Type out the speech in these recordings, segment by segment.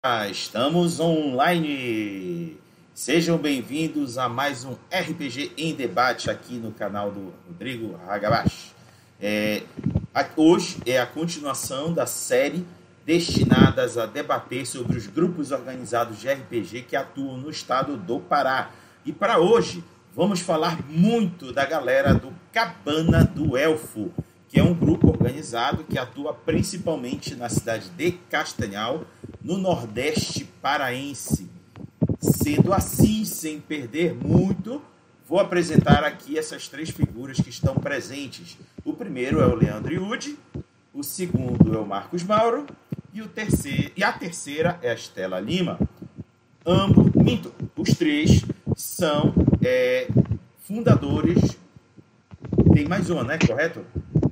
Estamos online. Sejam bem-vindos a mais um RPG em debate aqui no canal do Rodrigo Hagabashi. Hoje é a continuação da série destinadas a debater sobre os grupos organizados de RPG que atuam no estado do Pará. E para hoje vamos falar muito da galera do Cabana do Elfo, que é um grupo organizado que atua principalmente na cidade de Castanhal, no Nordeste paraense. Sendo assim, sem perder muito, vou apresentar aqui essas três figuras que estão presentes. O primeiro é o Leandro Iude, o segundo é o Marcos Mauro e a terceira é a Estela Lima. Os três são fundadores. Tem mais uma, né? Correto?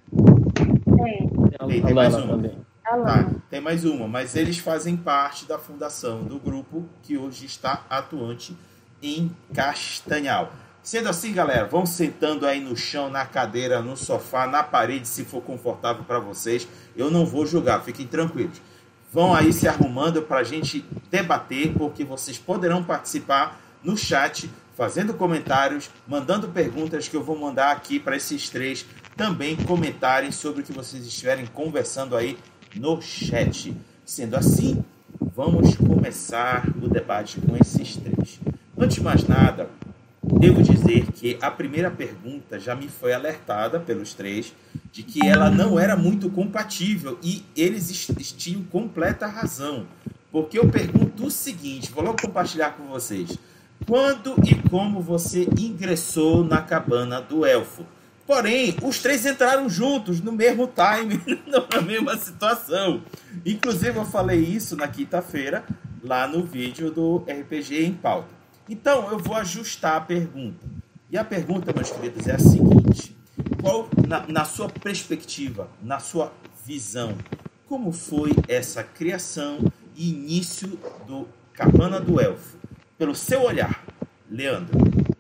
Tem mais uma. Tá, tem mais uma, mas eles fazem parte da fundação do grupo que hoje está atuante em Castanhal. Sendo assim, galera, vão sentando aí no chão, na cadeira, no sofá, na parede, se for confortável para vocês. Eu não vou julgar, fiquem tranquilos. Vão aí se arrumando para a gente debater, porque vocês poderão participar no chat, fazendo comentários, mandando perguntas que eu vou mandar aqui para esses três também comentarem sobre o que vocês estiverem conversando aí no chat. Sendo assim, vamos começar o debate com esses três. Antes de mais nada, devo dizer que a primeira pergunta já me foi alertada pelos três de que ela não era muito compatível e eles tinham completa razão. Porque eu pergunto o seguinte, vou logo compartilhar com vocês. Quando e como você ingressou na Cabana do Elfo? Porém, os três entraram juntos, no mesmo time, na mesma situação. Inclusive, eu falei isso na quinta-feira, lá no vídeo do RPG em Pauta. Então, eu vou ajustar a pergunta. E a pergunta, meus queridos, é a seguinte. Qual, na sua perspectiva, na sua visão, como foi essa criação e início do Cabana do Elfo? Pelo seu olhar, Leandro.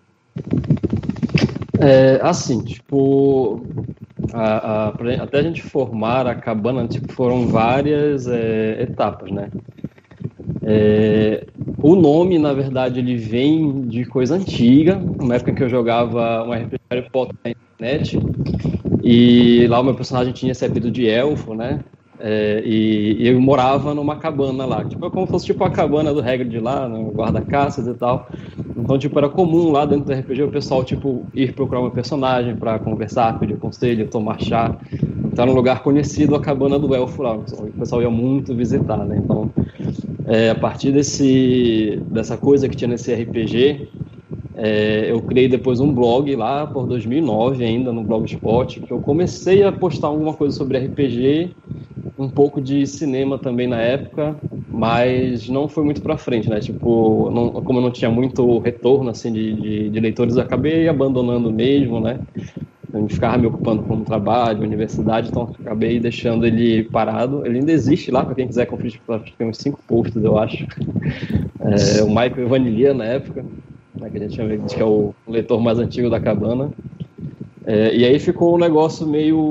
Assim, tipo, até a gente formar a cabana, tipo, foram várias etapas, né? O nome, na verdade, ele vem de coisa antiga, uma época que eu jogava um RPG Harry Potter na internet, e lá o meu personagem tinha esse apelido de elfo, né? E eu morava numa cabana lá, tipo, como se fosse tipo a cabana do Hagrid lá, no guarda-caças e tal. Então, tipo, era comum lá dentro do RPG o pessoal, tipo, ir procurar um personagem para conversar, pedir conselho, tomar chá. Então, era um lugar conhecido, a cabana do elfo lá, o pessoal ia muito visitar, né? Então, a partir dessa coisa que tinha nesse RPG, eu criei depois um blog lá por 2009 ainda, no Blogspot, que eu comecei a postar alguma coisa sobre RPG, um pouco de cinema também na época, mas não foi muito pra frente, né? Tipo, como eu não tinha muito retorno, assim, de leitores, eu acabei abandonando mesmo, né? Eu ficava me ocupando com o trabalho, universidade, então acabei deixando ele parado. Ele ainda existe lá, para quem quiser conferir, tem uns 5 posts, eu acho. O Michael Vanillia, na época, né, que a gente chama que é o leitor mais antigo da cabana. E aí ficou um negócio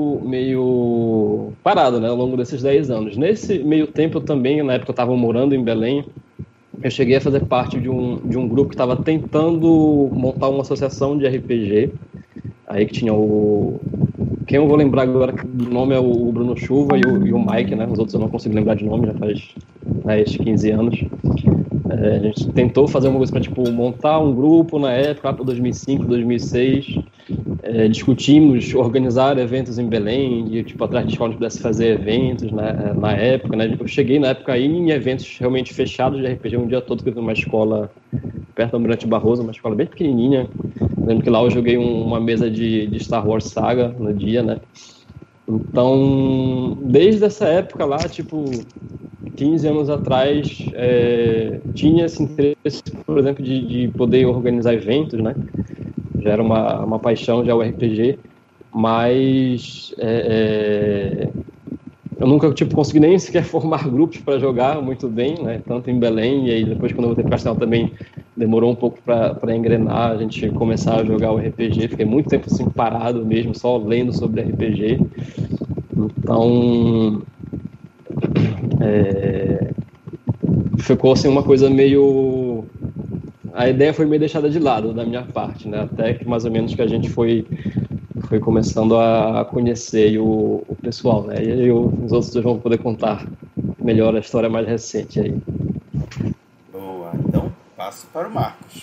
meio parado, né, ao longo desses 10 anos. Nesse meio tempo, eu também, na época eu estava morando em Belém, eu cheguei a fazer parte de um grupo que estava tentando montar uma associação de RPG, aí que tinha quem eu vou lembrar agora do nome é o Bruno Chuva e o Mike, né, os outros eu não consigo lembrar de nome, já faz 10, 15 anos. A gente tentou fazer uma coisa para, tipo, montar um grupo na época, lá para 2005, 2006. Discutimos organizar eventos em Belém, e, tipo, atrás de escola a gente pudesse fazer eventos, né, na época, né? Eu cheguei na época aí em eventos realmente fechados de RPG um dia todo, que eu fui numa escola perto do Almirante Barroso, uma escola bem pequenininha. Eu lembro que lá eu joguei uma mesa de Star Wars Saga no dia, né? Então, desde essa época lá, tipo, 15 anos atrás, tinha esse interesse, por exemplo, de poder organizar eventos, né? Já era uma paixão, já o RPG, mas eu nunca, tipo, consegui nem sequer formar grupos para jogar muito bem, né? Tanto em Belém, e aí depois quando eu voltei para Castelo também demorou um pouco para engrenar, a gente começar a jogar o RPG. Fiquei muito tempo assim parado mesmo, só lendo sobre RPG. Então, ficou assim uma coisa meio... A ideia foi meio deixada de lado da minha parte, né? Até que mais ou menos que a gente foi começando a conhecer o pessoal, né? E aí os outros dois vão poder contar melhor a história mais recente aí. Boa, então passo para o Marcos.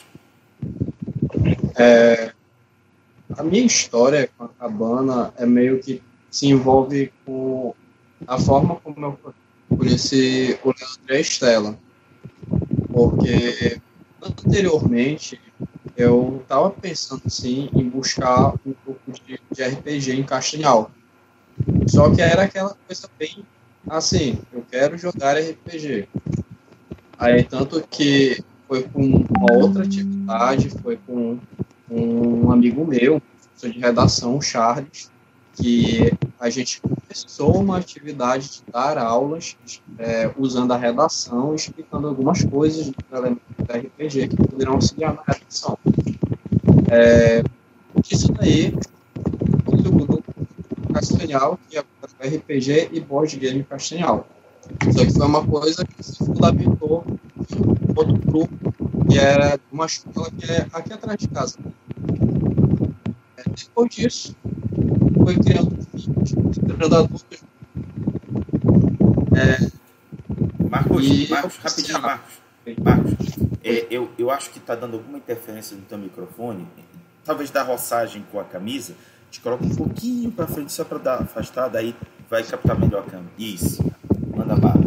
A minha história com a cabana é meio que se envolve com a forma como eu conheci o Leandro e a Estela. Porque anteriormente eu estava pensando assim, em buscar um grupo de RPG em Castanhal. Só que era aquela coisa bem assim, eu quero jogar RPG. Aí tanto que foi com uma outra atividade, foi com um amigo meu, professor de redação, o Charles, que a gente começou uma atividade de dar aulas usando a redação, explicando algumas coisas do elemento do RPG que poderão auxiliar na redação. Isso daí, o grupo Castanhal, que é o RPG e board game Castanhal. Só que foi uma coisa que se fundamentou em outro grupo, que era uma escola que é aqui atrás de casa. Depois disso, foi criando filhos, criando adultos. Marcos, rapidinho, Marcos. Eu acho que está dando alguma interferência no teu microfone, talvez da roçagem com a camisa. Te coloca um pouquinho para frente só para dar afastada, aí vai captar melhor a câmera. Isso, manda bala.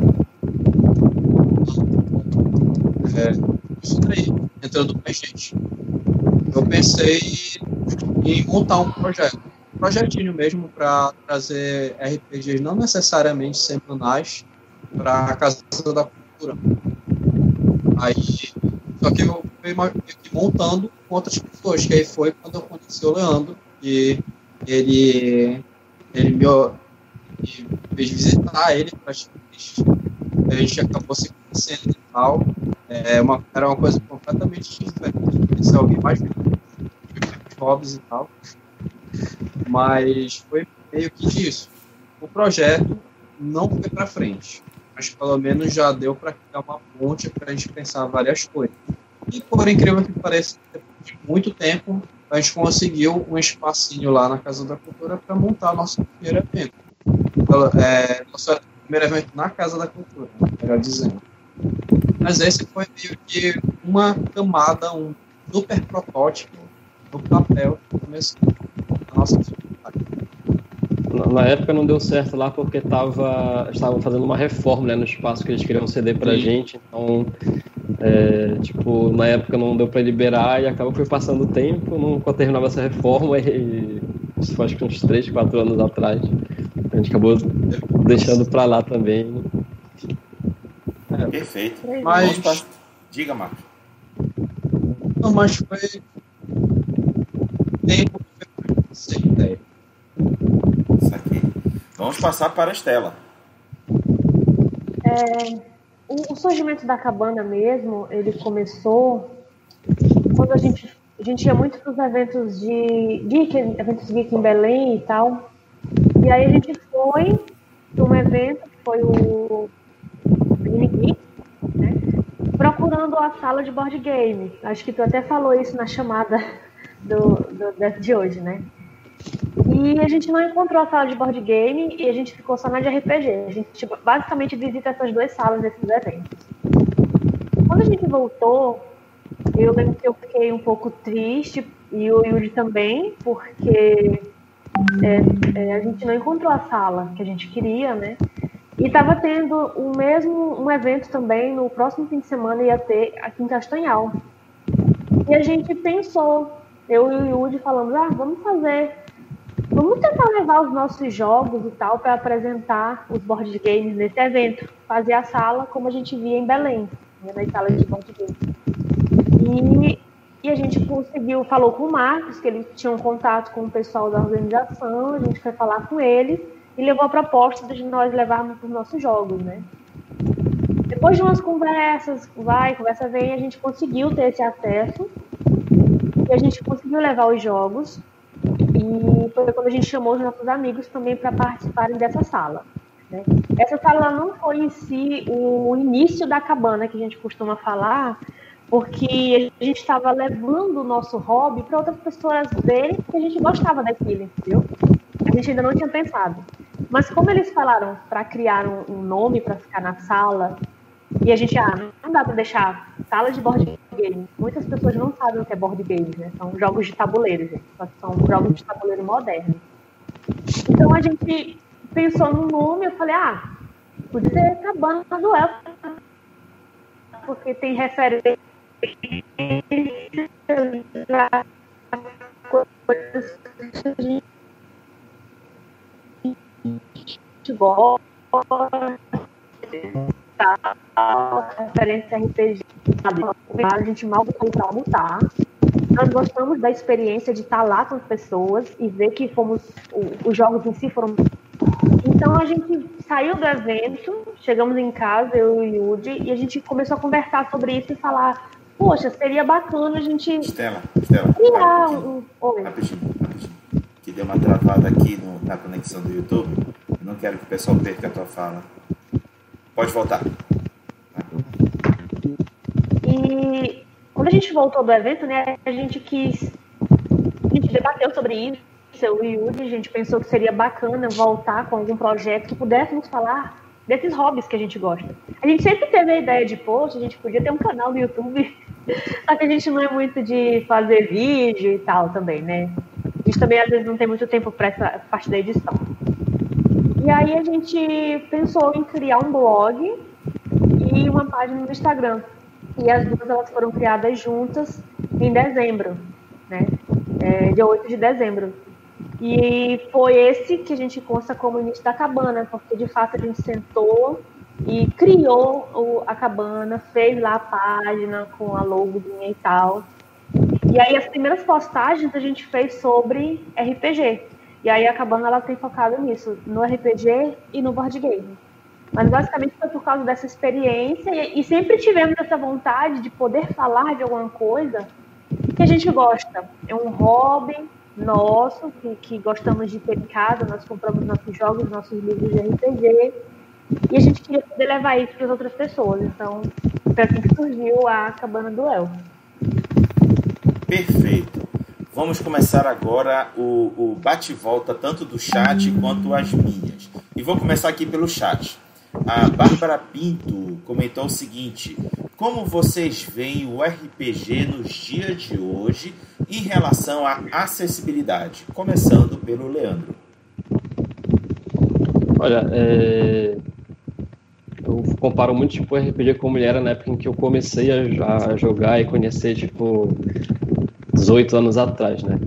Isso daí, entrando pra gente. Eu pensei em montar um projetinho mesmo para trazer RPGs não necessariamente semanais para a Casa da Cultura. Aí, só que eu fui montando com outras pessoas, que aí foi quando eu conheci o Leandro, e ele me fez visitar ele para a gente acabou se conhecendo e tal. Era uma coisa completamente diferente, conhecer alguém mais hobbies e tal. Mas foi meio que disso. O projeto não foi para frente, mas pelo menos já deu para criar uma ponte para a gente pensar várias coisas. E por incrível que pareça, depois de muito tempo, a gente conseguiu um espacinho lá na Casa da Cultura para montar nosso primeiro evento. Nosso primeiro evento na Casa da Cultura, melhor dizendo. Mas esse foi meio que uma camada, um super protótipo no papel que começou a nossa atividade. Na época não deu certo lá porque estavam fazendo uma reforma, né, no espaço que eles queriam ceder pra gente, então na época não deu para liberar e acabou que foi passando o tempo, nunca terminava essa reforma e isso foi acho que uns 3, 4 anos atrás. A gente acabou deixando para lá também. Perfeito. Mas... Diga, Marcos. Não, mas foi tempo sem ideia. Saquei. Vamos passar para a Estela. O surgimento da cabana mesmo, ele começou quando a gente ia muito para os eventos eventos geek em Belém e tal. E aí a gente foi para um evento que foi o Mini Geek, né, procurando a sala de board game. Acho que tu até falou isso na chamada de hoje, né? E a gente não encontrou a sala de board game e a gente ficou só na de RPG. A gente basicamente visita essas 2 salas desses eventos. Quando a gente voltou, eu lembro que eu fiquei um pouco triste, e o Yuri também, porque a gente não encontrou a sala que a gente queria, né? E estava tendo um evento também, no próximo fim de semana ia ter aqui em Castanhal. E a gente pensou, eu e o Yuri falamos, vamos tentar levar os nossos jogos e tal para apresentar os board games nesse evento. Fazer a sala como a gente via em Belém, né, nas salas de board games. E a gente falou com o Marcos, que ele tinha um contato com o pessoal da organização, a gente foi falar com ele e levou a proposta de nós levarmos os nossos jogos, né? Depois de umas conversas, conversa vem, a gente conseguiu ter esse acesso e a gente conseguiu levar os jogos. E foi quando a gente chamou os nossos amigos também para participarem dessa sala. né? Essa sala não foi em si o início da cabana que a gente costuma falar, porque a gente estava levando o nosso hobby para outras pessoas verem que a gente gostava daquilo, entendeu? A gente ainda não tinha pensado. Mas como eles falaram para criar um nome para ficar na sala, e a gente, não dá para deixar sala de board game. Muitas pessoas não sabem o que é board game, né? São jogos de tabuleiro, gente. Só que são jogos de tabuleiro moderno. Então a gente pensou no nome, eu falei, podia ser Cabana do Elfo, porque tem referência a coisas que a gente gosta, referência a RPG. A gente mal foi para lutar. Nós gostamos da experiência de estar lá com as pessoas e ver que os jogos em si foram. Então a gente saiu do evento, chegamos em casa, eu e o Yudi, e a gente começou a conversar sobre isso e falar, poxa, seria bacana a gente Estela, criar Oi. Rapidinho. Que deu uma travada aqui na conexão do YouTube. Eu não quero que o pessoal perca a tua fala. Pode voltar. E quando a gente voltou do evento, né, a gente debateu sobre isso, eu e o Yudi, a gente pensou que seria bacana voltar com algum projeto que pudéssemos falar desses hobbies que a gente gosta. A gente sempre teve a ideia de, poxa, a gente podia ter um canal no YouTube, só que a gente não é muito de fazer vídeo e tal também, né? A gente também, às vezes, não tem muito tempo para essa parte da edição. E aí a gente pensou em criar um blog e uma página no Instagram. E as duas elas foram criadas juntas em dezembro, né? Dia 8 de dezembro. E foi esse que a gente consta como início da cabana, porque de fato a gente sentou e criou a cabana, fez lá a página com a logozinha e tal. E aí as primeiras postagens a gente fez sobre RPG. E aí a cabana ela tem focado nisso, no RPG e no board game. Mas basicamente foi por causa dessa experiência e sempre tivemos essa vontade de poder falar de alguma coisa que a gente gosta. É um hobby nosso, que gostamos de ter em casa, nós compramos nossos jogos, nossos livros de RPG, e a gente queria poder levar isso para as outras pessoas. Então, foi assim que surgiu a Cabana do Elfo. Perfeito. Vamos começar agora o bate-volta, tanto do chat quanto as minhas. E vou começar aqui pelo chat. A Bárbara Pinto comentou o seguinte: como vocês veem o RPG nos dias de hoje em relação à acessibilidade? Começando pelo Leandro. Olha, eu comparo muito tipo, o RPG como ele era na época em que eu comecei a jogar e conhecer, tipo, 18 anos atrás, né?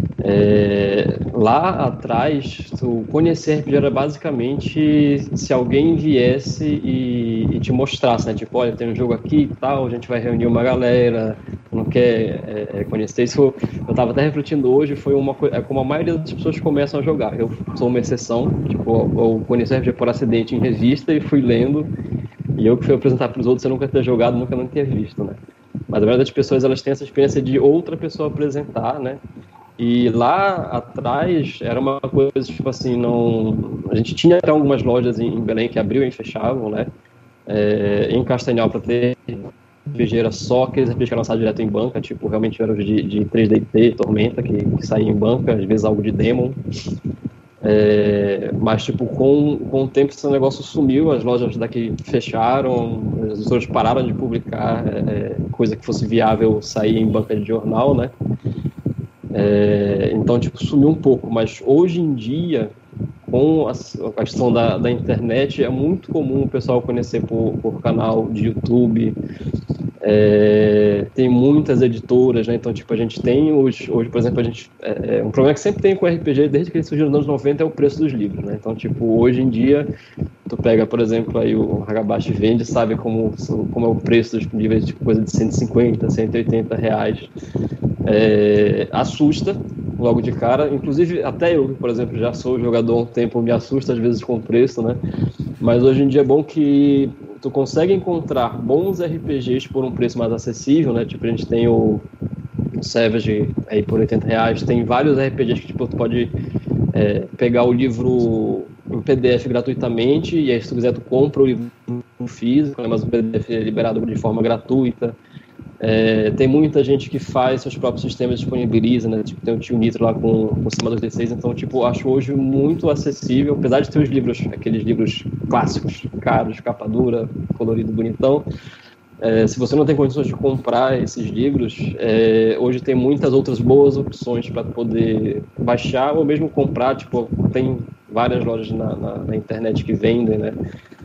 Lá atrás, tu conhecer RPG era basicamente se alguém viesse e te mostrasse, né? Tipo, olha, tem um jogo aqui e tal, a gente vai reunir uma galera, não quer conhecer. Isso eu tava até refletindo hoje, foi uma coisa, como a maioria das pessoas começam a jogar. Eu sou uma exceção, tipo, eu conheci RPG por acidente em revista e fui lendo, e eu que fui apresentar para os outros, eu nunca ter jogado, nunca não ter visto, né? Mas a maioria das pessoas, elas têm essa experiência de outra pessoa apresentar, né? E lá atrás era uma coisa, tipo assim, a gente tinha até algumas lojas em Belém que abriam e fechavam, né? Em Castanhal, para ter RPG era só aqueles RPGs que eram lançados direto em banca, tipo, realmente eram de 3DT, Tormenta, que saíam em banca, às vezes algo de Demon. Mas, tipo, com o tempo esse negócio sumiu, as lojas daqui fecharam, as editoras pararam de publicar coisa que fosse viável sair em banca de jornal, né? Então, tipo, sumiu um pouco, mas hoje em dia, com a questão da internet, é muito comum o pessoal conhecer por canal de YouTube. Tem muitas editoras, né? Então, tipo, a gente tem hoje, por exemplo, um problema que sempre tem com o RPG, desde que ele surgiu nos anos 90, é o preço dos livros, né? Então, tipo, hoje em dia, tu pega, por exemplo, aí o Hagabashi vende, sabe como é o preço dos livros, tipo, coisa de 150, 180 reais. Assusta logo de cara, inclusive até eu, por exemplo, já sou jogador há um tempo, me assusta às vezes com o preço, né? Mas hoje em dia é bom que tu consegue encontrar bons RPGs por um preço mais acessível, né? Tipo, a gente tem o Savage aí por 80 reais, tem vários RPGs que tipo, tu pode pegar o livro em PDF gratuitamente, e aí se tu quiser tu compra o livro físico, né, mas o PDF é liberado de forma gratuita. Tem muita gente que faz seus próprios sistemas, disponibiliza, né? Tipo, tem o Tio Nitro lá com o Sistema 2D6, então, tipo, acho hoje muito acessível, apesar de ter os livros, aqueles livros clássicos, caros, capa dura, colorido, bonitão. Se você não tem condições de comprar esses livros, hoje tem muitas outras boas opções para poder baixar ou mesmo comprar. Tipo, tem várias lojas na internet que vendem, né?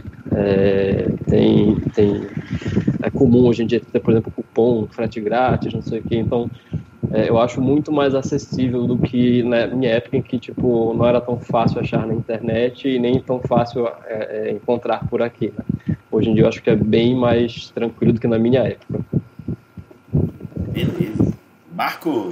É comum hoje em dia ter, por exemplo, cupom, frete grátis, não sei o quê. Então, eu acho muito mais acessível do que na minha época, em que tipo, não era tão fácil achar na internet e nem tão fácil encontrar por aqui, né? Hoje em dia eu acho que é bem mais tranquilo do que na minha época. Beleza. Marcos?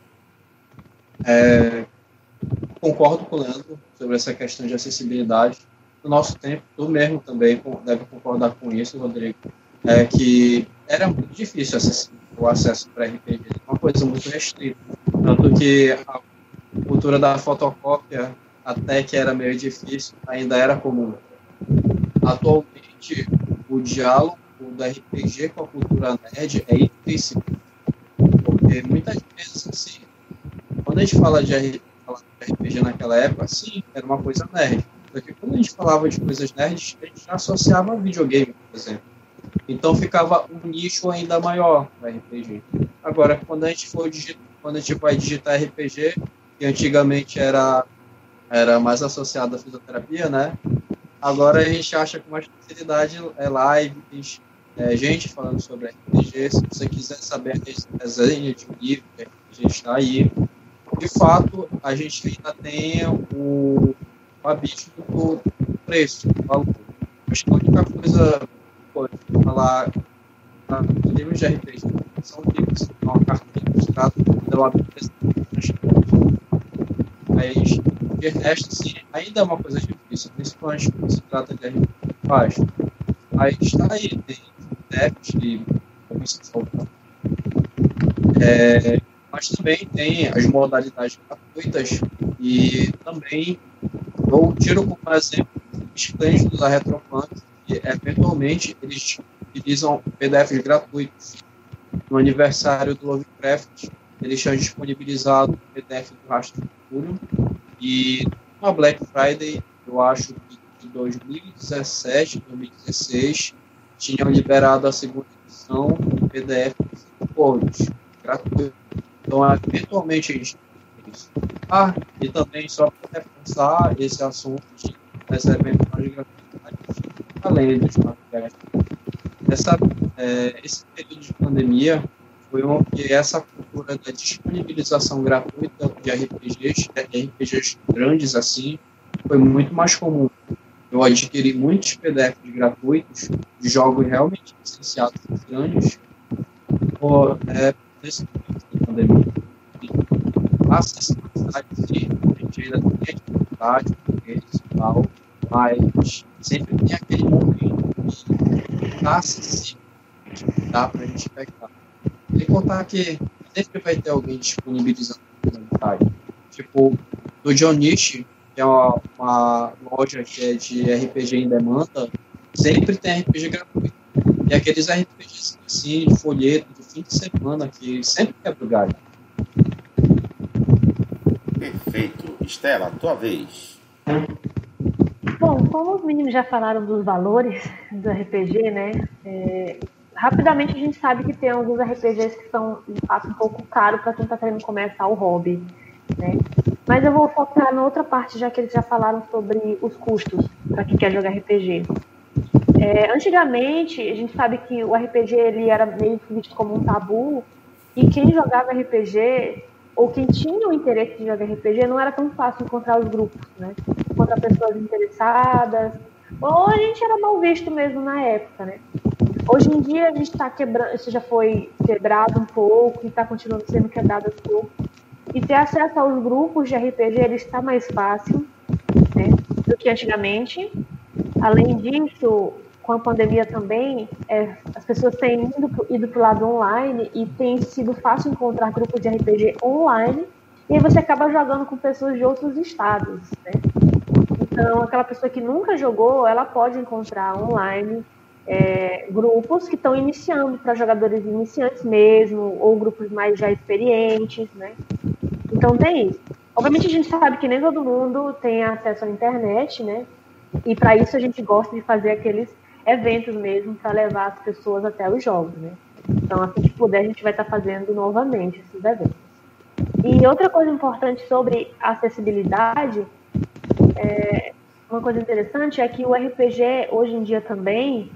Concordo com o Leandro sobre essa questão de acessibilidade. No nosso tempo, tu mesmo também deve concordar com isso, Rodrigo, que era muito difícil o acesso para RPG, uma coisa muito restrita. Tanto que a cultura da fotocópia, até que era meio difícil, ainda era comum. Atualmente, o diálogo do RPG com a cultura nerd é implícito. Porque muitas vezes, assim, quando a gente fala de RPG naquela época, sim, era uma coisa nerd. Porque quando a gente falava de coisas nerds, a gente já associava a videogame, por exemplo. Então ficava um nicho ainda maior no RPG. Agora, quando a gente vai digitar RPG, que antigamente era mais associado à fisioterapia, né? Agora a gente acha com mais facilidade lives, gente falando sobre RPG. Se você quiser saber a resenha de um livro, a gente está aí. De fato, a gente ainda tem o abismo do preço, do valor. Acho que a única coisa que pode falar dos livros de RPG são livros, uma carta ilustrada pelo preço. Mas, de resto, sim, ainda é uma coisa difícil, principalmente quando se trata de RPG baixo. Mas está aí, tem DEFs e comissões faltando. Mas também tem as modalidades gratuitas e também eu tiro como exemplo os clientes da Retropunk, que eventualmente eles utilizam PDFs gratuitos. No aniversário do Lovecraft, eles tinham disponibilizado o PDF do Rastro Futuro, e na Black Friday, eu acho que de 2017, 2016, tinham liberado a segunda edição do PDF de cores gratuito. Então, eventualmente, a gente tem isso. E também, só para reforçar esse assunto de essa eventualidade gratuidade, além dos materiais. Esse período de pandemia foi onde essa cultura da disponibilização gratuita de RPGs grandes assim, foi muito mais comum. Eu adquiri muitos PDFs gratuitos de jogos realmente licenciados grandes nesse período de pandemia. A acessibilidade, sim, a gente ainda tem dificuldade com eles e tal, mas sempre tem aquele momento que está acessível, dá para a gente pegar. Sem contar que sempre vai ter alguém disponibilizando comunidade. Tipo, do John Nish, que é uma loja que é de RPG em demanda, sempre tem RPG gratuito. E aqueles RPGs assim, de folheto, de fim de semana, que sempre quebra o galho. Perfeito. Estela, tua vez. Bom, como os meninos já falaram dos valores do RPG, né? Rapidamente a gente sabe que tem alguns RPGs que são, de fato, um pouco caros para quem está querendo começar o hobby, né? Mas eu vou focar na outra parte, já que eles já falaram sobre os custos para quem quer jogar RPG. Antigamente, a gente sabe que o RPG ele era meio que visto como um tabu, e quem jogava RPG, ou quem tinha o interesse de jogar RPG, não era tão fácil encontrar os grupos, né? Encontrar pessoas interessadas, ou a gente era mal visto mesmo na época, né? Hoje em dia a gente está quebrando, isso já foi quebrado um pouco e está continuando sendo quebrado aos poucos. E ter acesso aos grupos de RPG ele está mais fácil, né, do que antigamente. Além disso, com a pandemia também, as pessoas têm ido para o lado online e tem sido fácil encontrar grupos de RPG online, e aí você acaba jogando com pessoas de outros estados, né? Então, aquela pessoa que nunca jogou, ela pode encontrar online grupos que estão iniciando para jogadores iniciantes mesmo, ou grupos mais já experientes, né? Então, tem isso. Obviamente, a gente sabe que nem todo mundo tem acesso à internet, né? E para isso a gente gosta de fazer aqueles eventos mesmo para levar as pessoas até os jogos, né? Então, assim que puder, a gente vai estar fazendo novamente esses eventos. E outra coisa importante sobre acessibilidade, uma coisa interessante é que o RPG, hoje em dia também,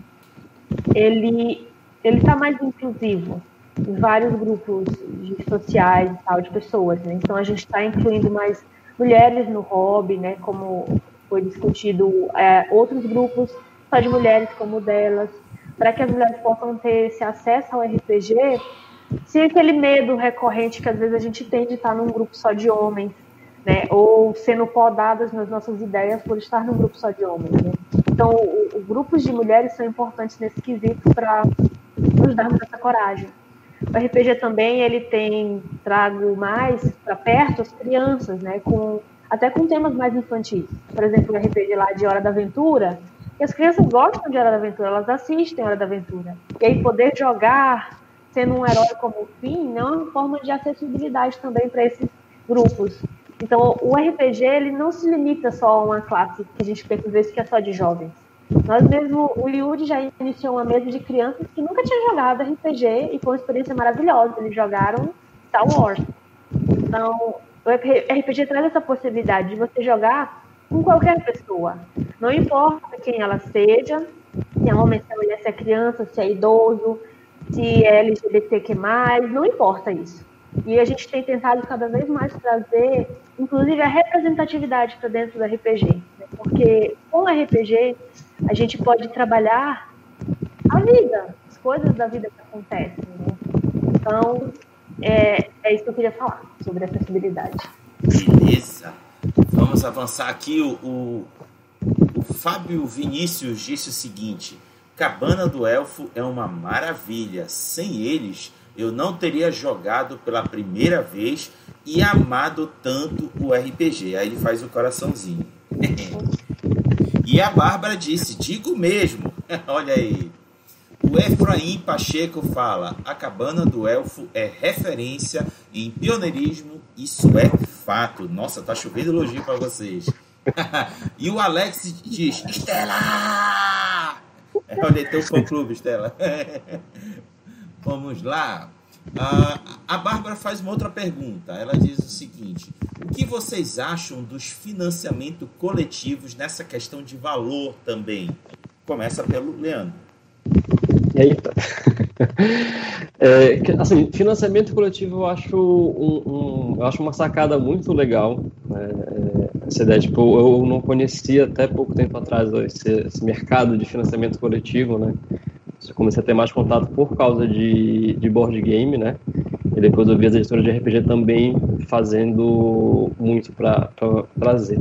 ele está mais inclusivo em vários grupos sociais e tal, de pessoas, né? Então, a gente está incluindo mais mulheres no hobby, né? Como foi discutido, outros grupos só de mulheres como o delas, para que as mulheres possam ter esse acesso ao RPG sem aquele medo recorrente que às vezes a gente tem de estar num grupo só de homens, né? Ou sendo podadas nas nossas ideias por estar num grupo só de homens, né? Então, grupos de mulheres são importantes nesse quesito para nos darmos essa coragem. O RPG também, ele tem trago mais para perto as crianças, né? Até com temas mais infantis. Por exemplo, o RPG lá de Hora da Aventura, e as crianças gostam de Hora da Aventura, elas assistem Hora da Aventura. E aí poder jogar sendo um herói como o Finn é uma forma de acessibilidade também para esses grupos. Então, o RPG, ele não se limita só a uma classe que a gente pensa às vezes que é só de jovens. Nós mesmo, o Yuri já iniciou uma mesa de crianças que nunca tinham jogado RPG e foi uma experiência maravilhosa. Eles jogaram Star Wars. Então, o RPG traz essa possibilidade de você jogar com qualquer pessoa. Não importa quem ela seja, se é homem, se é mulher, se é criança, se é idoso, se é LGBTQ+, não importa isso. E a gente tem tentado cada vez mais trazer, inclusive, a representatividade para dentro do RPG. Né? Porque com o RPG, a gente pode trabalhar a vida, as coisas da vida que acontecem. Né? Então, é isso que eu queria falar sobre acessibilidade. Beleza. Vamos avançar aqui. O Fábio Vinícius disse o seguinte: Cabana do Elfo é uma maravilha. Sem eles, eu não teria jogado pela primeira vez e amado tanto o RPG. Aí ele faz o coraçãozinho. E a Bárbara disse: digo mesmo. Olha aí. O Efraim Pacheco fala: a Cabana do Elfo é referência em pioneirismo, isso é fato. Nossa, tá chovendo elogio para vocês. E o Alex diz: Estela! Olha, teu fã-clube, Estela. Vamos lá. A Bárbara faz uma outra pergunta. Ela diz o seguinte: o que vocês acham dos financiamentos coletivos nessa questão de valor também? Começa pelo Leandro. Eita. Assim, financiamento coletivo eu acho eu acho uma sacada muito legal. Essa ideia, tipo, eu não conhecia até pouco tempo atrás esse mercado de financiamento coletivo, né? Eu comecei a ter mais contato por causa de board game, né? E depois eu vi as editoras de RPG também fazendo muito para trazer.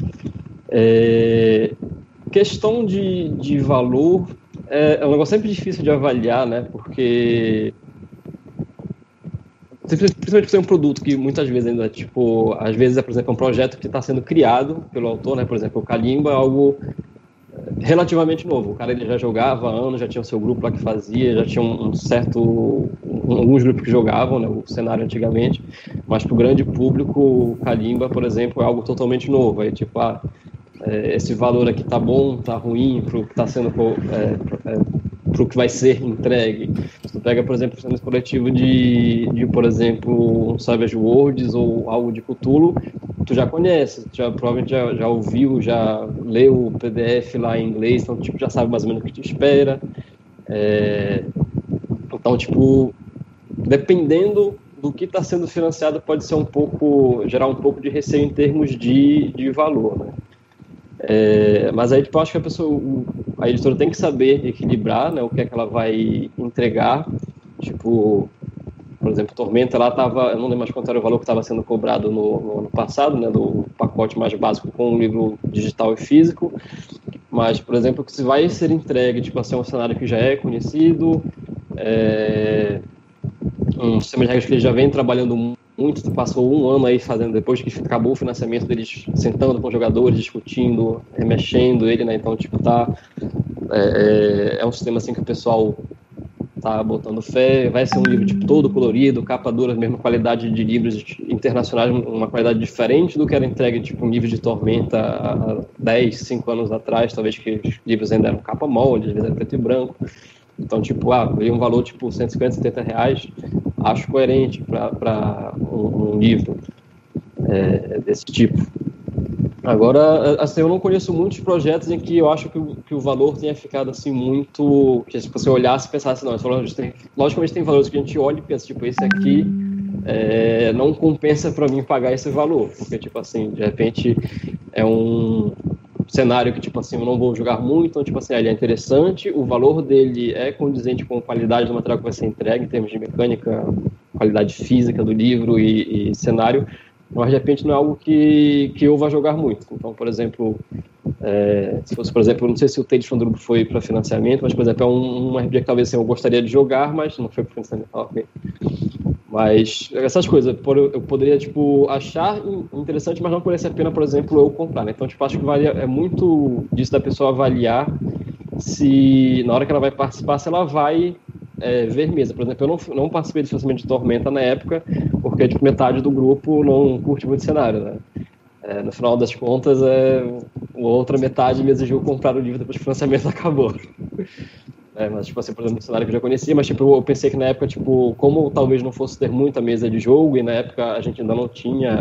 Questão de valor é um negócio sempre difícil de avaliar, né? Porque principalmente por ser um produto que muitas vezes ainda, tipo, às vezes por exemplo, um projeto que está sendo criado pelo autor, né? Por exemplo, o Kalimba é algo relativamente novo. O cara ele já jogava há anos, já tinha o seu grupo lá que fazia, já tinha alguns grupos que jogavam, né, o cenário antigamente, mas para o grande público, o Kalimba, por exemplo, é algo totalmente novo. Aí, tipo, esse valor aqui tá bom, tá ruim, pro que está sendo pro que vai ser entregue. Se tu pega, por exemplo, o coletivo de por exemplo, um Savage Worlds ou algo de Cthulhu, tu já conhece, provavelmente já ouviu, já leu o PDF lá em inglês, então tipo, já sabe mais ou menos o que te espera. Então, tipo, dependendo do que está sendo financiado, pode ser gerar um pouco de receio em termos de valor, né? Mas aí, tipo, eu acho que a editora tem que saber equilibrar, né, o que é que ela vai entregar. Tipo, por exemplo, Tormenta lá eu não lembro mais quanto era o valor que estava sendo cobrado no ano passado, né, do pacote mais básico com o livro digital e físico. Mas, por exemplo, que se vai ser entregue, tipo assim, um cenário que já é conhecido, um sistema de regras que ele já vem trabalhando muito, passou um ano aí fazendo, depois que acabou o financiamento deles, sentando com os jogadores, discutindo, remexendo ele, né? Então, tipo, é um sistema assim que o pessoal tá botando fé. Vai ser um livro tipo todo colorido, capa dura, mesma qualidade de livros internacionais, uma qualidade diferente do que era entregue tipo um livro de Tormenta há 10, 5 anos atrás, talvez, que os livros ainda eram capa molde, às vezes era preto e branco. Então, tipo, um valor tipo 150, 70 reais, acho coerente para um livro desse tipo. Agora, assim, eu não conheço muitos projetos em que eu acho que o valor tenha ficado assim muito... Que se você olhasse e pensasse, não, logicamente tem valores que a gente olha e pensa, tipo, esse aqui não compensa para mim pagar esse valor, porque, tipo assim, de repente é um cenário que, tipo assim, eu não vou jogar muito, então, tipo assim, ele é interessante, o valor dele é condizente com a qualidade do material que vai ser entregue, em termos de mecânica, qualidade física do livro e cenário, mas de repente não é algo que eu vá jogar muito. Então, por exemplo, se fosse, por exemplo, não sei se o Tales from the Loop foi para financiamento, mas, por exemplo, é um RPG que talvez assim, eu gostaria de jogar, mas não foi para financiamento. Okay. Mas essas coisas, eu poderia, tipo, achar interessante, mas não por essa pena, por exemplo, eu comprar, né? Então, tipo, acho que é muito disso da pessoa avaliar se, na hora que ela vai participar, se ela vai ver mesa. Por exemplo, eu não participei do financiamento de Tormenta na época, porque, tipo, metade do grupo não curte muito cenário, né? No final das contas, a outra metade me exigiu comprar o livro depois que o financiamento acabou. Mas, tipo assim, por exemplo, um cenário que eu já conhecia, mas, tipo, eu pensei que na época, tipo, como talvez não fosse ter muita mesa de jogo, e na época a gente ainda não tinha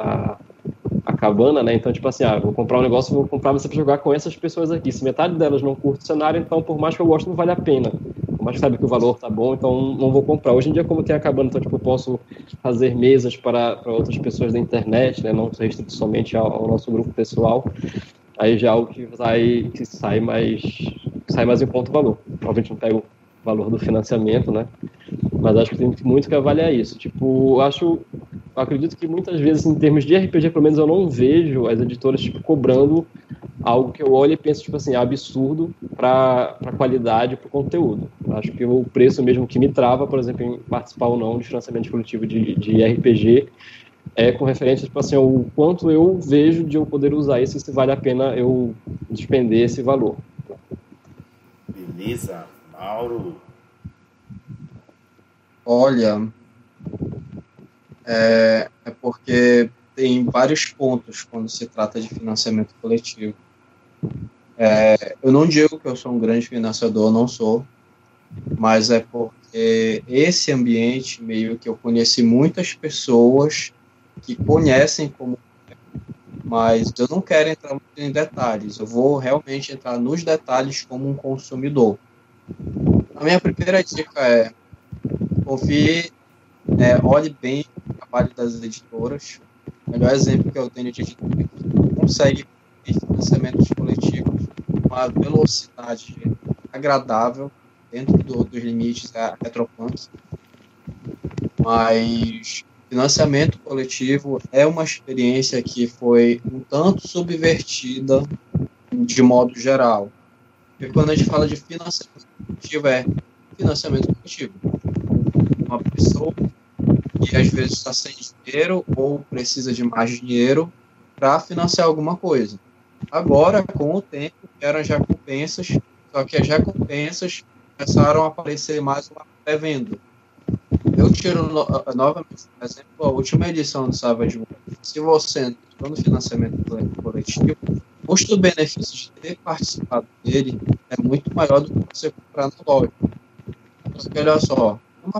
a cabana, né? Então, tipo assim, vou comprar um negócio, vou comprar você pra jogar com essas pessoas aqui. Se metade delas não curte o cenário, então, por mais que eu goste, não vale a pena. Por mais que sabe que o valor tá bom, então não vou comprar. Hoje em dia, como tem a cabana, então, tipo, eu posso fazer mesas para outras pessoas da internet, né? Não restrito somente ao nosso grupo pessoal. Aí já é algo que sai mais em conta o valor. Provavelmente não pega o valor do financiamento, né? Mas acho que tem muito que avaliar isso. Tipo, eu acredito que muitas vezes, em termos de RPG, pelo menos eu não vejo as editoras, tipo, cobrando algo que eu olho e penso, tipo assim, absurdo para qualidade, para o conteúdo. Acho que o preço mesmo que me trava, por exemplo, em participar ou não de financiamento coletivo de RPG, com referência, tipo assim, o quanto eu vejo de eu poder usar isso e se vale a pena eu despender esse valor. Beleza, Mauro. Olha, é porque tem vários pontos quando se trata de financiamento coletivo. Eu não digo que eu sou um grande financiador, não sou, mas é porque esse ambiente meio que eu conheci muitas pessoas que conhecem como, mas eu não quero entrar muito em detalhes, eu vou realmente entrar nos detalhes como um consumidor. A minha primeira dica é: confie, olhe bem o trabalho das editoras. O melhor exemplo que eu tenho de editora que consegue ter financiamentos coletivos com uma velocidade agradável dentro dos limites da Retropunk, mas financiamento coletivo é uma experiência que foi um tanto subvertida de modo geral. Porque quando a gente fala de financiamento coletivo, financiamento coletivo. Uma pessoa que às vezes está sem dinheiro ou precisa de mais dinheiro para financiar alguma coisa. Agora, com o tempo, eram as recompensas, só que as recompensas começaram a aparecer mais uma pré-venda. Eu tiro novamente, por exemplo, a última edição do Savage Worlds. Se você entrou no financiamento coletivo, o custo-benefício de ter participado dele é muito maior do que você comprar na loja. Porque, olha só,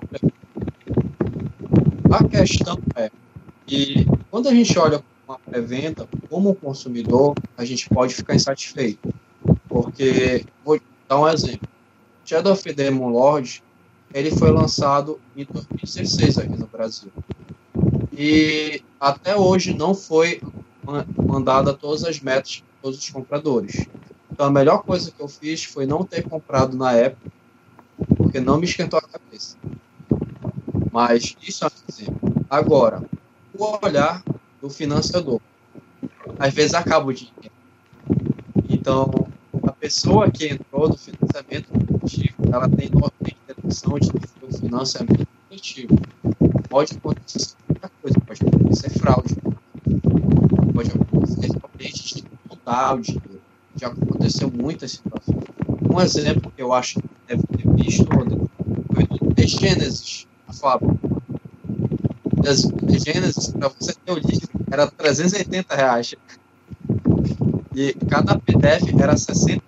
a questão é que quando a gente olha para uma pré-venda, como consumidor, a gente pode ficar insatisfeito. Porque, vou dar um exemplo. Shadow of the Demon Lord, ele foi lançado em 2016 aqui no Brasil. E até hoje não foi mandada todas as metas para todos os compradores. Então a melhor coisa que eu fiz foi não ter comprado na época, porque não me esquentou a cabeça. Mas isso é um exemplo. Agora, o olhar do financiador. Às vezes acaba o dinheiro. Então, a pessoa que entrou no financiamento coletivo, ela tem noção de que o financiamento coletivo pode acontecer muita coisa. Isso é fraude. Pode acontecer realmente de mudar o dinheiro. Já aconteceu muitas situações. Um exemplo que eu acho que deve ter visto, Rodrigo, foi do The Genesis, a fábrica. The Genesis, para você ter o livro, era R$380. E cada PDF era R$60.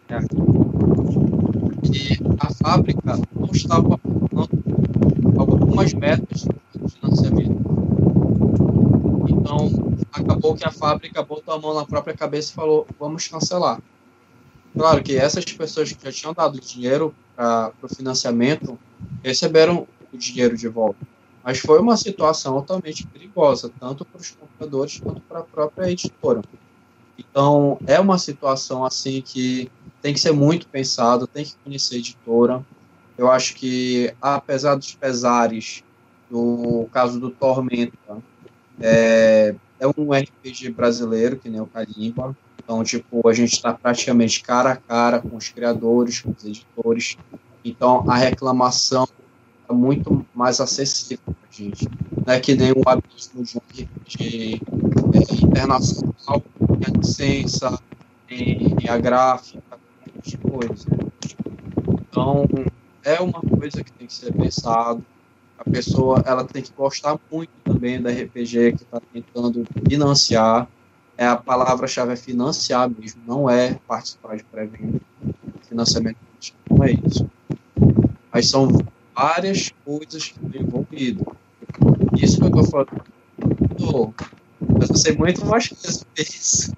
E a fábrica não estava dando algumas metas de financiamento. Então, acabou que a fábrica botou a mão na própria cabeça e falou, vamos cancelar. Claro que essas pessoas que já tinham dado dinheiro para o financiamento receberam o dinheiro de volta. Mas foi uma situação altamente perigosa, tanto para os compradores quanto para a própria editora. Então, é uma situação assim que tem que ser muito pensado, tem que conhecer a editora. Eu acho que, apesar dos pesares do caso do Tormenta, é um RPG brasileiro, que nem o Kalimba. Então, tipo, a gente está praticamente cara a cara com os criadores, com os editores. Então, a reclamação é muito mais acessível para a gente. Não é que nem um abismo de um RPG internacional, tem a licença, tem a gráfica, tem de coisa. Então, é uma coisa que tem que ser pensado. A pessoa ela tem que gostar muito também da RPG que está tentando financiar. A palavra-chave é financiar mesmo, não é participar de pré-venda. Financiamento não é isso. Mas são várias coisas que estão envolvidas. Isso que eu estou falando. Mas eu sei muito mais coisa que isso.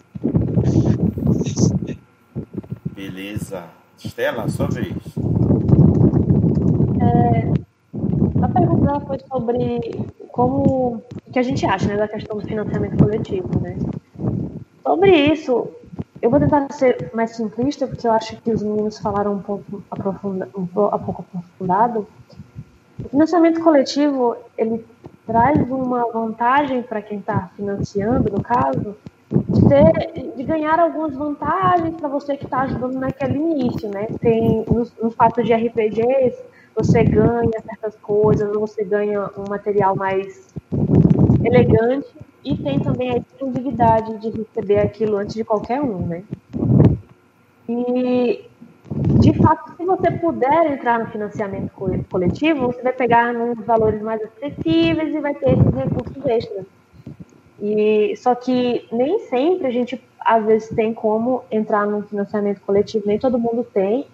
Beleza. Estela, sua vez. A pergunta dela foi sobre como o que a gente acha, né, da questão do financiamento coletivo, né? Sobre isso, eu vou tentar ser mais simplista, porque eu acho que os meninos falaram um pouco aprofundado. O financiamento coletivo, ele traz uma vantagem para quem está financiando, no caso, de ganhar algumas vantagens para você que está ajudando naquele início, né? Tem no fato de RPGs, você ganha certas coisas, você ganha um material mais elegante e tem também a exclusividade de receber aquilo antes de qualquer um, né? E, de fato, se você puder entrar no financiamento coletivo, você vai pegar nos valores mais acessíveis e vai ter esses recursos extras. Só que nem sempre a gente, às vezes, tem como entrar no financiamento coletivo, nem todo mundo tem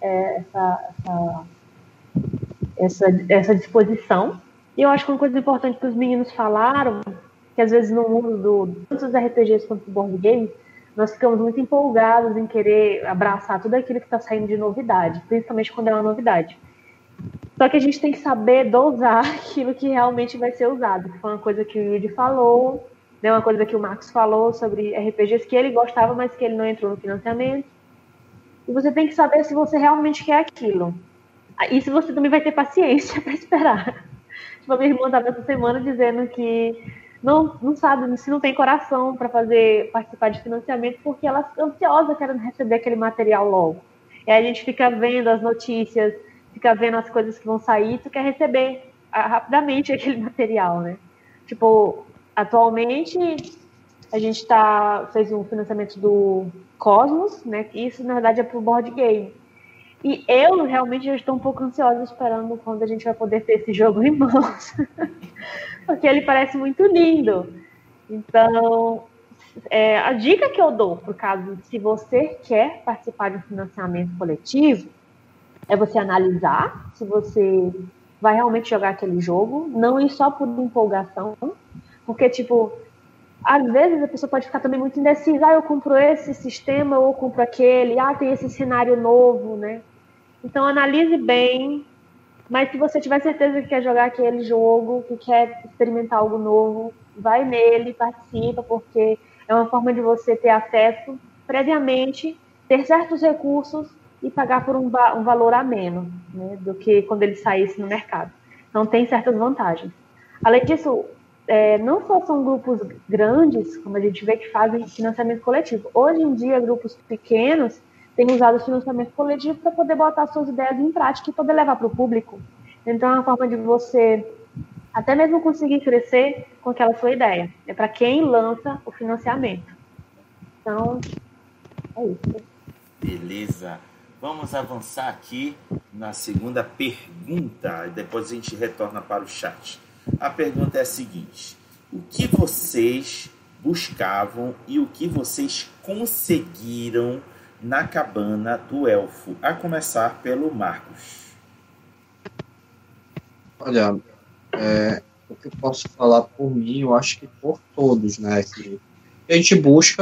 essa disposição. E eu acho que uma coisa importante que os meninos falaram, que às vezes no mundo tanto dos RPGs quanto do board game, nós ficamos muito empolgados em querer abraçar tudo aquilo que está saindo de novidade, principalmente quando é uma novidade. Só que a gente tem que saber dosar aquilo que realmente vai ser usado, que foi uma coisa que o Yudi falou, né, uma coisa que o Marcos falou sobre RPGs que ele gostava, mas que ele não entrou no financiamento. E você tem que saber se você realmente quer aquilo. E se você também vai ter paciência para esperar. Tipo, a minha irmã estava essa semana dizendo que não sabe, se não tem coração para participar de financiamento, porque ela fica ansiosa querendo receber aquele material logo. E aí a gente fica vendo as notícias, fica vendo as coisas que vão sair, tu quer receber rapidamente aquele material, né? Tipo, atualmente a gente fez um financiamento do Cosmos, né? Isso na verdade é pro board game. E eu realmente já estou um pouco ansiosa esperando quando a gente vai poder ter esse jogo em mãos. Porque ele parece muito lindo. Então, a dica que eu dou, por caso, se você quer participar de um financiamento coletivo, é você analisar se você vai realmente jogar aquele jogo, não ir só por empolgação, porque, tipo, às vezes a pessoa pode ficar também muito indecisa, eu compro esse sistema ou eu compro aquele, tem esse cenário novo, né? Então analise bem, mas se você tiver certeza que quer jogar aquele jogo, que quer experimentar algo novo, vai nele, participa, porque é uma forma de você ter acesso previamente, ter certos recursos e pagar por um valor a menos, né, do que quando ele saísse no mercado. Então tem certas vantagens. Além disso, não só são grupos grandes, como a gente vê, que fazem financiamento coletivo. Hoje em dia, grupos pequenos têm usado o financiamento coletivo para poder botar suas ideias em prática e poder levar para o público. Então, é uma forma de você até mesmo conseguir crescer com aquela sua ideia. É para quem lança o financiamento. Então, é isso. Beleza. Vamos avançar aqui na segunda pergunta. Depois a gente retorna para o chat. A pergunta é a seguinte: o que vocês buscavam e o que vocês conseguiram na cabana do elfo? A começar pelo Marcos. Olha, o que eu posso falar por mim, eu acho que por todos, né? Que o que a gente busca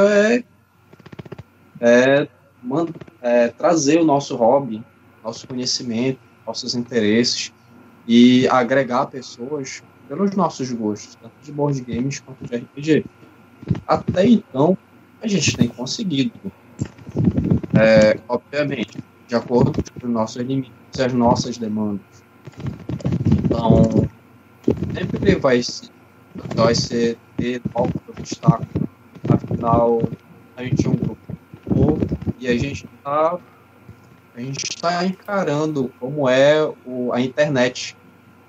trazer o nosso hobby, nosso conhecimento, nossos interesses e agregar pessoas pelos nossos gostos, tanto de board games quanto de RPG. Até então, a gente tem conseguido, obviamente, de acordo com os nossos limites e as nossas demandas. Então, sempre vai ter algo para obstáculo. Afinal, a gente é um grupo novo e a gente está encarando como é a internet,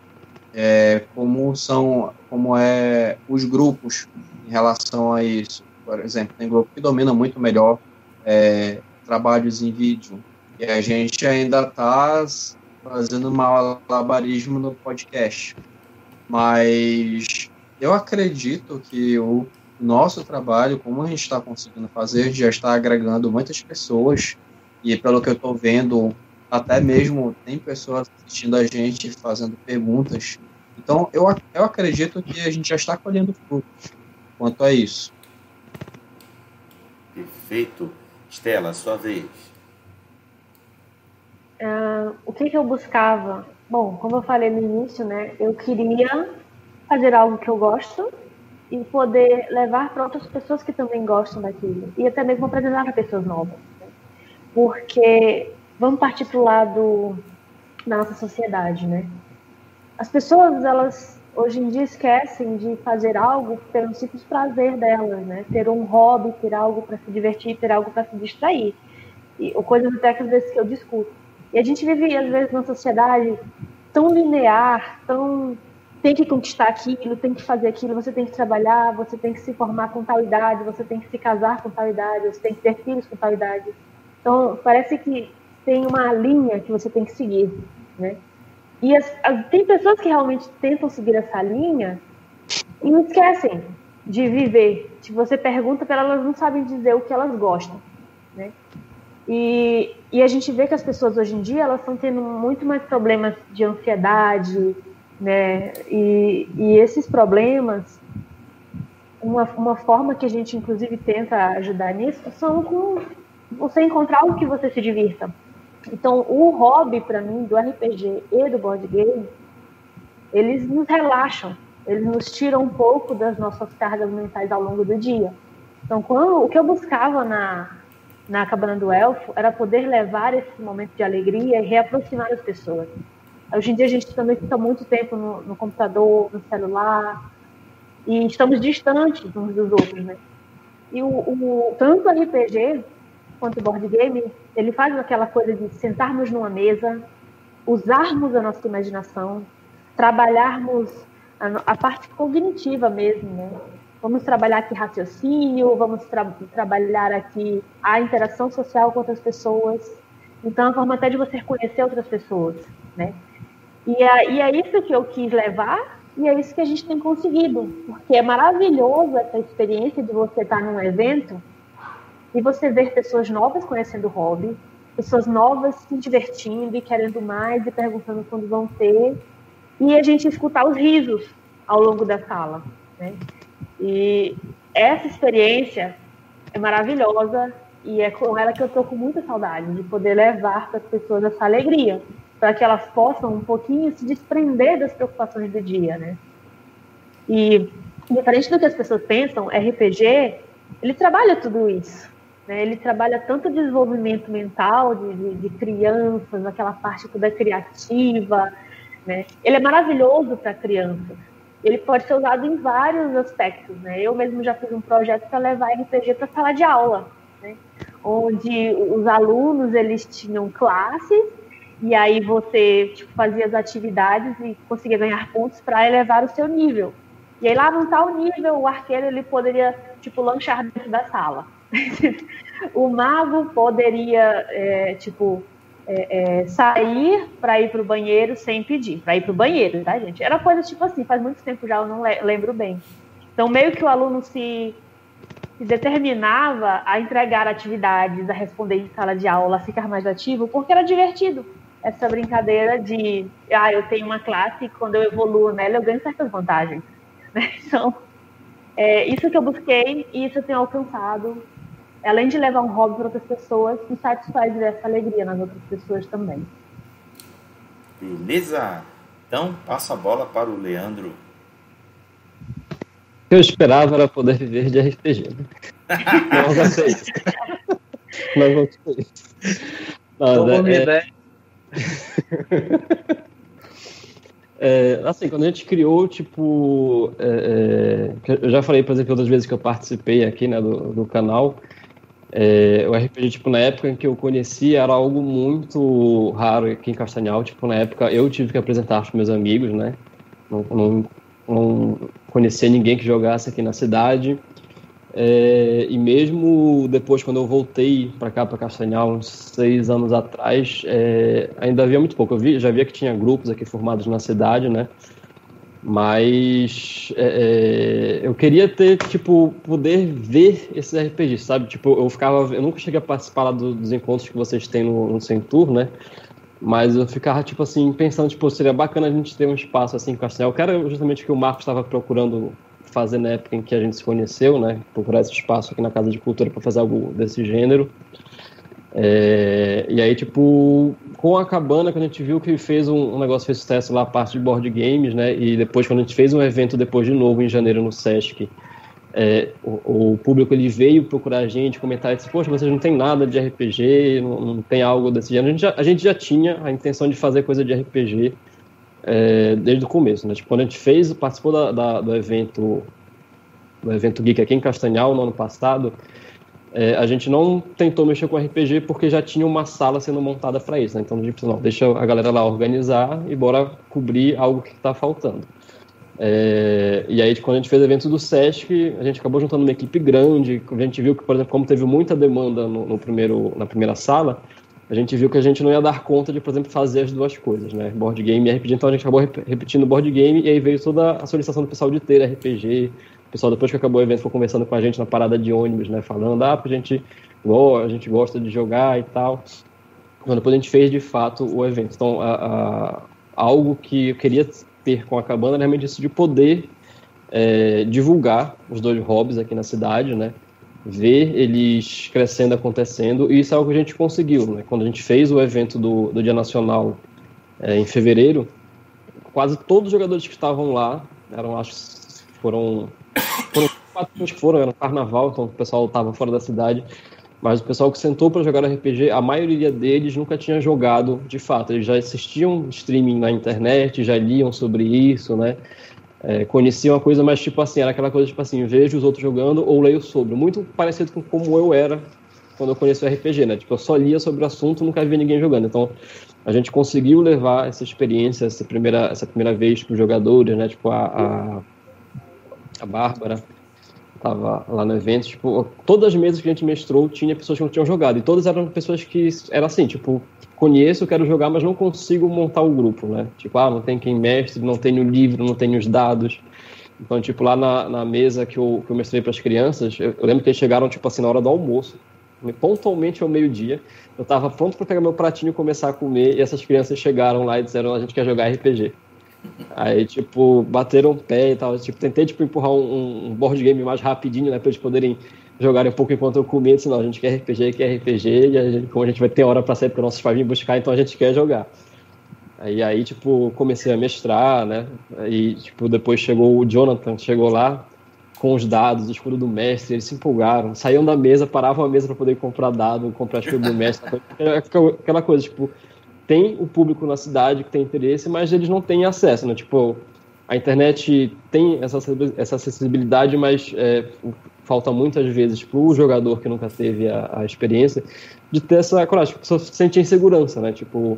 como é os grupos em relação a isso. Por exemplo, tem grupo que domina muito melhor trabalhos em vídeo e a gente ainda está fazendo malabarismo no podcast. Mas eu acredito que o nosso trabalho, como a gente está conseguindo fazer, já está agregando muitas pessoas e pelo que eu estou vendo, até mesmo tem pessoas assistindo a gente, fazendo perguntas. Então, eu acredito que a gente já está colhendo frutos quanto a isso. Perfeito. Estela, sua vez. O que eu buscava? Bom, como eu falei no início, né, eu queria fazer algo que eu gosto e poder levar para outras pessoas que também gostam daquilo. E até mesmo apresentar para pessoas novas. Né? Porque vamos partir para o lado da nossa sociedade, né? As pessoas, elas hoje em dia esquecem de fazer algo pelo simples prazer delas, né? Ter um hobby, ter algo para se divertir, ter algo para se distrair. Ou coisas até que às vezes que eu discuto. E a gente vive, às vezes, numa sociedade tão linear, tem que conquistar aquilo, tem que fazer aquilo, você tem que trabalhar, você tem que se formar com tal idade, você tem que se casar com tal idade, você tem que ter filhos com tal idade. Então, parece que tem uma linha que você tem que seguir, né? E tem pessoas que realmente tentam seguir essa linha e não esquecem de viver. Se você pergunta para elas, não sabem dizer o que elas gostam, né? E a gente vê que as pessoas hoje em dia elas estão tendo muito mais problemas de ansiedade, né? E esses problemas, uma forma que a gente inclusive tenta ajudar nisso são com você encontrar algo que você se divirta. Então, o hobby para mim do RPG e do board game, eles nos relaxam, eles nos tiram um pouco das nossas cargas mentais ao longo do dia. Então, o que eu buscava na cabana do elfo era poder levar esse momento de alegria e reaproximar as pessoas. Hoje em dia a gente também fica muito tempo no computador, no celular, e estamos distantes uns dos outros, né? E tanto o RPG quanto o board game, ele faz aquela coisa de sentarmos numa mesa, usarmos a nossa imaginação, trabalharmos a parte cognitiva mesmo, né? Vamos trabalhar aqui raciocínio, vamos trabalhar aqui a interação social com outras pessoas. Então, é uma forma até de você conhecer outras pessoas, né? E é isso que eu quis levar e é isso que a gente tem conseguido. Porque é maravilhoso essa experiência de você estar num evento e você ver pessoas novas conhecendo o hobby, pessoas novas se divertindo e querendo mais e perguntando quando vão ter. E a gente escutar os risos ao longo da sala, né? E essa experiência é maravilhosa e é com ela que eu estou com muita saudade de poder levar para as pessoas essa alegria, para que elas possam um pouquinho se desprender das preocupações do dia, né? E diferente do que as pessoas pensam, RPG, ele trabalha tudo isso, né? Ele trabalha tanto o desenvolvimento mental de crianças, aquela parte toda criativa, né? Ele é maravilhoso para crianças. Ele pode ser usado em vários aspectos, né? Eu mesmo já fiz um projeto para levar RPG para a sala de aula, né? Onde os alunos eles tinham classes E aí você tipo, fazia as atividades e conseguia ganhar pontos para elevar o seu nível. E aí lá no tal nível, o arqueiro ele poderia tipo lanchar dentro da sala. O mago poderia sair para ir para o banheiro sem pedir, para ir para o banheiro, tá, gente? Era coisa tipo assim, faz muito tempo já, eu não lembro bem. Então meio que o aluno se determinava a entregar atividades, a responder em sala de aula, a ficar mais ativo, porque era divertido. Essa brincadeira de, eu tenho uma classe e quando eu evoluo nela eu ganho certas vantagens. Né? Então, isso que eu busquei e isso eu tenho alcançado. Além de levar um hobby para outras pessoas, me satisfaz ver essa alegria nas outras pessoas também. Beleza? Então, passa a bola para o Leandro. O que eu esperava era poder viver de RPG. Né? Não gostei. Não gostei. Assim, quando a gente criou, tipo... eu já falei, por exemplo, outras vezes que eu participei aqui, né, do canal, o RPG, tipo, na época em que eu conheci, era algo muito raro aqui em Castanhal. Tipo, na época eu tive que apresentar para os meus amigos, né? Não conhecia ninguém que jogasse aqui na cidade. E mesmo depois, quando eu voltei para cá, para Castanhal, uns 6 anos atrás, ainda havia muito pouco. Já via que tinha grupos aqui formados na cidade, né? Mas eu queria ter, tipo, poder ver esses RPGs, sabe? Tipo, eu nunca cheguei a participar lá dos encontros que vocês têm no Centur, né? Mas eu ficava, tipo assim, pensando, tipo, seria bacana a gente ter um espaço assim em Castanhal, que era justamente o que o Marcos estava procurando fazer na época em que a gente se conheceu, né? Procurar esse espaço aqui na Casa de Cultura para fazer algo desse gênero. E aí, tipo, com a Cabana, quando a gente viu que ele fez um negócio, fez sucesso lá, a parte de board games, né? E depois, quando a gente fez um evento depois de novo, em janeiro, no Sesc, o público ele veio procurar a gente, comentar e disse, poxa, vocês não tem nada de RPG, não tem algo desse gênero. A gente já tinha a intenção de fazer coisa de RPG desde o começo, né? Tipo, quando a gente participou do evento Geek aqui em Castanhal no ano passado, a gente não tentou mexer com RPG porque já tinha uma sala sendo montada para isso, né? Então a gente pensou, não, deixa a galera lá organizar e bora cobrir algo que está faltando. E aí, quando a gente fez o evento do Sesc, a gente acabou juntando uma equipe grande. A gente viu que, por exemplo, como teve muita demanda na primeira sala, a gente viu que a gente não ia dar conta de, por exemplo, fazer as duas coisas, né? Board game e RPG. Então a gente acabou repetindo board game e aí veio toda a solicitação do pessoal de ter RPG. O pessoal, depois que acabou o evento, foi conversando com a gente na parada de ônibus, né? Falando, porque a gente gosta de jogar e tal. Então, depois a gente fez, de fato, o evento. Então, algo que eu queria ter com a Cabana era realmente isso de poder divulgar os dois hobbies aqui na cidade, né? Ver eles crescendo, acontecendo, e isso é algo que a gente conseguiu, né? Quando a gente fez o evento do Dia Nacional em fevereiro, quase todos os jogadores que estavam lá, foram 4 pessoas que foram, era um carnaval, então o pessoal estava fora da cidade, mas o pessoal que sentou para jogar RPG, a maioria deles nunca tinha jogado de fato, eles já assistiam streaming na internet, já liam sobre isso, né? Conheciam a coisa, mas tipo assim, era aquela coisa tipo assim, vejo os outros jogando ou leio sobre, muito parecido com como eu era quando eu conheci o RPG, né? Tipo, eu só lia sobre o assunto, nunca vi ninguém jogando. Então, a gente conseguiu levar essa experiência, essa primeira vez para os jogadores, né? Tipo, a Bárbara estava lá no evento, tipo, todas as mesas que a gente mestrou tinha pessoas que não tinham jogado, e todas eram pessoas que eram assim, tipo, conheço, quero jogar, mas não consigo montar o grupo, né? Tipo, não tem quem mestre, não tenho o livro, não tenho os dados. Então, tipo, lá na mesa que eu mestrei para as crianças, eu lembro que eles chegaram, tipo assim, na hora do almoço, pontualmente ao meio-dia, eu estava pronto para pegar meu pratinho e começar a comer, e essas crianças chegaram lá e disseram, a gente quer jogar RPG. Aí, tipo, bateram o pé e tal, tipo, tentei, tipo, empurrar um board game mais rapidinho, né, para eles poderem jogarem um pouco enquanto eu comia, disse, não, a gente quer RPG, e como a gente vai ter hora para sair, porque nossos pais vêm buscar, então a gente quer jogar. Aí, tipo, comecei a mestrar, né, e, tipo, depois chegou o Jonathan, chegou lá com os dados, o escudo do mestre, eles se empolgaram, saíam da mesa, paravam a mesa para poder comprar dado, comprar escudo do mestre, aquela coisa, tipo, tem o público na cidade que tem interesse, mas eles não têm acesso, né, tipo, a internet tem essa acessibilidade, mas falta muitas vezes para o jogador que nunca teve a experiência de ter essa coragem, a pessoa se sente insegurança, né? Tipo,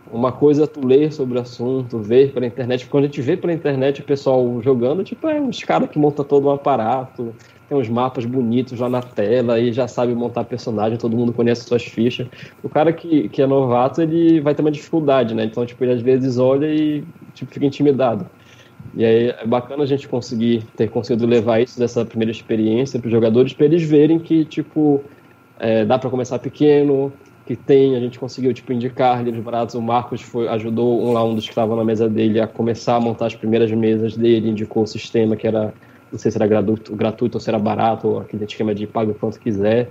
Uma coisa é tu ler sobre o assunto, ver pela internet. Quando a gente vê pela internet o pessoal jogando, tipo, é uns caras que montam todo um aparato, tem uns mapas bonitos lá na tela e já sabe montar personagem, todo mundo conhece suas fichas. O cara que é novato, ele vai ter uma dificuldade, né? Então, tipo, ele às vezes olha e tipo, fica intimidado. E aí é bacana a gente ter conseguido levar isso dessa primeira experiência para os jogadores, para eles verem que, tipo, dá para começar pequeno, que a gente conseguiu, tipo, indicar livros baratos. O Marcos ajudou um dos que estavam na mesa dele a começar a montar as primeiras mesas dele, indicou o sistema que era, não sei se era gratuito ou se era barato, ou aquele esquema de paga o quanto quiser.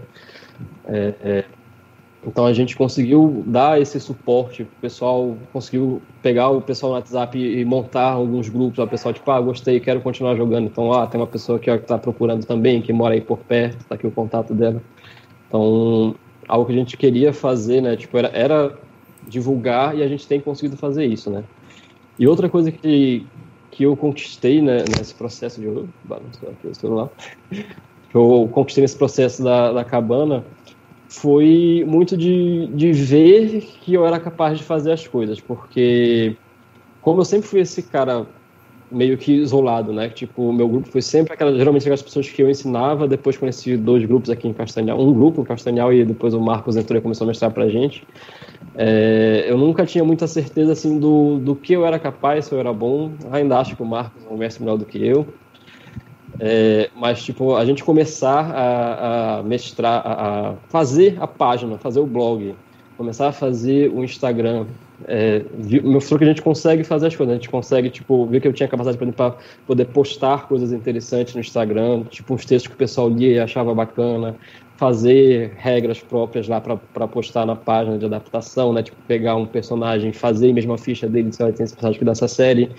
Então a gente conseguiu dar esse suporte, o pessoal conseguiu pegar o pessoal no WhatsApp e montar alguns grupos, o pessoal tipo, gostei, quero continuar jogando, então tem uma pessoa que está procurando também, que mora aí por perto, está aqui o contato dela. Então, algo que a gente queria fazer, né, tipo, era divulgar, e a gente tem conseguido fazer isso, né. E outra coisa que eu conquistei, né, nesse processo de... balançou aqui o celular. Eu conquistei nesse processo da cabana foi muito de ver que eu era capaz de fazer as coisas, porque como eu sempre fui esse cara meio que isolado, né, tipo, o meu grupo foi sempre geralmente aquelas pessoas que eu ensinava, depois conheci 2 grupos aqui em Castanhal, um grupo em Castanhal e depois o Marcos entrou e começou a mestrar pra gente. Eu nunca tinha muita certeza, assim, do que eu era capaz, se eu era bom. Ainda acho que o Marcos é um mestre melhor do que eu. Mas, tipo, a gente começar a mestrar, a fazer a página, fazer o blog, começar a fazer o Instagram, mostrou que a gente consegue fazer as coisas, a gente consegue, tipo, ver que eu tinha capacidade para poder postar coisas interessantes no Instagram, tipo, uns textos que o pessoal lia e achava bacana, fazer regras próprias lá para postar na página de adaptação, né, tipo, pegar um personagem, fazer mesmo a ficha dele, se ela tem esse personagem aqui dessa série,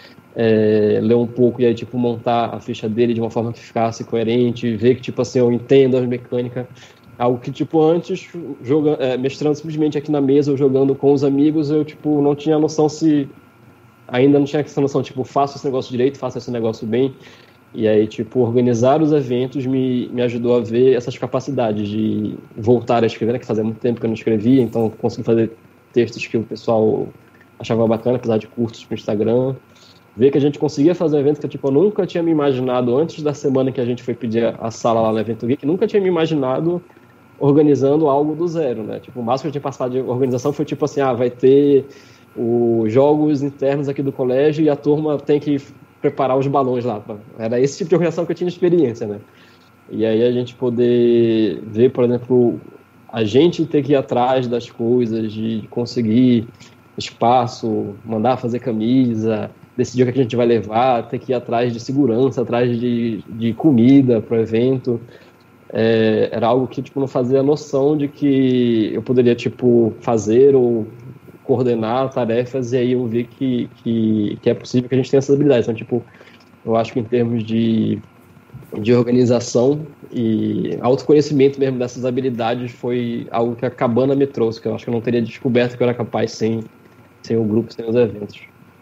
ler um pouco e aí, tipo, montar a ficha dele de uma forma que ficasse coerente, ver que, tipo assim, eu entendo as mecânicas, algo que, tipo, antes, mestrando simplesmente aqui na mesa ou jogando com os amigos, eu, tipo, não tinha noção ainda não tinha essa noção, tipo, faço esse negócio direito, faço esse negócio bem, e aí, tipo, organizar os eventos me ajudou a ver essas capacidades de voltar a escrever, né, que fazia muito tempo que eu não escrevia, então consegui fazer textos que o pessoal achava bacana, apesar de curtos pro Instagram, ver que a gente conseguia fazer um evento que tipo, eu nunca tinha me imaginado, antes da semana que a gente foi pedir a sala lá no Evento Geek, nunca tinha me imaginado organizando algo do zero, né? Tipo, o máximo que eu tinha passado de organização foi tipo assim, vai ter os jogos internos aqui do colégio e a turma tem que preparar os balões lá. Era esse tipo de organização que eu tinha experiência, né? E aí a gente poder ver, por exemplo, a gente ter que ir atrás das coisas, de conseguir espaço, mandar fazer camisa, decidir o que a gente vai levar, ter que ir atrás de segurança, atrás de comida para o evento. Era algo que tipo, não fazia noção de que eu poderia tipo, fazer ou coordenar tarefas, e aí eu vi que é possível que a gente tenha essas habilidades. Então, tipo, eu acho que em termos de organização e autoconhecimento mesmo dessas habilidades foi algo que a cabana me trouxe, que eu acho que eu não teria descoberto que eu era capaz sem o grupo, sem os eventos.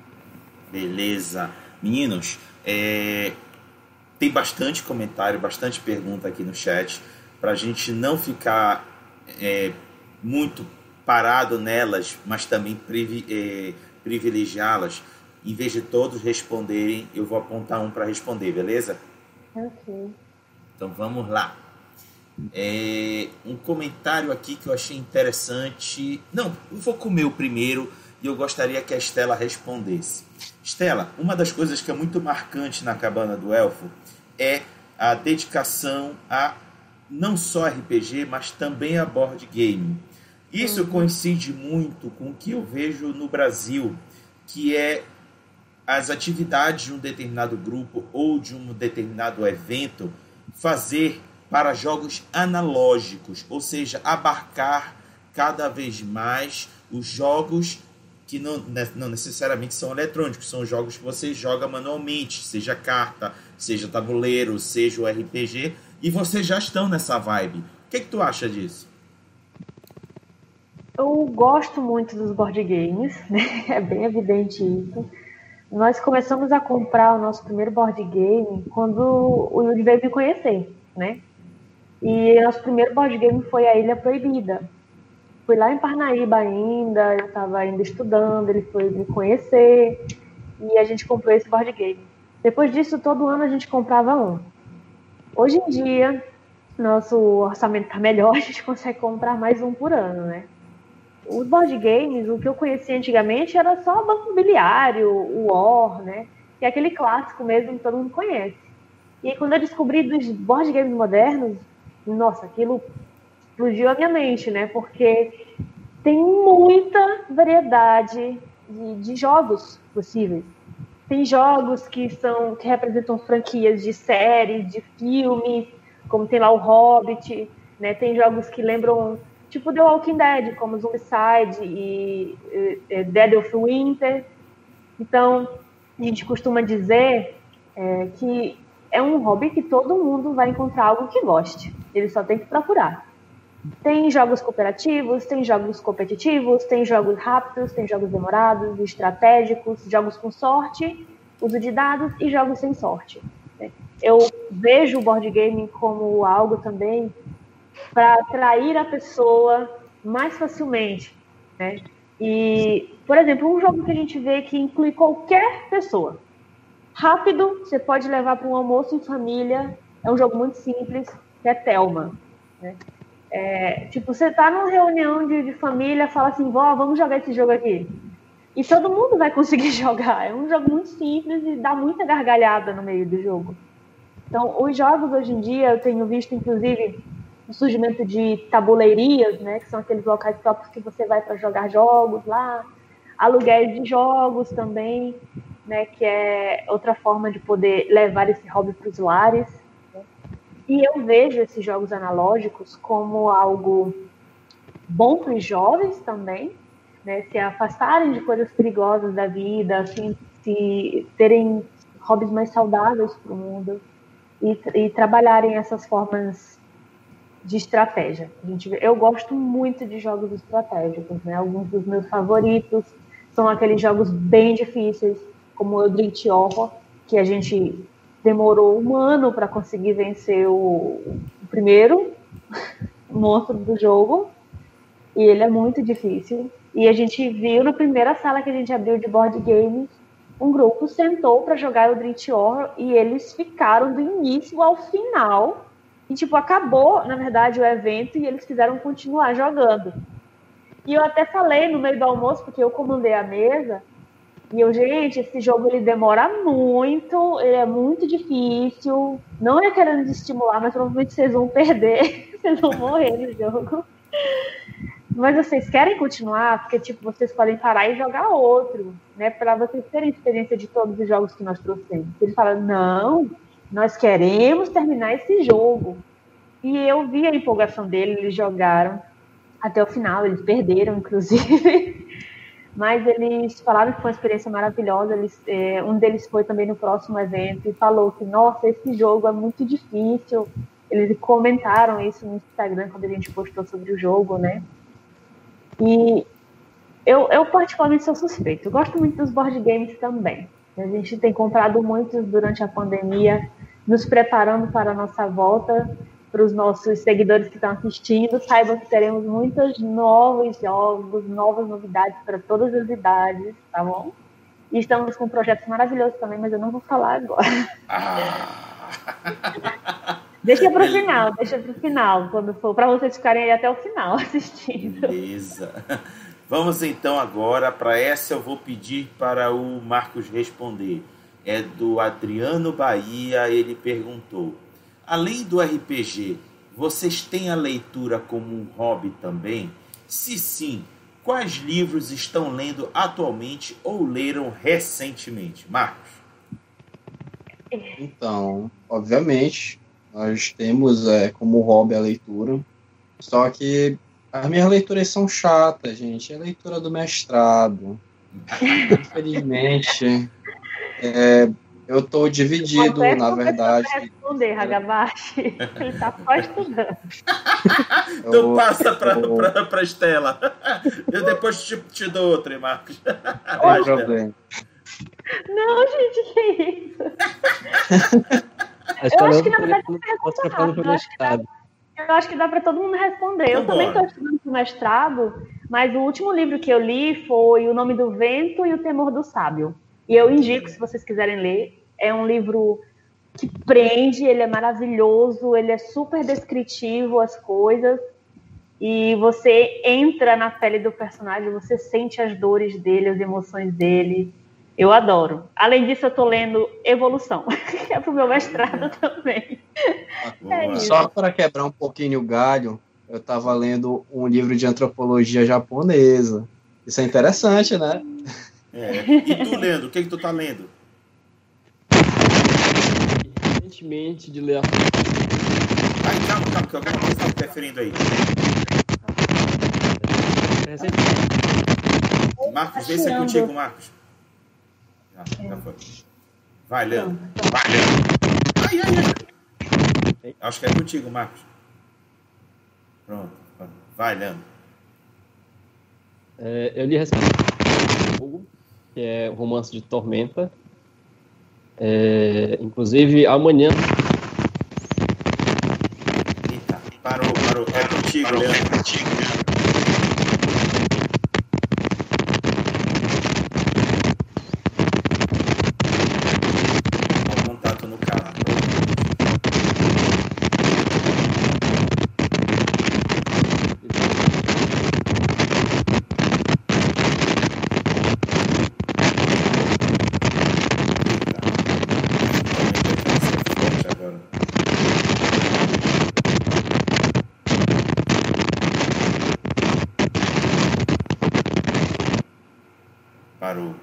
Beleza. Meninos, tem bastante comentário, bastante pergunta aqui no chat, para a gente não ficar muito parado nelas, mas também privilegiá-las. Em vez de todos responderem, eu vou apontar um para responder, beleza? Ok. Então vamos lá. Um comentário aqui que eu achei interessante. Não, eu vou com o meu primeiro e eu gostaria que a Estela respondesse. Estela, uma das coisas que é muito marcante na Cabana do Elfo é a dedicação a não só RPG, mas também a board game. Isso coincide muito com o que eu vejo no Brasil, que é as atividades de um determinado grupo ou de um determinado evento fazer para jogos analógicos, ou seja, abarcar cada vez mais os jogos que não necessariamente são eletrônicos, são jogos que você joga manualmente, seja carta, seja tabuleiro, seja o RPG, e vocês já estão nessa vibe. O que tu acha disso? Eu gosto muito dos board games, né? É bem evidente isso. Nós começamos a comprar o nosso primeiro board game quando o Yuri veio me conhecer, né? E nosso primeiro board game foi a Ilha Proibida. fui lá em Parnaíba ainda, eu estava ainda estudando, ele foi me conhecer e a gente comprou esse board game. Depois disso, todo ano a gente comprava um. Hoje em dia, nosso orçamento está melhor, a gente consegue comprar mais um por ano, né? Os board games, o que eu conhecia antigamente era só Banco Imobiliário, o War, né? Que é aquele clássico mesmo que todo mundo conhece. E aí, quando eu descobri dos board games modernos, nossa, aquilo explodiu a minha mente, né? Porque tem muita variedade de jogos possíveis. Tem jogos que representam franquias de séries, de filmes, como tem lá o Hobbit, né? Tem jogos que lembram, tipo The Walking Dead, como Zombicide e Dead of Winter. Então, a gente costuma dizer que é um hobby que todo mundo vai encontrar algo que goste. Ele só tem que procurar. Tem jogos cooperativos, tem jogos competitivos, tem jogos rápidos, tem jogos demorados, estratégicos, jogos com sorte, uso de dados e jogos sem sorte. Eu vejo o board game como algo também para atrair a pessoa mais facilmente, né? E, por exemplo, um jogo que a gente vê que inclui qualquer pessoa. Rápido, você pode levar para um almoço em família, é um jogo muito simples, que é Thelma, né? Tipo, você tá numa reunião de família, fala assim, vó, vamos jogar esse jogo aqui. E todo mundo vai conseguir jogar. É um jogo muito simples e dá muita gargalhada no meio do jogo. Então, os jogos hoje em dia, eu tenho visto, inclusive, o surgimento de tabuleirias, né, que são aqueles locais próprios que você vai para jogar jogos lá, aluguéis de jogos também, né, que é outra forma de poder levar esse hobby para os lares. E eu vejo esses jogos analógicos como algo bom para os jovens também, né? Se afastarem de coisas perigosas da vida, assim, se terem hobbies mais saudáveis para o mundo e trabalharem essas formas de estratégia. Eu gosto muito de jogos estratégicos, né? Alguns dos meus favoritos são aqueles jogos bem difíceis, como o Eldritch Horror, que a gente demorou um ano para conseguir vencer o primeiro monstro do jogo, e ele é muito difícil. E a gente viu na primeira sala que a gente abriu de board game, um grupo sentou para jogar o Eldritch Horror e eles ficaram do início ao final. E, tipo, acabou, na verdade, o evento e eles quiseram continuar jogando. E eu até falei no meio do almoço, porque eu comandei a mesa, e eu, gente, esse jogo ele demora muito, ele é muito difícil, não é querendo estimular, mas provavelmente vocês vão perder, vocês vão morrer no jogo. Mas vocês querem continuar? Porque, tipo, vocês podem parar e jogar outro, né? Para vocês terem experiência de todos os jogos que nós trouxemos. Eles falaram, não, nós queremos terminar esse jogo. E eu vi a empolgação deles, eles jogaram até o final, eles perderam, inclusive. Mas eles falaram que foi uma experiência maravilhosa. Um deles foi também no próximo evento e falou que, nossa, esse jogo é muito difícil. Eles comentaram isso no Instagram quando a gente postou sobre o jogo, né? E eu particularmente sou suspeito. Eu gosto muito dos board games também. A gente tem comprado muitos durante a pandemia, nos preparando para a nossa volta. Para os nossos seguidores que estão assistindo, saibam que teremos muitos novos jogos, novas novidades para todas as idades, tá bom? E estamos com projetos maravilhosos também, mas eu não vou falar agora. Deixa para o final, quando for, para vocês ficarem aí até o final assistindo. Beleza. Vamos então agora, para essa eu vou pedir para o Marcos responder. É do Adriano Bahia, ele perguntou: além do RPG, vocês têm a leitura como um hobby também? Se sim, quais livros estão lendo atualmente ou leram recentemente? Marcos? Então, obviamente, nós temos como hobby a leitura, só que as minhas leituras são chatas, gente. É a leitura do mestrado. Infelizmente, eu estou dividido, na verdade. Responder, Hagabashi. Ele está só estudando. Então passa para a Estela. Eu depois te dou outra, Marcos. Não tem problema. Não, gente, que isso? Eu acho que na verdade é uma pergunta rápida. Eu acho que dá para todo mundo responder. Então, eu também estou estudando para o mestrado, mas o último livro que eu li foi O Nome do Vento e O Temor do Sábio. E eu indico, se vocês quiserem ler. É um livro que prende, ele é maravilhoso, ele é super descritivo as coisas. E você entra na pele do personagem, você sente as dores dele, as emoções dele. Eu adoro. Além disso, eu estou lendo Evolução, que é para o meu mestrado também. Só para quebrar um pouquinho o galho, eu estava lendo um livro de antropologia japonesa. Isso é interessante, né? E tu lendo? O que tu tá lendo? Recentemente de ler a... Calma, que alguma coisa está interferindo aí. Marcos, vê se é contigo, Marcos. Já foi. Vai, Leandro. Ai. Acho que é contigo, Marcos. Pronto. Vai, Leandro. Eu li recentemente Fogo, que é um romance de Tormenta. Inclusive, amanhã... Eita, parou. É contigo, Leandro. Contato no canal. Parou.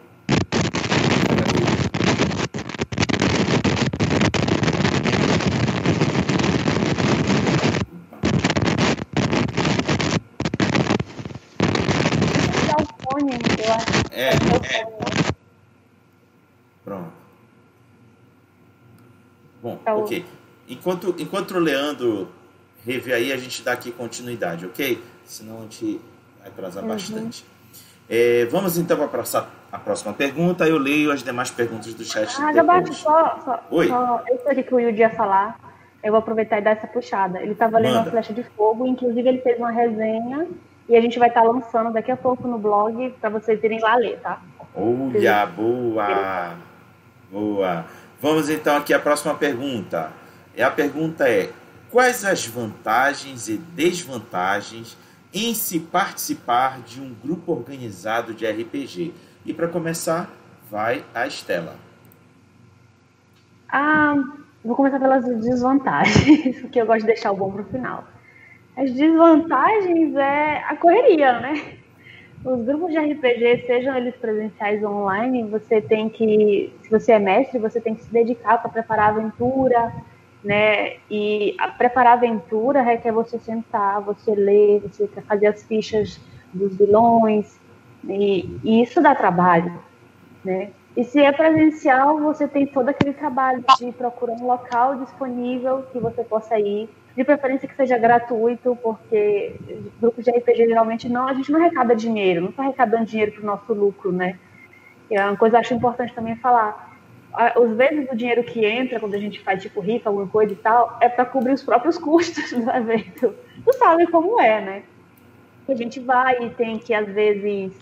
Pronto. Bom, ok. Enquanto o Leandro revê aí, a gente dá aqui continuidade, ok? Senão a gente vai atrasar bastante. Vamos então para a próxima pergunta. Eu leio as demais perguntas do chat. Gabate, Oi. Eu sei que o Yudi ia falar. Eu vou aproveitar e dar essa puxada. Ele estava lendo A Flecha de Fogo, inclusive ele fez uma resenha e a gente vai estar lançando daqui a pouco no blog para vocês irem lá ler, tá? Olha, boa. Vamos então aqui à próxima pergunta. A pergunta é: quais as vantagens e desvantagens em se participar de um grupo organizado de RPG? E para começar, vai a Estela. Vou começar pelas desvantagens, porque eu gosto de deixar o bom para o final. As desvantagens é a correria, né? Os grupos de RPG, sejam eles presenciais ou online, você tem que, se você é mestre, você tem que se dedicar para preparar a aventura, né? E preparar a aventura requer você sentar, você ler, você fazer as fichas dos vilões, e isso dá trabalho, né? E se é presencial, você tem todo aquele trabalho de procurar um local disponível que você possa ir, de preferência que seja gratuito, porque grupos de RPG geralmente a gente não arrecada dinheiro, não está arrecadando dinheiro para o nosso lucro, né? E é uma coisa que eu acho importante também falar. Às vezes o dinheiro que entra quando a gente faz tipo rifa, alguma coisa e tal, é para cobrir os próprios custos do evento. Tu sabe como é, né? A gente vai e tem que, às vezes,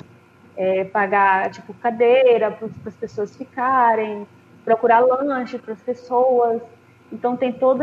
pagar tipo cadeira para as pessoas ficarem, procurar lanche para as pessoas. Então tem toda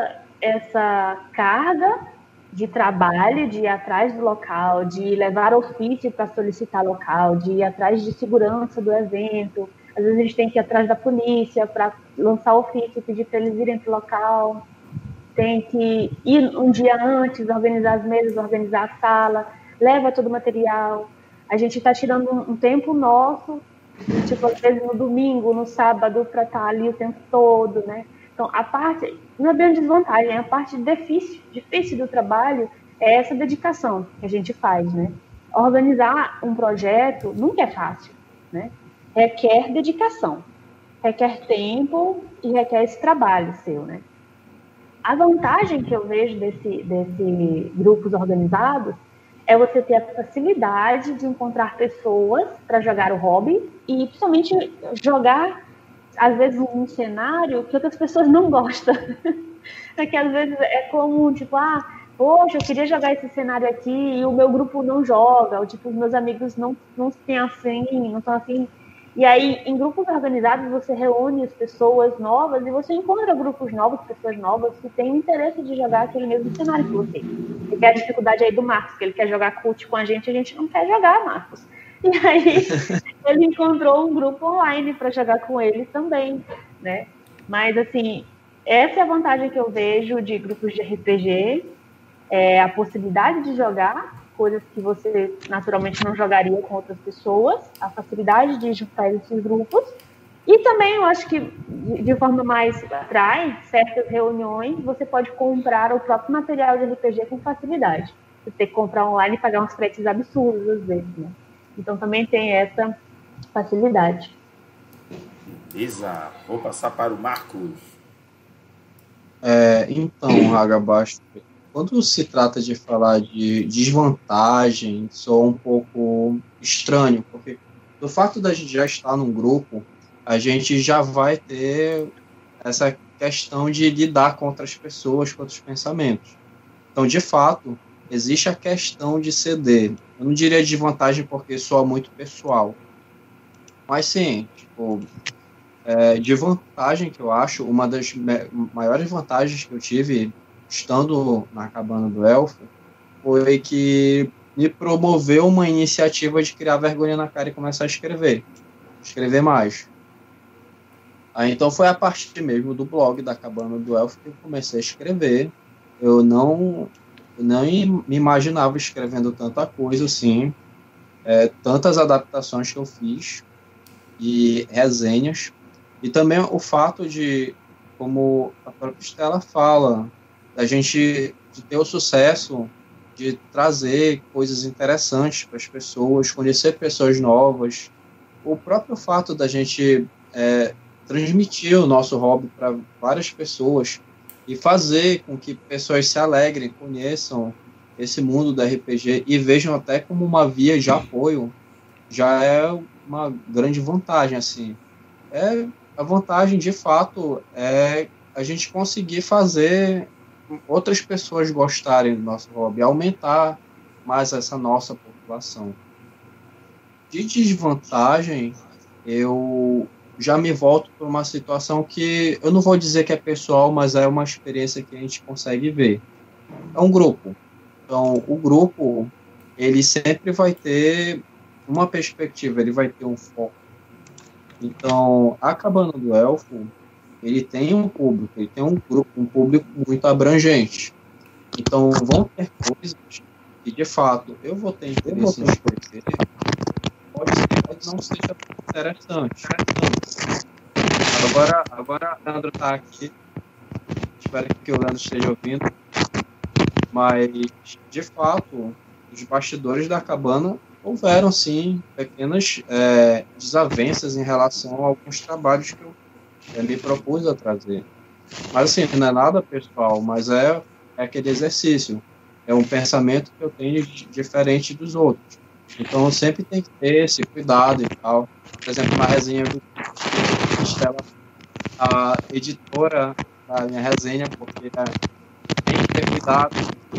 essa carga de trabalho, de ir atrás do local, de levar ofício para solicitar local, de ir atrás de segurança do evento. Às vezes a gente tem que ir atrás da polícia para lançar ofício, pedir para eles irem para o local. Tem que ir um dia antes, organizar as mesas, organizar a sala, leva todo o material. A gente está tirando um tempo nosso, tipo, às vezes no domingo, no sábado, para estar ali o tempo todo, né? Então, a parte, não é bem desvantagem, a parte difícil do trabalho é essa dedicação que a gente faz, né? Organizar um projeto nunca é fácil, né? Requer dedicação, requer tempo e requer esse trabalho seu, né? A vantagem que eu vejo desse grupos organizados é você ter a facilidade de encontrar pessoas para jogar o hobby e, principalmente, jogar, às vezes, um cenário que outras pessoas não gostam. É que, às vezes, é comum, tipo, poxa, eu queria jogar esse cenário aqui e o meu grupo não joga, ou tipo, os meus amigos não têm afim, não estão afim. E aí, em grupos organizados, você reúne as pessoas novas e você encontra grupos novos, pessoas novas que têm o interesse de jogar aquele mesmo cenário que você. E que é a dificuldade aí do Marcos, que ele quer jogar CUT com a gente não quer jogar, Marcos. E aí, ele encontrou um grupo online para jogar com ele também, né? Mas, assim, essa é a vantagem que eu vejo de grupos de RPG, é a possibilidade de jogar coisas que você naturalmente não jogaria com outras pessoas, a facilidade de juntar esses grupos, e também eu acho que de forma mais atrás, certas reuniões, você pode comprar o próprio material de RPG com facilidade. Você tem que comprar online e pagar uns preços absurdos às vezes, né? Então também tem essa facilidade. Beleza, vou passar para o Marcos. Então, Hagabasto, quando se trata de falar de desvantagem, sou um pouco estranho, porque do fato da gente já estar num grupo, a gente já vai ter essa questão de lidar com outras pessoas, com outros pensamentos. Então, de fato, existe a questão de ceder. Eu não diria desvantagem porque soa muito pessoal, mas sim, tipo, de vantagem que eu acho, uma das maiores vantagens que eu tive estando na Cabana do Elfo, foi que me promoveu uma iniciativa de criar vergonha na cara e começar a escrever mais. Aí, então foi a partir mesmo do blog da Cabana do Elfo que eu comecei a escrever. Eu não me imaginava escrevendo tanta coisa assim, tantas adaptações que eu fiz e resenhas, e também o fato de, como a própria Estela fala, da gente de ter o sucesso de trazer coisas interessantes para as pessoas, conhecer pessoas novas. O próprio fato da gente transmitir o nosso hobby para várias pessoas e fazer com que pessoas se alegrem, conheçam esse mundo do RPG e vejam até como uma via de apoio, já é uma grande vantagem, assim. A vantagem, de fato, é a gente conseguir fazer outras pessoas gostarem do nosso hobby, aumentar mais essa nossa população. De desvantagem, eu já me volto para uma situação que eu não vou dizer que é pessoal, mas é uma experiência que a gente consegue ver. É um grupo. Então, o grupo, ele sempre vai ter uma perspectiva, ele vai ter um foco. Então, a Cabana do Elfo, ele tem um público, ele tem um grupo, um público muito abrangente. Então, vão ter coisas que, de fato, eu vou ter interesse em escrever, pode não seja interessante. Agora o Leandro está aqui, espero que o Leandro esteja ouvindo, mas, de fato, os bastidores da cabana houveram, sim, pequenas desavenças em relação a alguns trabalhos que eu me propus a trazer. Mas, assim, não é nada pessoal, mas é aquele exercício. É um pensamento que eu tenho diferente dos outros. Então, eu sempre tenho que ter esse cuidado e tal. Por exemplo, uma resenha do Estela, a editora da minha resenha, porque tem que ter cuidado.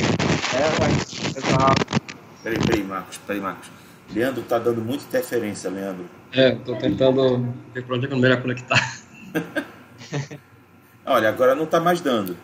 Peraí, Marcos. Leandro tá dando muita interferência, Leandro. Tô tentando ver por onde é que eu melhor conectar. Olha, agora não tá mais dando.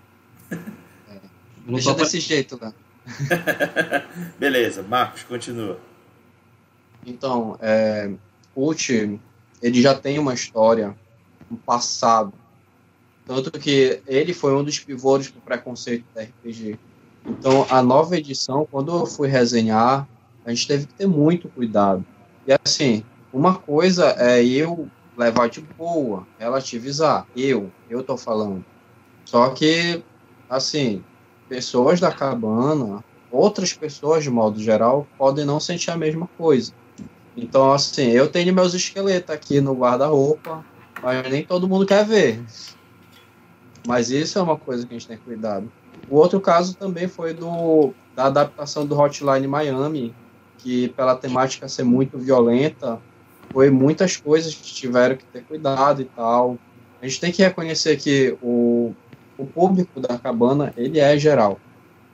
Deixa desse jeito, né? Beleza, Marcos, continua. Então, Cult, ele já tem uma história, um passado. Tanto que ele foi um dos pivôs do preconceito da RPG. Então, a nova edição, quando eu fui resenhar, a gente teve que ter muito cuidado. E assim, uma coisa é eu levar de boa, relativizar. Eu tô falando. Só que, assim, pessoas da cabana, outras pessoas, de modo geral, podem não sentir a mesma coisa. Então, assim, eu tenho meus esqueletos aqui no guarda-roupa, mas nem todo mundo quer ver. Mas isso é uma coisa que a gente tem cuidado. O outro caso também foi da adaptação do Hotline Miami, que pela temática ser muito violenta, foi muitas coisas que tiveram que ter cuidado e tal. A gente tem que reconhecer que o público da cabana, ele é geral.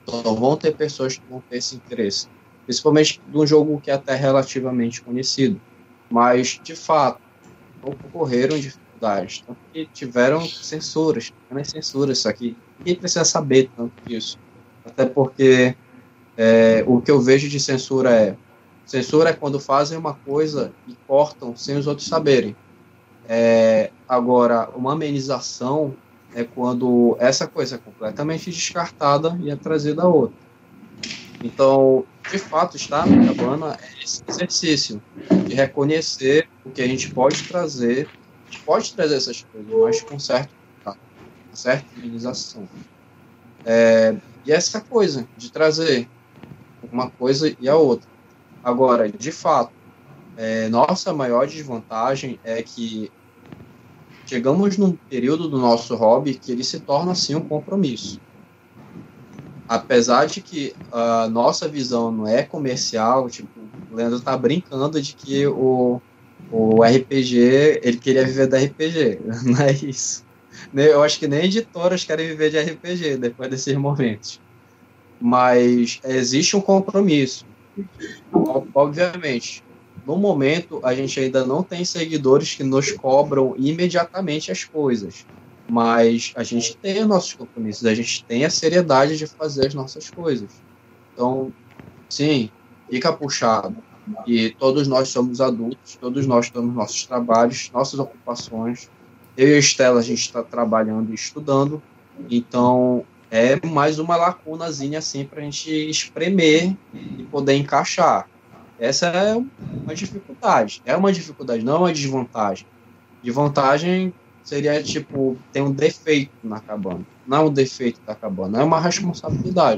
Então vão ter pessoas que vão ter esse interesse, principalmente de um jogo que é até relativamente conhecido, mas de fato ocorreram dificuldades, tanto que tiveram censuras, pequenas censuras, isso aqui ninguém precisa saber tanto disso, até porque o que eu vejo de censura é quando fazem uma coisa e cortam sem os outros saberem. Agora, uma amenização é quando essa coisa é completamente descartada e é trazida a outra. Então, de fato, estar na cabana é esse exercício de reconhecer o que a gente pode trazer. A gente pode trazer essas coisas, mas com uma certa amenização. E essa coisa de trazer uma coisa e a outra. Agora, de fato, nossa maior desvantagem é que chegamos num período do nosso hobby que ele se torna, assim, um compromisso. Apesar de que a nossa visão não é comercial, tipo, o Leandro tá brincando de que o RPG, ele queria viver da RPG, não é isso. Eu acho que nem editoras querem viver de RPG depois desses momentos. Mas existe um compromisso. Obviamente, no momento, a gente ainda não tem seguidores que nos cobram imediatamente as coisas. Mas a gente tem os nossos compromissos, a gente tem a seriedade de fazer as nossas coisas. Então, sim, fica puxado. E todos nós somos adultos, todos nós temos nossos trabalhos, nossas ocupações. Eu e a Estela, a gente está trabalhando e estudando. Então, é mais uma lacunazinha assim para a gente espremer e poder encaixar. Essa é uma dificuldade. É uma dificuldade, não é uma desvantagem. De vantagem seria, tipo, ter um defeito na cabana. Não é um defeito da cabana, é uma responsabilidade.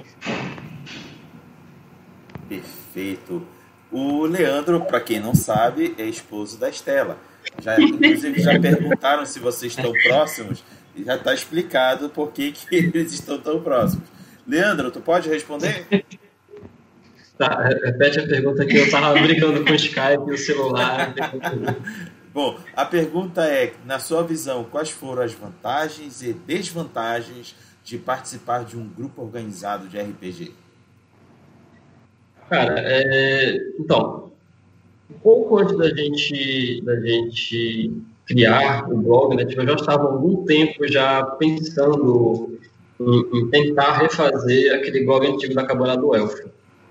Perfeito. O Leandro, para quem não sabe, é esposo da Estela. Inclusive, já perguntaram se vocês estão próximos, e já está explicado por que eles estão tão próximos. Leandro, tu pode responder? Tá, repete a pergunta que eu estava brincando com o Skype e o celular. Bom, a pergunta é, na sua visão, quais foram as vantagens e desvantagens de participar de um grupo organizado de RPG? Cara, então, um pouco antes da gente criar o blog, né, eu já estava há algum tempo já pensando em tentar refazer aquele blog antigo da Cabana do Elfo.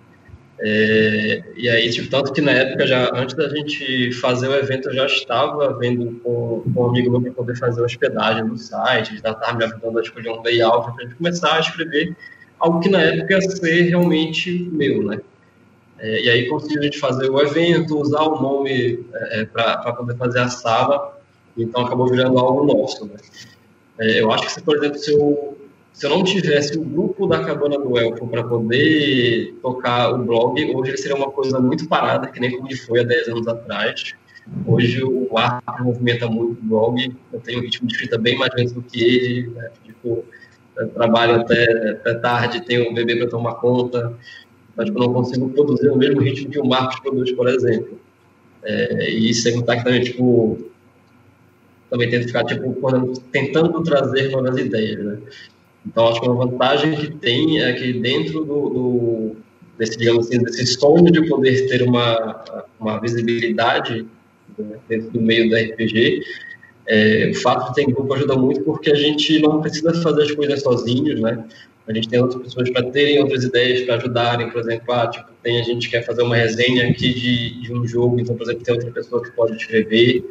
E aí, tipo, tanto que na época, já antes da gente fazer o evento, eu já estava vendo com um amigo meu para poder fazer a hospedagem no site, já estava me ajudando a escolher um layout para a gente começar a escrever algo que na época ia ser realmente meu, né? E aí conseguiu a gente fazer o evento, usar o nome para poder fazer a sala, então acabou virando algo nosso, né? Eu acho que, por exemplo, se eu não tivesse o grupo da Cabana do Elfo para poder tocar o blog, hoje ele seria uma coisa muito parada, que nem como ele foi há 10 anos atrás. Hoje o Arthur movimenta muito o blog, eu tenho um ritmo de escrita bem mais lento do que ele, né? Tipo, eu trabalho até tarde, tenho um bebê para tomar conta, mas eu não consigo produzir o mesmo ritmo que o Marcos produz, por exemplo. E sem contar que também, tipo, também tento ficar, tipo, tentando trazer novas ideias, né? Então, acho que uma vantagem que tem é que dentro desse, digamos assim, desse sonho de poder ter uma visibilidade, né, dentro do meio da RPG, o fato de ter grupo ajuda muito porque a gente não precisa fazer as coisas sozinhos, né? A gente tem outras pessoas para terem outras ideias, para ajudarem, por exemplo, tem a gente que quer fazer uma resenha aqui de um jogo, então, por exemplo, tem outra pessoa que pode escrever,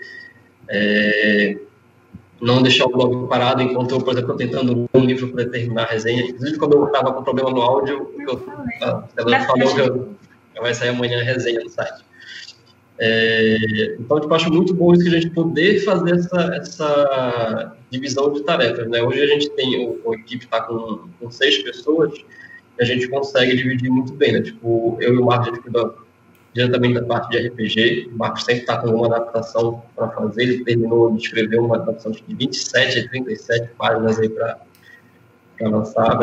não deixar o blog parado enquanto eu, por exemplo, estou tentando ler um livro para terminar a resenha. Inclusive, quando eu estava com problema no áudio, ela falou que vai sair amanhã a resenha no site. Então, eu acho muito bom isso que a gente poder fazer essa divisão de tarefas, né? Hoje a gente tem, a equipe está com 6 pessoas e a gente consegue dividir muito bem, né? Tipo, eu e o Marcos, a gente cuida diretamente da parte de RPG. O Marcos sempre está com uma adaptação para fazer, ele terminou de escrever uma adaptação de 27 a 37 páginas aí para lançar.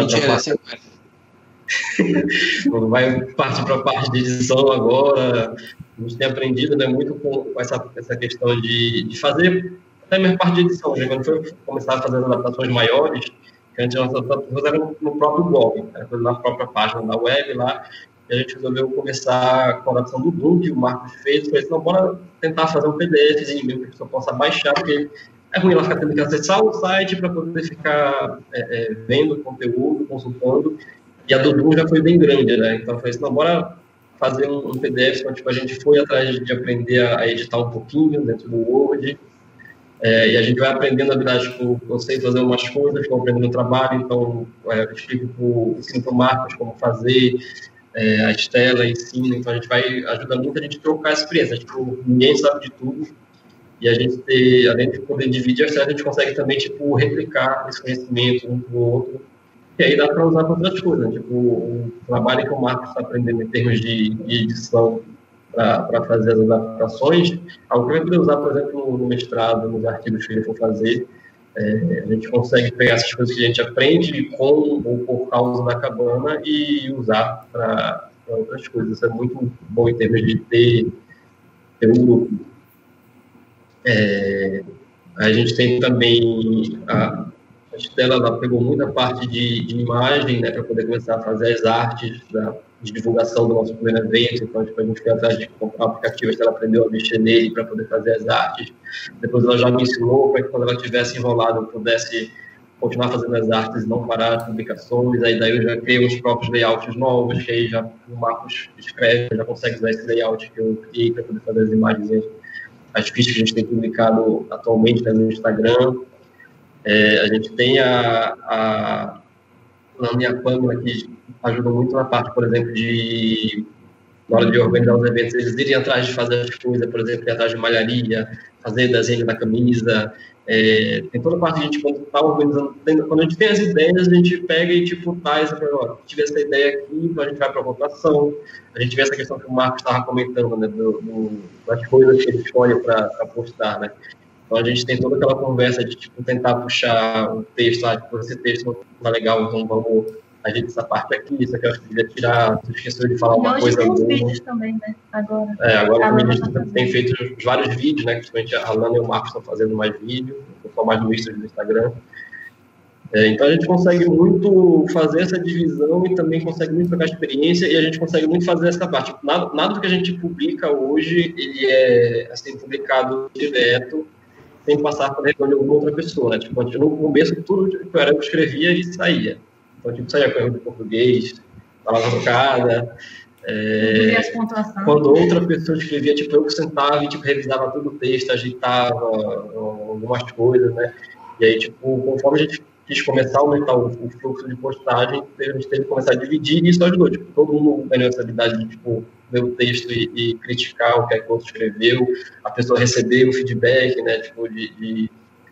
Vai partir para a parte de edição agora. A gente tem aprendido, né, muito com essa questão de fazer até mesmo parte de edição. Quando foi começar a fazer as adaptações maiores, que antes nós fazíamos no próprio blog, era coisa na própria página da web lá, e a gente resolveu começar com a adaptação do Bloom, que o Marcos fez, falei assim, não, bora tentar fazer um PDFzinho mesmo, que a pessoa possa baixar, porque é ruim ela ficar tendo que acessar o site para poder ficar vendo o conteúdo, consultando, e a do Bloom já foi bem grande, né? Então eu falei assim, não, bora fazer um PDF, então, tipo, a gente foi atrás de aprender a editar um pouquinho dentro do Word, e a gente vai aprendendo, na verdade, tipo, eu sei fazer umas coisas, estou aprendendo no trabalho, então eu ensino para o Marcos como fazer, a Estela ensina, então a gente vai, ajuda muito a gente trocar a experiência, tipo, ninguém sabe de tudo, e a gente além de poder dividir a Estela, a gente consegue também, tipo, replicar esse conhecimento um para o outro, e aí dá para usar para outras coisas, né? Tipo, o trabalho que o Marcos está aprendendo em termos de edição para fazer as adaptações, algo que vai poder usar, por exemplo, no mestrado, nos artigos que ele for fazer. A gente consegue pegar essas coisas que a gente aprende com ou por causa da cabana e usar para outras coisas. Isso é muito bom em termos de ter um grupo. A gente tem também a Estela, ela pegou muita parte de imagem, né, para poder começar a fazer as artes de divulgação do nosso primeiro evento. Então, tipo, a gente foi atrás de comprar um aplicativo, ela aprendeu a mexer nele para poder fazer as artes. Depois ela já me ensinou para que quando ela tivesse enrolado eu pudesse continuar fazendo as artes e não parar as publicações. Aí daí eu já criei os próprios layouts novos, que aí já o Marcos escreve, já consegue usar esse layout que eu criei para poder fazer as imagens, as fichas que a gente tem publicado atualmente, né, no Instagram. A gente tem na minha Pâmela, que ajuda muito na parte, por exemplo, na hora de organizar os eventos, eles irem atrás de fazer as coisas, por exemplo, ir atrás de malharia, fazer desenho da camisa. Tem toda a parte que a gente, quando está organizando, quando a gente tem as ideias, a gente pega e tipo faz, tive essa ideia aqui, então a gente vai para a votação. A gente vê essa questão que o Marcos estava comentando, né, das coisas que ele escolhe para postar, né. Então, a gente tem toda aquela conversa de, tipo, tentar puxar um texto, tipo, esse texto não está legal, então vamos agir essa parte aqui, isso aqui eu acho que devia tirar, você esqueceu de falar uma coisa boa. Hoje tem os vídeos também, né, agora. Agora a gente tem feito vários vídeos, né, principalmente a Lana e o Marcos estão fazendo mais vídeos, eu sou mais no Instagram. Então, a gente consegue muito fazer essa divisão e também consegue muito pegar experiência e a gente consegue muito fazer essa parte. Nada do que a gente publica hoje, ele é, assim, publicado direto, sem passar por reunião de alguma outra pessoa, né? Tipo, no começo, tudo que eu escrevia e saía. Então, tipo, saía com erro de português, palavra trocada. Quando outra pessoa escrevia, tipo, eu sentava e, tipo, revisava todo o texto, ajeitava algumas coisas, né? E aí, tipo, conforme a gente quis começar a aumentar o fluxo de postagem, a gente teve que começar a dividir e isso ajudou. Tipo, todo mundo ganhou essa habilidade de, tipo, ler o texto e criticar o que é que o outro escreveu, a pessoa receber o feedback, né, tipo, de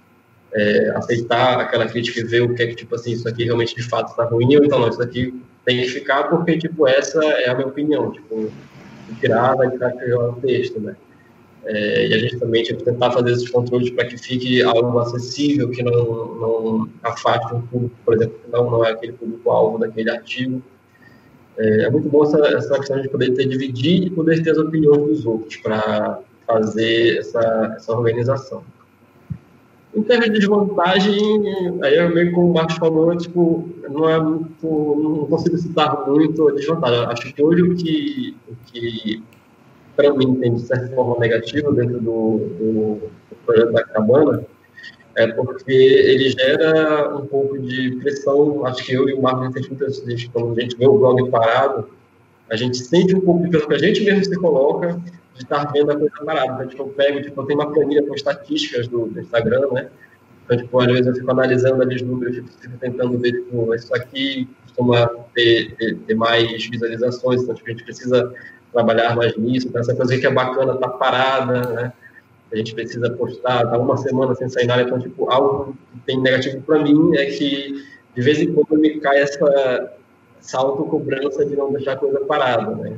aceitar aquela crítica e ver o que é que, tipo assim, isso aqui realmente de fato está ruim, ou então não, isso aqui tem que ficar porque, tipo, essa é a minha opinião, tipo, tirar, vai ficar o texto, né. E a gente também, tipo, tentar fazer esses controles para que fique algo acessível, que não afaste um público, por exemplo, que não é aquele público-alvo daquele artigo. É muito bom essa questão de poder dividir e poder ter as opiniões dos outros para fazer essa organização. Em termos de desvantagem, aí eu meio como o Marcos falou, tipo, não consigo citar muito a desvantagem. Acho que hoje o que para mim tem de certa forma negativo dentro do projeto da Cabana é porque ele gera um pouco de pressão. Acho que eu e o Marcos, a gente muitas vezes, quando a gente vê o blog parado, a gente sente um pouco de pressão que a gente mesmo se coloca de estar vendo a coisa parada. Então, tipo, eu tenho uma planilha com estatísticas do Instagram, né? Então, tipo, às vezes eu fico analisando ali os números, fico tentando ver, tipo, isso aqui costuma ter mais visualizações, então, tipo, a gente precisa trabalhar mais nisso. Então, essa coisa que é bacana tá parada, né? A gente precisa postar, tá uma semana sem sair nada, então, tipo, algo que tem negativo para mim é que, de vez em quando, me cai essa autocobrança de não deixar a coisa parada, né?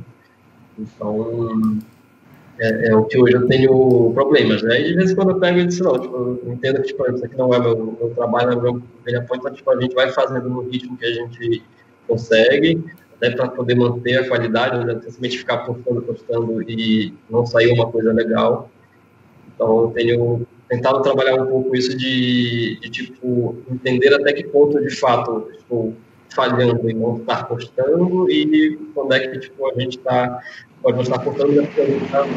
Então, é o que hoje eu tenho problemas, né? E, de vez em quando, eu pego e digo, não, tipo, eu entendo que, tipo, isso aqui não é meu trabalho, é meu apoio, então, tipo, a gente vai fazendo no ritmo que a gente consegue, até para poder manter a qualidade, não é simplesmente ficar postando e não sair uma coisa legal. Então, eu tenho tentado trabalhar um pouco isso de tipo, entender até que ponto, de fato, estou falhando e não estar postando, e quando é que, tipo, a gente pode não estar postando, mas a gente está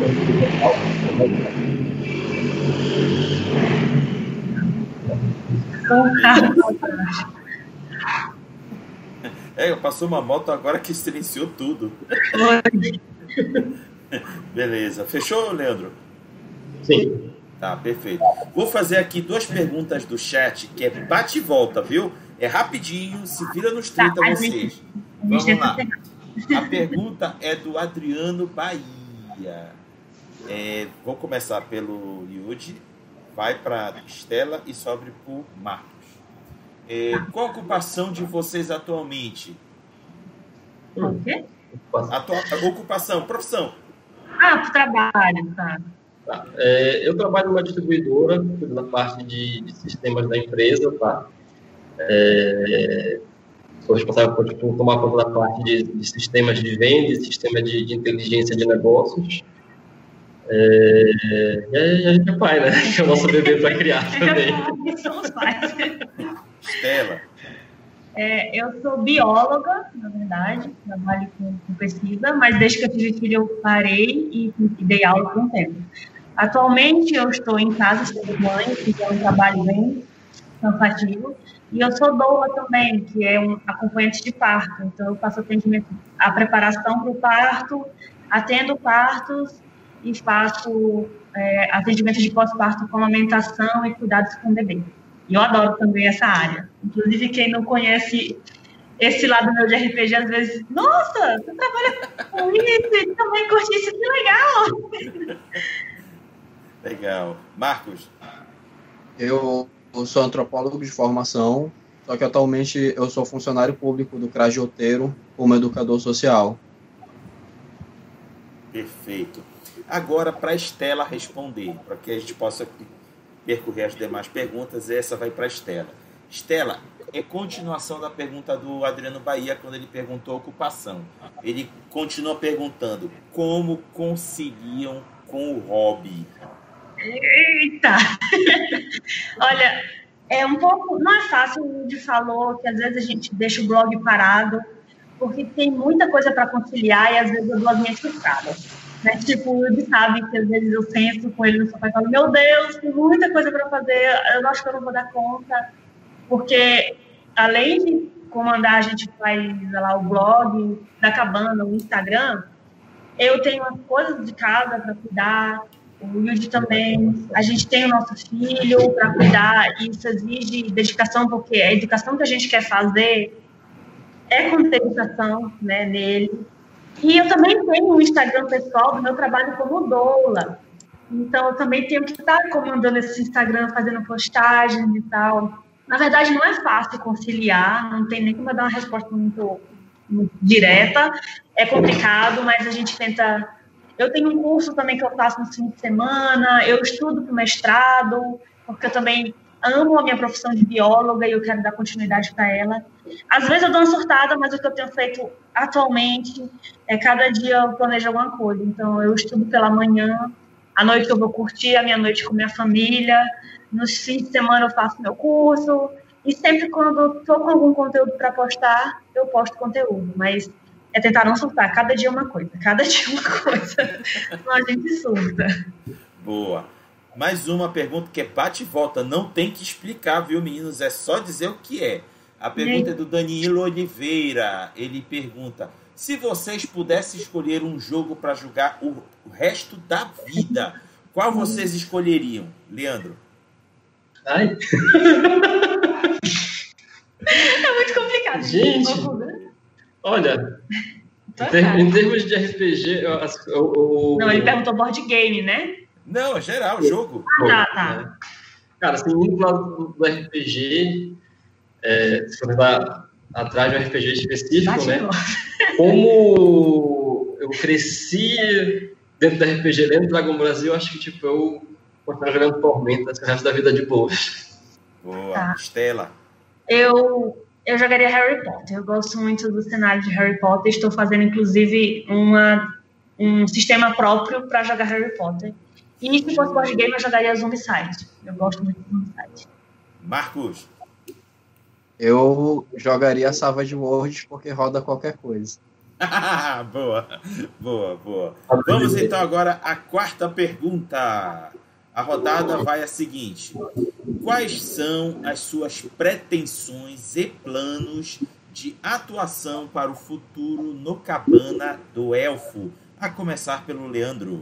passou uma moto agora que silenciou tudo. Beleza. Fechou, Leandro? Sim. Tá, perfeito. Vou fazer aqui 2 perguntas do chat, que é bate e volta, viu? É rapidinho, se vira nos 30 vocês. Vamos lá. A pergunta é do Adriano Bahia. Vou começar pelo Yudi, vai para Estela e sobre por Marcos. Qual a ocupação de vocês atualmente? O quê? Ocupação, profissão. Pro trabalho, tá. Eu trabalho numa distribuidora, na parte de sistemas da empresa, tá? Sou responsável por tomar conta da parte de sistemas de venda e sistema de inteligência de negócios. E a gente é pai, né? Que é o nosso bebê para criar também. Somos pais. Estela. Eu sou bióloga, na verdade, trabalho com pesquisa, mas desde que eu tive filho eu parei e dei aula por um tempo. Atualmente eu estou em casa, sendo mãe, que é um trabalho bem cansativo, e eu sou doula também, que é um acompanhante de parto, então eu faço atendimento, a preparação para o parto, atendo partos e faço atendimento de pós-parto com amamentação e cuidados com o bebê. E eu adoro também essa área. Inclusive, quem não conhece esse lado meu de RPG, às vezes, nossa, você trabalha com isso e também curte isso, que legal! Legal. Marcos? Eu sou antropólogo de formação, só que atualmente eu sou funcionário público do CRAS de Outeiro como educador social. Perfeito. Agora, para a Estela responder, para que a gente possa percorrer as demais perguntas, essa vai para a Estela. Estela, é continuação da pergunta do Adriano Bahia, quando ele perguntou a ocupação. Ele continua perguntando, como conciliam com o hobby? Eita! Olha, não é fácil, de falou que às vezes a gente deixa o blog parado, porque tem muita coisa para conciliar e às vezes eu dou as minhas frustradas. Né? Tipo, ele sabe que às vezes eu sento com ele no sofá e falo, meu Deus, tem muita coisa para fazer, eu acho que eu não vou dar conta, porque além de comandar, a gente faz lá o blog da cabana, o Instagram, eu tenho as coisas de casa para cuidar, o Yudi também, a gente tem o nosso filho para cuidar, e isso exige dedicação, porque a educação que a gente quer fazer é com dedicação, né, nele. E eu também tenho um Instagram pessoal do meu trabalho como doula. Então, eu também tenho que estar comandando esse Instagram, fazendo postagens e tal. Na verdade, não é fácil conciliar, não tem nem como eu dar uma resposta muito direta. É complicado, mas a gente tenta... Eu tenho um curso também que eu faço no fim de semana, eu estudo para o mestrado, porque eu também amo a minha profissão de bióloga e eu quero dar continuidade para ela. Às vezes eu dou uma surtada, mas o que eu tenho feito atualmente é cada dia eu planejo alguma coisa. Então, eu estudo pela manhã, à noite eu vou curtir a minha noite com minha família, nos fins de semana eu faço meu curso, e sempre quando eu estou com algum conteúdo para postar, eu posto conteúdo, mas é tentar não surtar, cada dia uma coisa, senão a gente surta. Boa. Mais uma pergunta que é bate e volta, não tem que explicar, viu, meninos? É só dizer o que é. A pergunta é do Danilo Oliveira. Ele pergunta, se vocês pudessem escolher um jogo para jogar o resto da vida, qual vocês escolheriam? Leandro? Ai. É muito complicado. Gente, olha, em termos de RPG... Não, ele perguntou board game, né? Não, é geral, jogo. Tá. Cara, assim, indo pro lado do RPG, se for levar atrás de um RPG específico, né? Como eu cresci dentro do RPG, dentro do Dragon Brasil, acho que, tipo, eu continuo jogando Tormenta o resto da vida de boa. Boa. Tá. Estela? Eu jogaria Harry Potter. Eu gosto muito do cenário de Harry Potter. Estou fazendo, inclusive, um sistema próprio para jogar Harry Potter. E se fosse board game, eu jogaria Zombicide. Eu gosto muito de Zombicide. Marcos? Eu jogaria Savage Worlds porque roda qualquer coisa. Boa. Vamos então agora à quarta pergunta. A rodada vai a seguinte: quais são as suas pretensões e planos de atuação para o futuro no Cabana do Elfo? A começar pelo Leandro.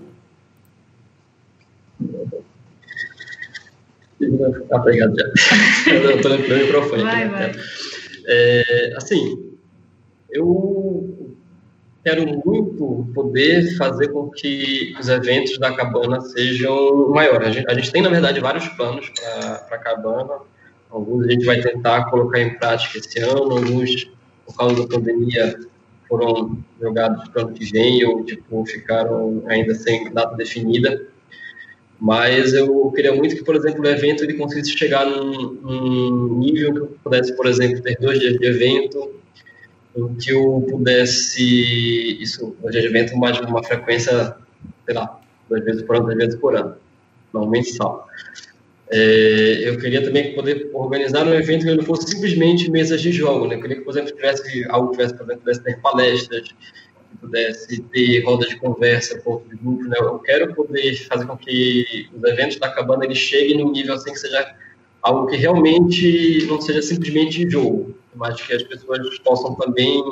Obrigado, já. Eu estou lembrando o microfone. Vai. Assim, eu quero muito poder fazer com que os eventos da Cabana sejam maiores. A gente tem, na verdade, vários planos para a Cabana. Alguns a gente vai tentar colocar em prática esse ano, alguns, por causa da pandemia, foram jogados para o ano que vem ou ficaram ainda sem data definida. Mas eu queria muito que, por exemplo, o evento ele conseguisse chegar num nível que eu pudesse, por exemplo, ter 2 dias de evento, em que eu pudesse, 2 dias de evento, uma frequência, sei lá, 2 vezes por ano, 3 vezes por ano, não mensal. Eu queria também poder organizar um evento que não fosse simplesmente mesas de jogo, né? Eu queria que, por exemplo, tivesse algo que pudesse ter palestras, que pudesse ter roda de conversa com outros grupos, né? Eu quero poder fazer com que os eventos da Cabana eles cheguem num nível assim que seja algo que realmente não seja simplesmente jogo, mas que as pessoas possam também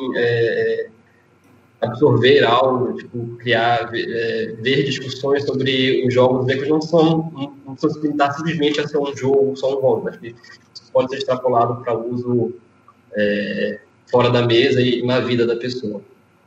absorver algo, criar, ver discussões sobre os jogos, ver que não se limitar simplesmente a ser um jogo, só um jogo, mas que isso pode ser extrapolado para uso fora da mesa e na vida da pessoa.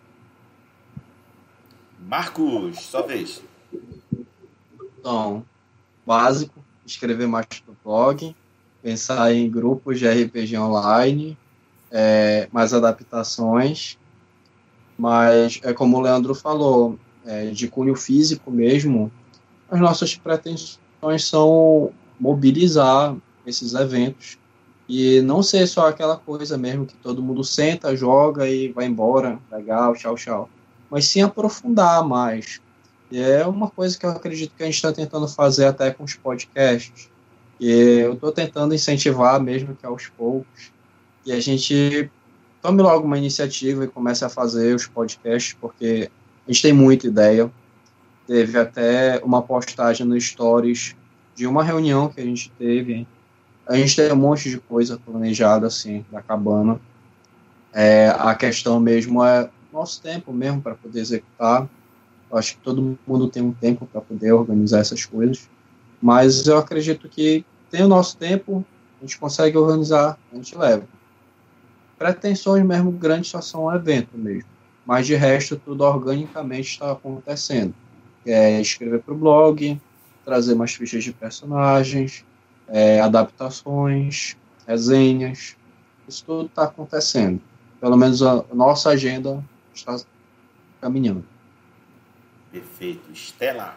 Marcos, sua vez. Então, básico, escrever mais no blog, pensar em grupos de RPG online, mais adaptações, mas é como o Leandro falou, de cunho físico mesmo, as nossas pretensões são mobilizar esses eventos e não ser só aquela coisa mesmo que todo mundo senta, joga e vai embora, legal, tchau, mas sim aprofundar mais. E é uma coisa que eu acredito que a gente está tentando fazer até com os podcasts, e eu estou tentando incentivar mesmo que aos poucos, e a gente tome logo uma iniciativa e comece a fazer os podcasts, porque a gente tem muita ideia. Teve até uma postagem no Stories de uma reunião que a gente teve. A gente tem um monte de coisa planejada, assim, da Cabana. A questão mesmo é nosso tempo mesmo para poder executar. Eu acho que todo mundo tem um tempo para poder organizar essas coisas. Mas eu acredito que tem o nosso tempo, a gente consegue organizar, a gente leva. Pretensões mesmo grandes só são um evento mesmo, mas de resto tudo organicamente está acontecendo. Escrever para o blog, trazer mais fichas de personagens, adaptações, resenhas, isso tudo está acontecendo. Pelo menos a nossa agenda está caminhando. Perfeito. Estela?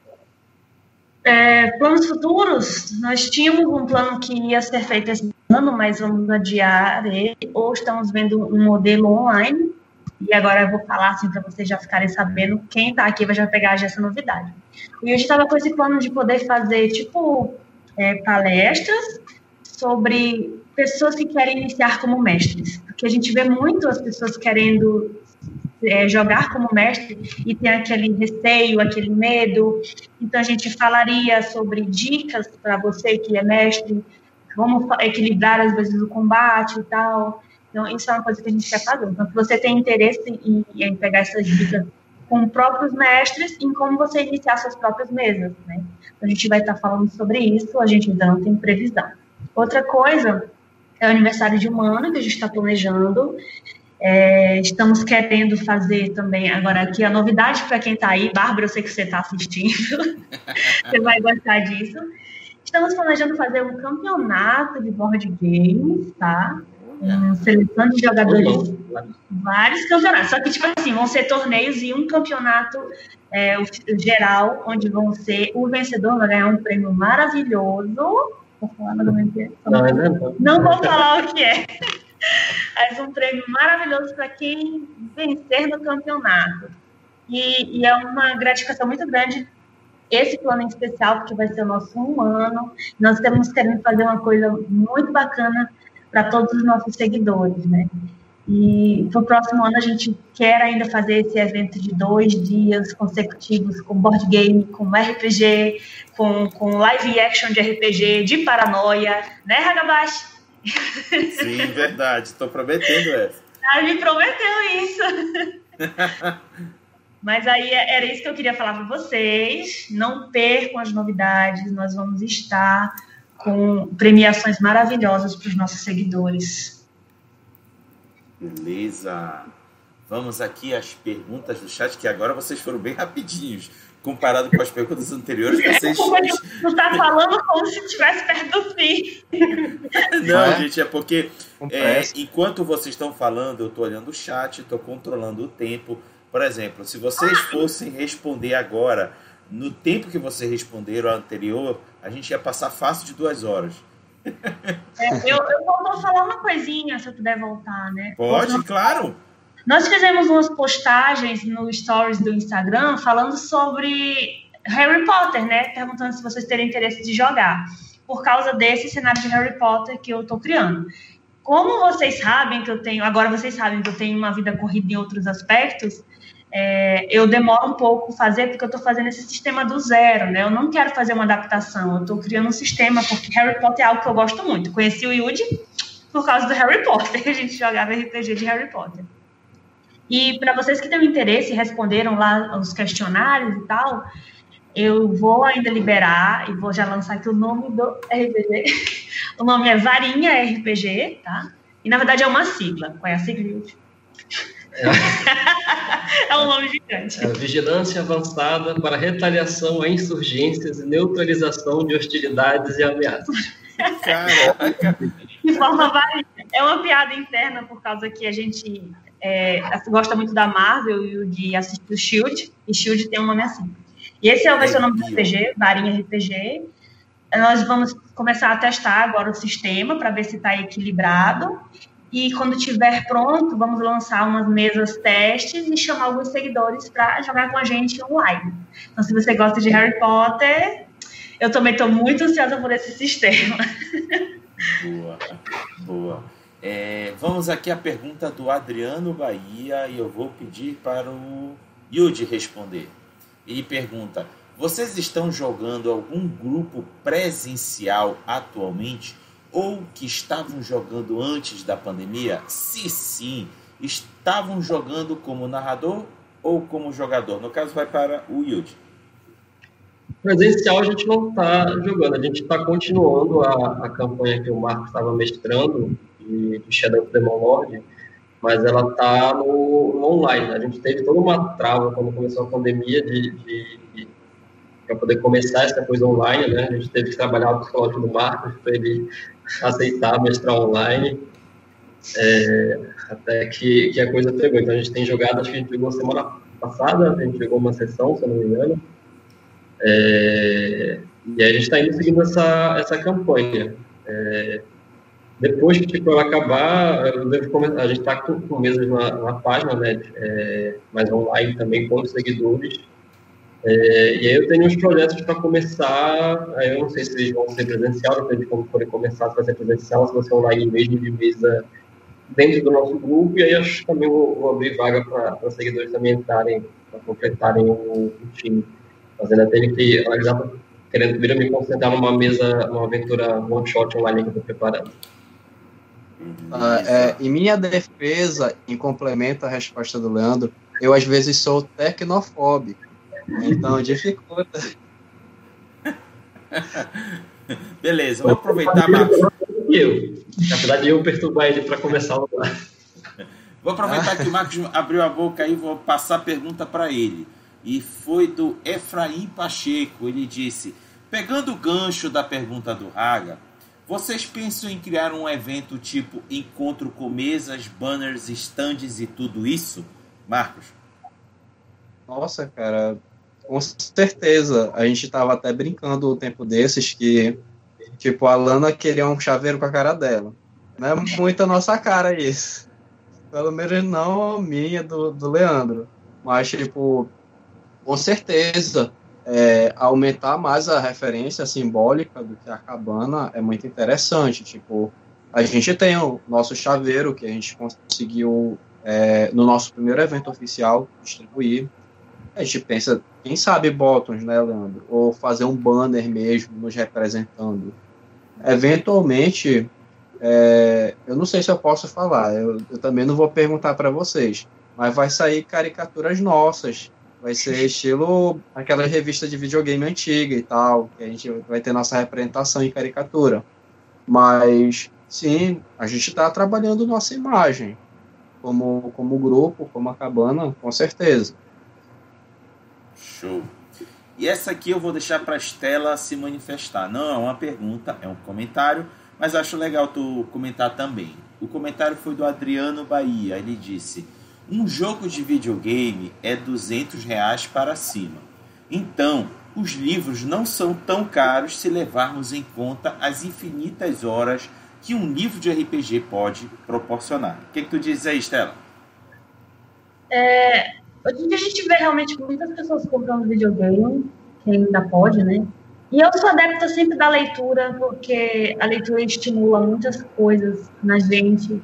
Planos futuros, nós tínhamos um plano que ia ser feito esse ano, mas vamos adiar ele, ou estamos vendo um modelo online, e agora eu vou falar assim para vocês já ficarem sabendo, quem está aqui vai já pegar já essa novidade. E eu estava com esse plano de poder fazer, palestras sobre pessoas que querem iniciar como mestres, porque a gente vê muito as pessoas querendo jogar como mestre e tem aquele receio, aquele medo. Então a gente falaria sobre dicas para você que é mestre, como equilibrar às vezes o combate e tal. Então isso é uma coisa que a gente quer fazer. Então se você tem interesse em pegar essas dicas com próprios mestres, em como você iniciar suas próprias mesas, né? Então, a gente vai estar falando sobre isso, a gente ainda não tem previsão. Outra coisa é o aniversário de um ano que a gente está planejando. Estamos querendo fazer também, agora aqui a novidade para quem está aí, Bárbara, eu sei que você está assistindo, você vai gostar disso. Estamos planejando fazer um campeonato de board games, tá? Seleção de jogadores, vários campeonatos, só que vão ser torneios e um campeonato geral, onde vão ser, o vencedor vai ganhar um prêmio maravilhoso. Vou falar mais ou menos o que é? Não vou falar o que é. Mas um prêmio maravilhoso para quem vencer no campeonato. E é uma gratificação muito grande esse plano em especial, porque vai ser o nosso 1 ano. Nós estamos querendo fazer uma coisa muito bacana para todos os nossos seguidores, né? E para o próximo ano a gente quer ainda fazer esse evento de 2 dias consecutivos com board game, com RPG, com live action de RPG, de paranoia, né, Hagabashi? Sim, verdade. Estou prometendo essa. Ela me prometeu isso. Mas aí era isso que eu queria falar para vocês. Não percam as novidades. Nós vamos estar com premiações maravilhosas para os nossos seguidores. Beleza. Vamos aqui às perguntas do chat, que agora vocês foram bem rapidinhos. Comparado com as perguntas anteriores, vocês... Não está falando como se estivesse perto do fim. Não, gente, é porque enquanto vocês estão falando, eu estou olhando o chat, estou controlando o tempo. Por exemplo, se vocês fossem responder agora, no tempo que vocês responderam ao anterior, a gente ia passar fácil de 2 horas. Eu vou falar uma coisinha, se eu puder voltar, né? Pode, claro. Nós fizemos umas postagens no Stories do Instagram falando sobre Harry Potter, né? Perguntando se vocês teriam interesse de jogar, por causa desse cenário de Harry Potter que eu estou criando. Como vocês sabem que eu tenho... Agora vocês sabem que eu tenho uma vida corrida em outros aspectos, eu demoro um pouco fazer, porque eu estou fazendo esse sistema do zero, né? Eu não quero fazer uma adaptação, eu estou criando um sistema, porque Harry Potter é algo que eu gosto muito. Conheci o Yuji por causa do Harry Potter, a gente jogava RPG de Harry Potter. E para vocês que têm interesse e responderam lá os questionários e tal, eu vou ainda liberar e vou já lançar aqui o nome do RPG. O nome é Varinha RPG, tá? E na verdade é uma sigla. Qual é a sigla? É um nome gigante. Vigilância avançada para retaliação a insurgências e neutralização de hostilidades e ameaças. Caraca. De forma varinha. É uma piada interna por causa que a gente gosta muito da Marvel e de assistir o Shield, e Shield tem um nome assim. E esse vai ser o nome do RPG, Varinha RPG. Nós vamos começar a testar agora o sistema para ver se está equilibrado. E quando estiver pronto, vamos lançar umas mesas testes e chamar alguns seguidores para jogar com a gente online. Então, se você gosta de Harry Potter, eu também estou muito ansiosa por esse sistema. Boa. Vamos aqui à pergunta do Adriano Bahia e eu vou pedir para o Yuji responder. Ele pergunta: vocês estão jogando algum grupo presencial atualmente ou que estavam jogando antes da pandemia? Se sim, estavam jogando como narrador ou como jogador? No caso, vai para o Yuji. Presencial a gente não está jogando, a gente está continuando a campanha que o Marcos estava mestrando de Shadow of the Demon Lord, mas ela está no online. A gente teve toda uma trava quando começou a pandemia para poder começar essa coisa online, né? A gente teve que trabalhar o psicológico do Marcos para ele aceitar mestrar online, até que a coisa pegou. Então a gente tem jogado, acho que a gente jogou semana passada, a gente jogou uma sessão, se eu não me engano, e aí a gente está indo seguindo essa campanha. Depois que ela acabar, eu devo começar. A gente está com mesas na página, né? Mas online também com os seguidores. E aí eu tenho uns projetos para começar. Aí eu não sei se eles vão ser presencial, depende de como forem começar, se vai ser presencial, se vai ser online mesmo, de mesa dentro do nosso grupo. E aí acho que também vou abrir vaga para seguidores também entrarem, para completarem o time. Fazendo até que ela já está querendo vir a me concentrar numa mesa, uma aventura one shot online que eu estou preparando. Em minha defesa, em complemento à resposta do Leandro, eu às vezes sou tecnofóbico, então dificulta. Beleza, vou aproveitar, Marcos. Na verdade, eu perturbar ele para começar o lá. Vou aproveitar que o Marcos abriu a boca aí, vou passar a pergunta para ele. E foi do Efraim Pacheco. Ele disse: pegando o gancho da pergunta do Haga, vocês pensam em criar um evento tipo encontro com mesas, banners, stands e tudo isso? Marcos? Nossa, cara, com certeza. A gente tava até brincando o tempo desses que, tipo, a Lana queria um chaveiro com a cara dela. Não é muito a nossa cara isso. Pelo menos não a minha, do Leandro. Mas, tipo, com certeza. aumentar mais a referência simbólica do que a cabana é muito interessante. Tipo, a gente tem o nosso chaveiro, que a gente conseguiu, no nosso primeiro evento oficial, distribuir. A gente pensa, quem sabe botões, né, Leandro? Ou fazer um banner mesmo, nos representando. Eventualmente, eu não sei se eu posso falar, eu também não vou perguntar para vocês, mas vai sair caricaturas nossas. Vai ser estilo aquela revista de videogame antiga e tal, que a gente vai ter nossa representação em caricatura. Mas, sim, a gente está trabalhando nossa imagem, como grupo, como a cabana, com certeza. Show. E essa aqui eu vou deixar para a Estela se manifestar. Não é uma pergunta, é um comentário, mas acho legal tu comentar também. O comentário foi do Adriano Bahia. Ele disse: um jogo de videogame é R$200 para cima. Então, os livros não são tão caros se levarmos em conta as infinitas horas que um livro de RPG pode proporcionar. O que tu diz aí, Estela? Hoje em dia a gente vê realmente muitas pessoas comprando videogame, que ainda pode, né? E eu sou adepta sempre da leitura, porque a leitura estimula muitas coisas na gente.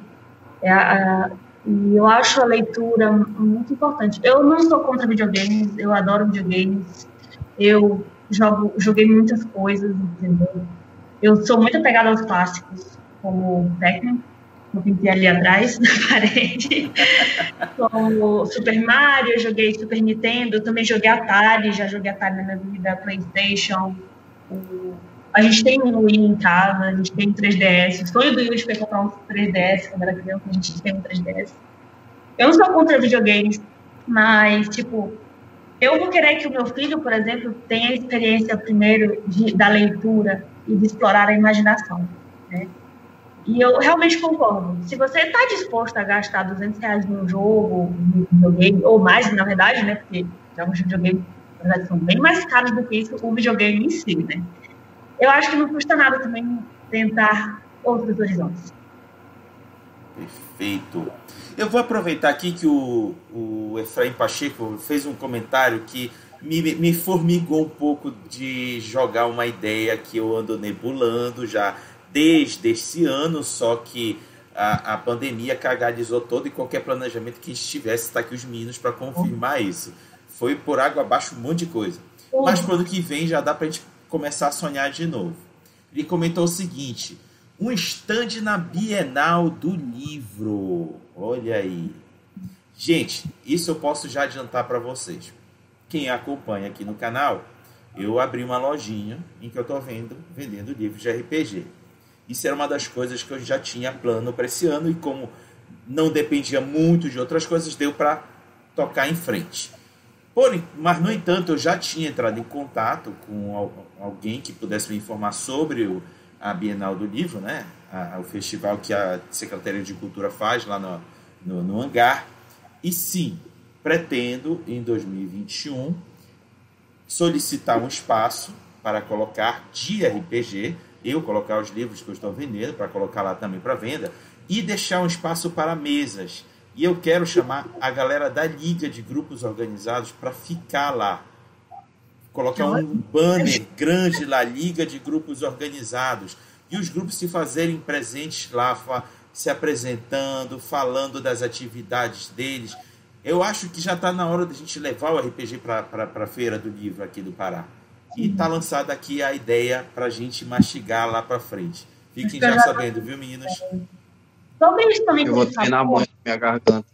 E eu acho a leitura muito importante. Eu não sou contra videogames, eu adoro videogames. Eu joguei muitas coisas, entendeu? Eu sou muito apegada aos clássicos, como Pac-Man, eu pintei ali atrás na parede. Como Super Mario, eu joguei Super Nintendo, eu também joguei Atari, já joguei Atari na minha vida, PlayStation. A gente tem um Wii em casa, a gente tem um 3DS. O sonho do Yuri foi comprar um 3DS quando era criança, a gente tem um 3DS. Eu não sou contra videogames, mas, tipo, eu vou querer que o meu filho, por exemplo, tenha a experiência primeiro da leitura e de explorar a imaginação, né? E eu realmente concordo. Se você está disposto a gastar R$200 num jogo, num videogame, ou mais, na verdade, né? Porque jogos de videogame, na verdade, são bem mais caros do que isso, o videogame em si, né? Eu acho que não custa nada também tentar outros horizontes. Perfeito. Eu vou aproveitar aqui que o Efraim Pacheco fez um comentário que me formigou um pouco de jogar uma ideia que eu ando nebulando já desde esse ano, só que a pandemia cagalizou todo e qualquer planejamento que estivesse, está aqui os meninos para confirmar isso. Foi por água abaixo um monte de coisa. Mas para o ano que vem já dá para a gente começar a sonhar de novo. Ele comentou o seguinte: um stand na Bienal do Livro. Olha aí. Gente, isso eu posso já adiantar para vocês. Quem acompanha aqui no canal, eu abri uma lojinha em que eu estou vendendo livros de RPG. Isso era uma das coisas que eu já tinha plano para esse ano e como não dependia muito de outras coisas, deu para tocar em frente. Mas, no entanto, eu já tinha entrado em contato com alguém que pudesse me informar sobre a Bienal do Livro, né? O festival que a Secretaria de Cultura faz lá no hangar. E sim, pretendo, em 2021, solicitar um espaço para colocar de RPG, colocar os livros que eu estou vendendo, para colocar lá também para venda, e deixar um espaço para mesas. E eu quero chamar a galera da Liga de Grupos Organizados para ficar lá. Colocar um banner grande lá, Liga de Grupos Organizados. E os grupos se fazerem presentes lá, se apresentando, falando das atividades deles. Eu acho que já está na hora da gente levar o RPG para a Feira do Livro aqui do Pará. E está lançada aqui a ideia para a gente mastigar lá para frente. Fiquem já sabendo, viu, meninas? Sobre isso também. Eu vou treinar muito minha garganta.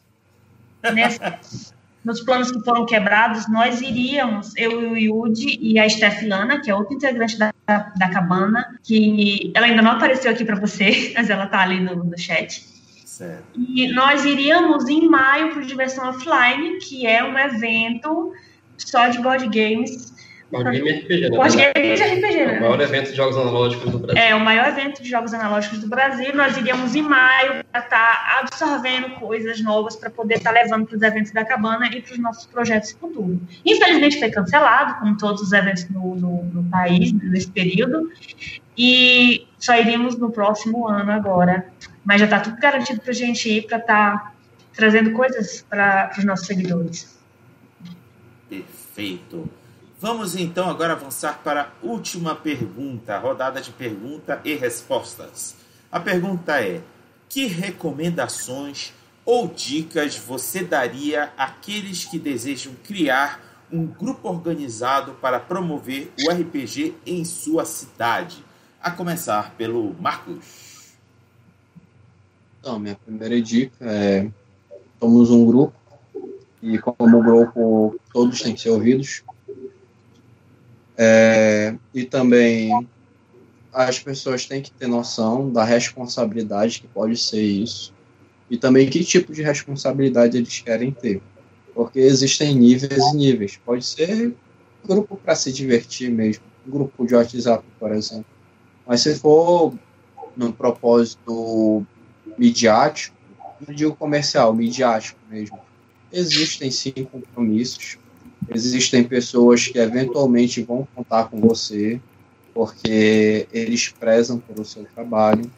Nos planos que foram quebrados, nós iríamos, eu e o Yudi e a Stefilana, que é outra integrante da cabana, que ela ainda não apareceu aqui para você, mas ela está ali no chat. Certo. E nós iríamos em maio para o Diversão Offline, que é um evento só de board games. Board game RPG, né? Board game de RPG, né? É o maior evento de jogos analógicos do Brasil. É, o maior evento de jogos analógicos do Brasil. Nós iríamos em maio para estar absorvendo coisas novas para poder estar levando para os eventos da cabana e para os nossos projetos futuros. Infelizmente foi cancelado, como todos os eventos no país nesse período, e só iríamos no próximo ano agora. Mas já está tudo garantido para a gente ir, para estar trazendo coisas para os nossos seguidores. Perfeito. Vamos então agora avançar para a última pergunta, rodada de pergunta e respostas. A pergunta é: que recomendações ou dicas você daria àqueles que desejam criar um grupo organizado para promover o RPG em sua cidade? A começar pelo Marcos. Então, minha primeira dica é: somos um grupo, e como grupo todos têm que ser ouvidos. E também as pessoas têm que ter noção da responsabilidade que pode ser isso, e também que tipo de responsabilidade eles querem ter, porque existem níveis e níveis. Pode ser grupo para se divertir mesmo, um grupo de WhatsApp, por exemplo, mas se for num propósito midiático, não digo comercial, midiático mesmo, existem sim compromissos, existem pessoas que eventualmente vão contar com você, porque eles prezam pelo seu trabalho.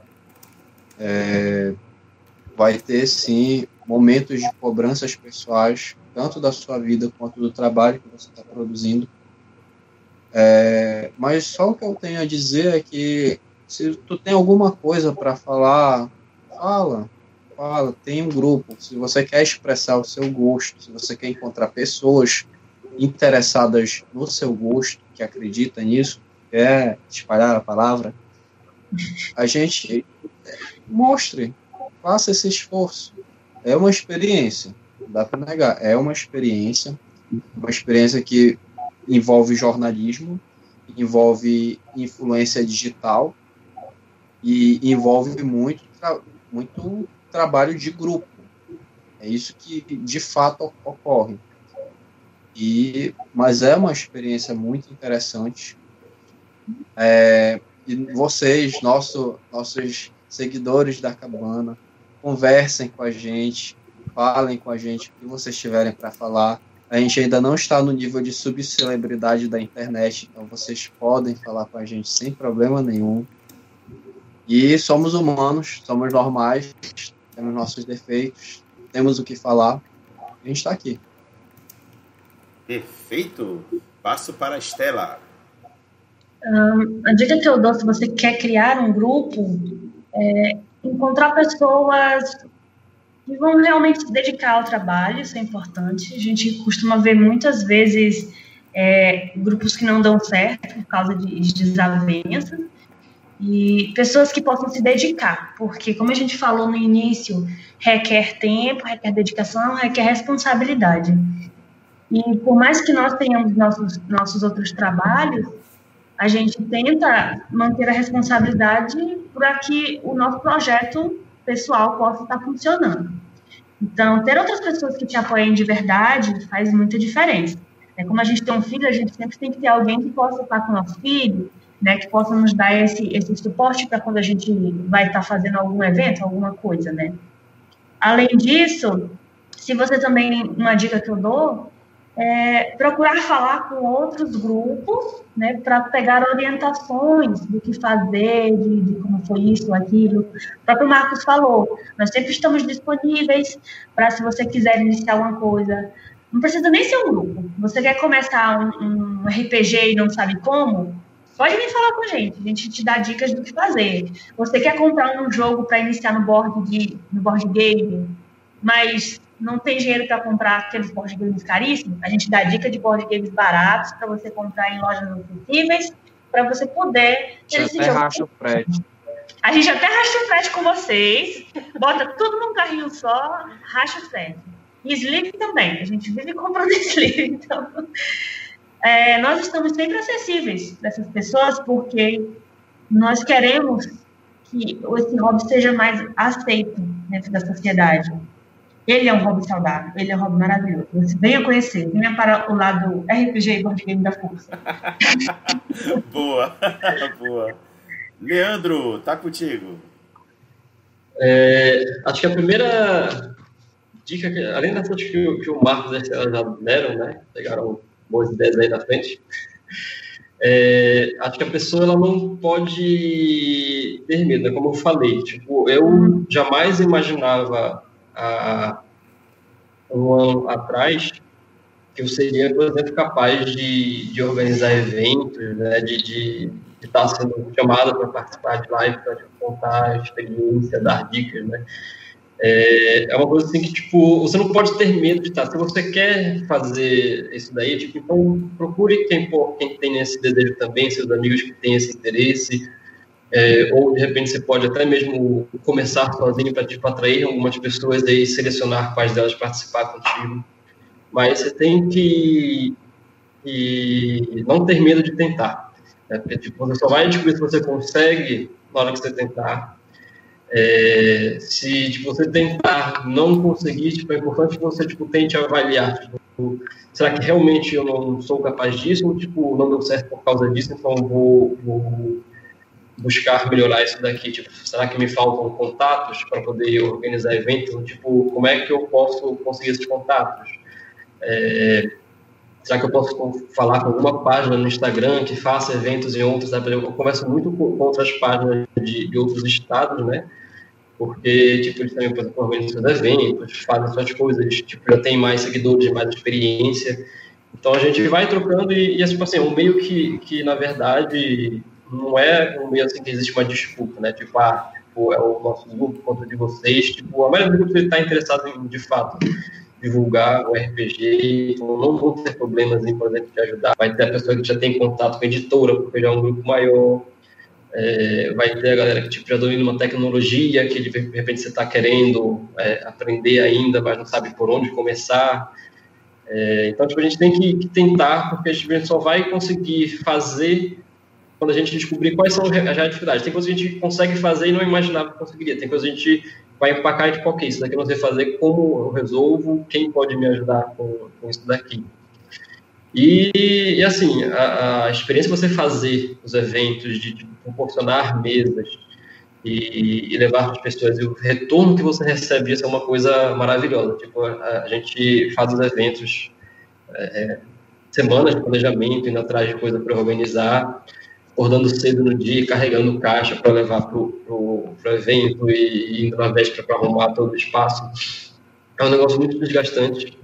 Vai ter, sim, momentos de cobranças pessoais, tanto da sua vida quanto do trabalho que você está produzindo. Mas só o que eu tenho a dizer é que, se tu tem alguma coisa para falar, fala, tem um grupo. Se você quer expressar o seu gosto, se você quer encontrar pessoas interessadas no seu gosto, que acreditam nisso, quer espalhar a palavra, a gente mostre, faça esse esforço. É uma experiência, não dá para negar, é uma experiência que envolve jornalismo, envolve influência digital e envolve muito trabalho de grupo. É isso que de fato ocorre. Mas é uma experiência muito interessante. E vocês, nossos seguidores da Cabana, conversem com a gente, falem com a gente o que vocês tiverem para falar. A gente ainda não está no nível de subcelebridade da internet, então vocês podem falar com a gente sem problema nenhum. E somos humanos, somos normais, temos nossos defeitos, temos o que falar. A gente está aqui. Perfeito. Passo para a Estela. A dica que eu dou, se você quer criar um grupo, é encontrar pessoas que vão realmente se dedicar ao trabalho. Isso é importante. A gente costuma ver muitas vezes grupos que não dão certo por causa de desavenças, e pessoas que possam se dedicar, porque, como a gente falou no início, requer tempo, requer dedicação, requer responsabilidade. E por mais que nós tenhamos nossos outros trabalhos, a gente tenta manter a responsabilidade para que o nosso projeto pessoal possa estar funcionando. Então, ter outras pessoas que te apoiem de verdade faz muita diferença. Como a gente tem um filho, a gente sempre tem que ter alguém que possa estar com o nosso filho, né, que possa nos dar esse suporte para quando a gente vai estar fazendo algum evento, alguma coisa, né. Além disso, se você também, uma dica que eu dou, procurar falar com outros grupos, né, para pegar orientações do que fazer, de como foi isso ou aquilo. O próprio Marcos falou, nós sempre estamos disponíveis para, se você quiser iniciar uma coisa, não precisa nem ser um grupo. Você quer começar um RPG e não sabe como? Pode vir falar com a gente te dá dicas do que fazer. Você quer comprar um jogo para iniciar no board game, mas não tem dinheiro para comprar aqueles board games caríssimos? A gente dá dica de board games baratos para você comprar em lojas acessíveis, para você poder ter esse jogo. Racha o frete. A gente até racha o frete com vocês, bota tudo num carrinho só, racha o frete. E sleeve também, a gente vive comprando sleeve, então... nós estamos sempre acessíveis dessas pessoas, porque nós queremos que esse hobby seja mais aceito dentro da sociedade. Ele é um hobby saudável, ele é um hobby maravilhoso. Você venha conhecer, venha para o lado RPG e board game da força. Boa, boa. Leandro, tá contigo. Acho que a primeira dica, além dessas que o Marcos e a Estela já deram, né, pegaram boas ideias aí na frente, acho que a pessoa ela não pode ter medo, né? Como eu falei, tipo, eu jamais imaginava há um ano atrás que eu seria, por exemplo, capaz de organizar eventos, né, de estar sendo chamado para participar de live, para contar a experiência, dar dicas, né? É uma coisa assim que, tipo, você não pode ter medo de estar. Se você quer fazer isso daí, tipo, então procure quem tem esse desejo também, seus amigos que têm esse interesse, ou de repente você pode até mesmo começar sozinho para, tipo, atrair algumas pessoas e selecionar quais delas participar contigo. Mas você tem que não ter medo de tentar, né? Porque, tipo, você só vai descobrir se você consegue na hora que você tentar. Se tipo, você tentar não conseguir, tipo, é importante que você, tipo, tente avaliar, tipo, será que realmente eu não sou capaz disso, ou tipo, não deu certo por causa disso, então vou buscar melhorar isso daqui, tipo, será que me faltam contatos para poder organizar eventos, tipo, como é que eu posso conseguir esses contatos? Será que eu posso falar com alguma página no Instagram que faça eventos em outros? Eu converso muito com outras páginas de outros estados, né? Porque, tipo, eles também, por exemplo, organizam seus eventos, fazem suas coisas, tipo, já tem mais seguidores, mais experiência. Então, a gente vai trocando e tipo assim, um meio que, na verdade, não é um meio assim que existe uma disputa, né? Tipo, é o nosso grupo contra de vocês. Tipo, a maioria dos grupos está interessado em, de fato, divulgar o RPG, então não vão ter problemas em, por exemplo, te ajudar. Vai ter a pessoa que já tem contato com a editora, porque já é um grupo maior. Vai ter a galera que tipo, já domina uma tecnologia que de repente você está querendo aprender ainda, mas não sabe por onde começar. Então, tipo, a gente tem que tentar, porque a gente só vai conseguir fazer quando a gente descobrir quais são as dificuldades. Tem coisas que a gente consegue fazer e não imaginava que conseguiria. Tem coisas que a gente vai empacar e tipo, ok, isso daqui eu não sei fazer, como eu resolvo, quem pode me ajudar com isso daqui. E assim, a experiência de você fazer os eventos, de tipo, proporcionar mesas e levar para as pessoas, e o retorno que você recebe, isso é uma coisa maravilhosa. Tipo, a gente faz os eventos, semanas de planejamento, indo atrás de coisa para organizar, acordando cedo no dia, carregando caixa para levar para o evento e indo na véspera para arrumar todo o espaço. É um negócio muito desgastante.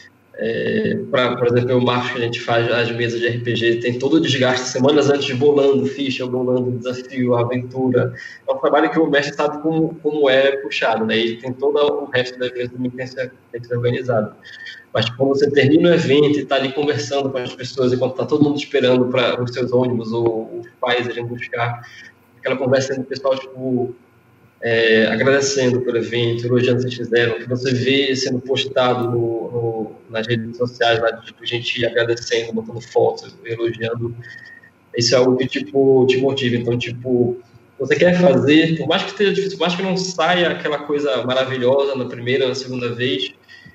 Por exemplo, o marketing que a gente faz as mesas de RPG, tem todo o desgaste semanas antes, bolando ficha, bolando desafio, aventura. É um trabalho que o mestre sabe como é puxado, né? E tem todo o resto da evento que tem que ser organizado. Mas quando você termina o evento e está ali conversando com as pessoas, enquanto está todo mundo esperando para os seus ônibus ou os pais irem buscar, aquela conversa com o pessoal, tipo, agradecendo pelo evento, elogiando o que vocês fizeram, que você vê sendo postado nas redes sociais, lá, tipo, gente agradecendo, botando fotos, elogiando. Isso é algo que, tipo, te motiva. Então, tipo, você quer fazer, por mais que esteja difícil, por mais que não saia aquela coisa maravilhosa na primeira, na segunda vez,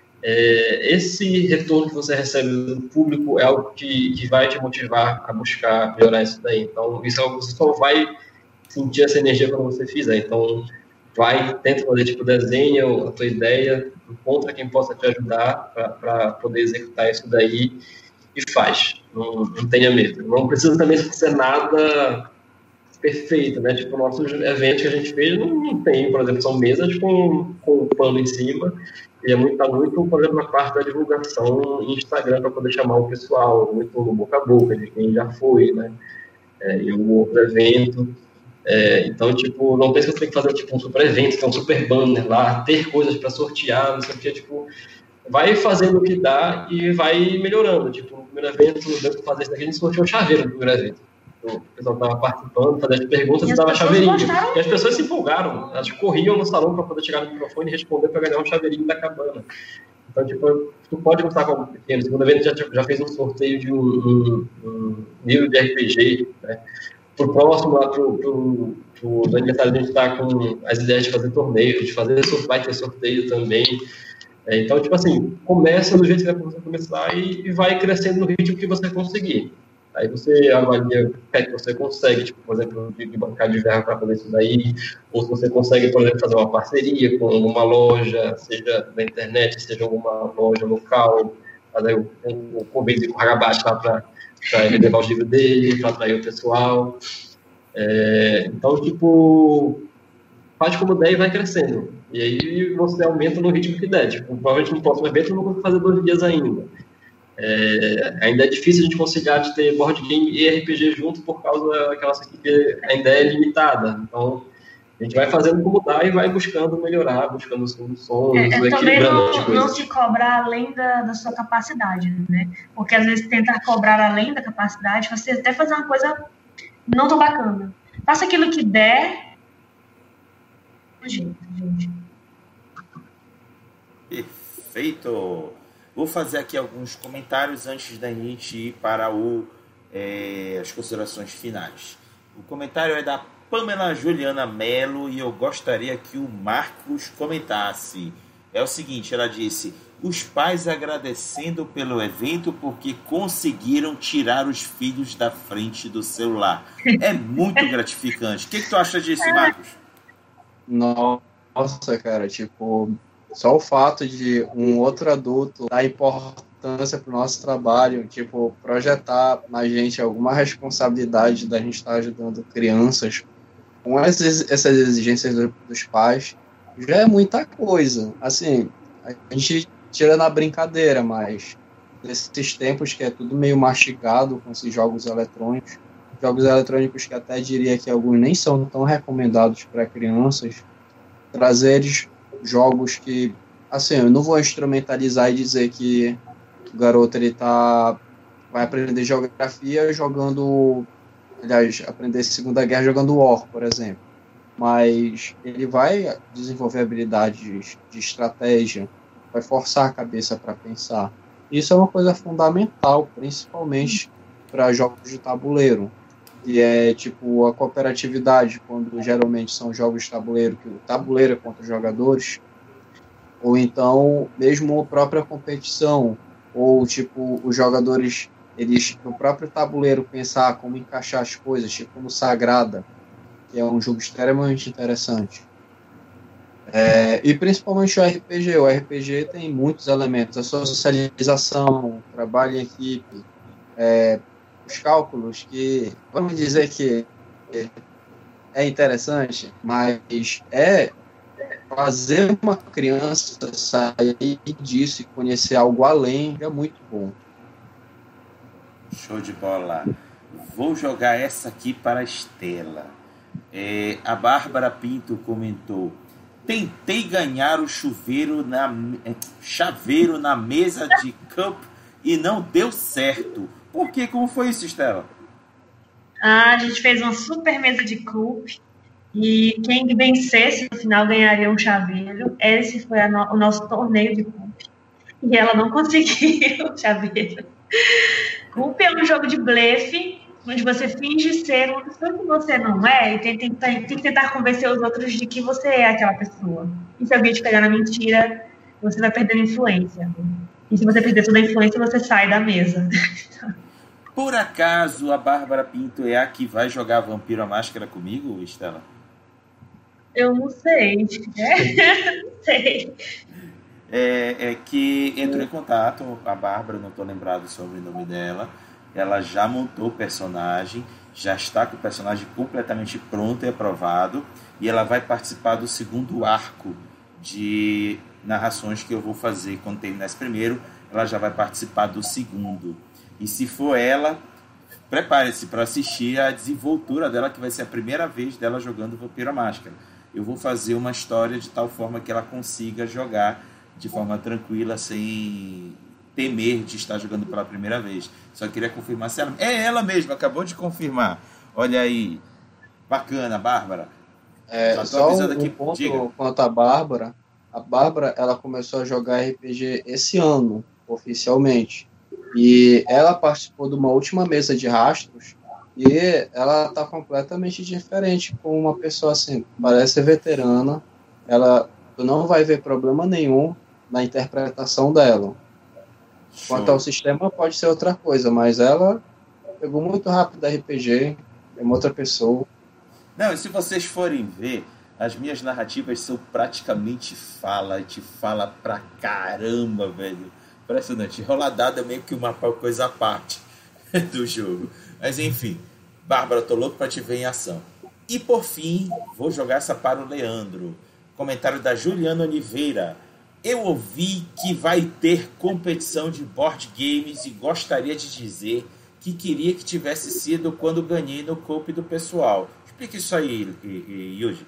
esse retorno que você recebe do público é algo que vai te motivar a buscar melhorar isso daí. Então, isso é algo que você só vai sentir essa energia quando você fizer. Então, tenta fazer, tipo, desenha a tua ideia, encontra quem possa te ajudar para poder executar isso daí e faz. Não tenha medo. Não precisa também ser nada perfeito, né? Tipo, nossos eventos que a gente fez não tem, por exemplo, são mesas com pano em cima, e tá muito, por exemplo, na parte da divulgação em Instagram para poder chamar o pessoal, muito boca a boca de quem já foi, né? E um outro evento. Então, tipo, não pensa que você tem que fazer tipo, um super evento, ter um super banner lá, ter coisas para sortear, não sei o que, tipo, vai fazendo o que dá e vai melhorando. Tipo, no primeiro evento, deu para fazer isso daqui, a gente sorteou o chaveiro no primeiro evento. O pessoal estava participando, fazendo as perguntas e dava chaveirinho. E as pessoas se empolgaram, elas corriam no salão para poder chegar no microfone e responder para ganhar um chaveirinho da cabana. Então, tipo, tu pode começar com algo pequeno. No segundo evento, já fez um sorteio de um livro de RPG, né? Pro próximo, lá pro aniversário, a gente está com as ideias de fazer torneios, vai ter sorteio também. Então, tipo assim, começa do jeito que você começar e vai crescendo no ritmo que você conseguir. Aí você avalia o que é que você consegue, tipo, por exemplo, de bancar de verba para fazer isso daí, ou se você consegue, por exemplo, fazer uma parceria com alguma loja, seja na internet, seja alguma loja local, fazer o convite com o Ragabate lá para ele levar os livros dele, para atrair o pessoal. Então, tipo, faz como der e vai crescendo. E aí você aumenta no ritmo que der. Tipo, provavelmente no próximo evento eu não consigo fazer 2 dias ainda. Ainda é difícil a gente conciliar de ter board game e RPG junto por causa que a nossa equipe ainda é limitada. Então, a gente vai fazendo como dá e vai buscando melhorar, buscando soluções, equilibrando as coisas. Não se cobrar além da sua capacidade, né? Porque às vezes tentar cobrar além da capacidade, você até fazer uma coisa não tão bacana. Faça aquilo que der. Gente. Perfeito! Vou fazer aqui alguns comentários antes da gente ir para as considerações finais. O comentário é da Pamela Juliana Mello e eu gostaria que o Marcos comentasse. É o seguinte, ela disse: os pais agradecendo pelo evento porque conseguiram tirar os filhos da frente do celular. É muito gratificante. O que tu acha disso, Marcos? Nossa, cara, tipo, só o fato de um outro adulto dar importância para o nosso trabalho, tipo, projetar na gente alguma responsabilidade da gente estar ajudando crianças com essas exigências dos pais, já é muita coisa. Assim, a gente tira na brincadeira, mas nesses tempos que é tudo meio mastigado com esses jogos eletrônicos que até diria que alguns nem são tão recomendados para crianças, trazer jogos que, assim, eu não vou instrumentalizar e dizer que o garoto vai aprender geografia jogando, aliás, aprender Segunda Guerra jogando War, por exemplo, mas ele vai desenvolver habilidades de estratégia, vai forçar a cabeça para pensar. Isso é uma coisa fundamental, principalmente para jogos de tabuleiro, que é tipo a cooperatividade, quando geralmente são jogos de tabuleiro, que o tabuleiro é contra os jogadores, ou então mesmo a própria competição, ou tipo os jogadores, eles no próprio tabuleiro pensar como encaixar as coisas, tipo no Sagrada, que é um jogo extremamente interessante. E principalmente o RPG. O RPG tem muitos elementos, a socialização, o trabalho em equipe, os cálculos, que vamos dizer que é interessante, mas fazer uma criança sair disso e conhecer algo além é muito bom. Show de bola. Vou jogar essa aqui para a Estela. A Bárbara Pinto comentou: tentei ganhar o chaveiro na mesa de campo e não deu certo. Por quê? Como foi isso, Estela? A gente fez uma super mesa de cup e quem vencesse no final ganharia um chaveiro. Esse foi o nosso torneio de cup. E ela não conseguiu o chaveiro. Cup é um jogo de blefe, onde você finge ser uma pessoa que você não é e tem que tentar convencer os outros de que você é aquela pessoa. E se alguém te pegar na mentira, você vai perdendo influência. E se você perder toda a influência, você sai da mesa. Por acaso a Bárbara Pinto é a que vai jogar Vampiro à Máscara comigo, Estela? Eu não sei. Não sei. Que entrou em contato, a Bárbara, não estou lembrado sobre o nome dela. Ela já montou o personagem, já está com o personagem completamente pronto e aprovado, e ela vai participar do segundo arco de narrações que eu vou fazer. Quando terminar esse primeiro, ela já vai participar do segundo. E se for ela, prepare-se para assistir a desenvoltura dela, que vai ser a primeira vez dela jogando Vampiro à Máscara. Eu vou fazer uma história de tal forma que ela consiga jogar de forma tranquila, sem temer de estar jogando pela primeira vez. Só queria confirmar se ela... É ela mesma, acabou de confirmar. Olha aí. Bacana, Bárbara. Só um ponto. Diga. Quanto à Bárbara. A Bárbara, ela começou a jogar RPG esse ano, oficialmente. E ela participou de uma última mesa de rastros e ela está completamente diferente, com uma pessoa assim, parece ser veterana. Tu não vai ver problema nenhum na interpretação dela. Quanto ao sistema, pode ser outra coisa, mas ela pegou muito rápido RPG, é uma outra pessoa. Não, e se vocês forem ver, as minhas narrativas são praticamente fala, a gente fala pra caramba, velho. Impressionante. Roladada é meio que uma coisa à parte do jogo. Mas enfim, Bárbara, tô louco pra te ver em ação. E por fim, vou jogar essa para o Leandro. Comentário da Juliana Oliveira. Eu ouvi que vai ter competição de board games e gostaria de dizer que queria que tivesse sido quando ganhei no Coop do pessoal. Explica isso aí, Yuji.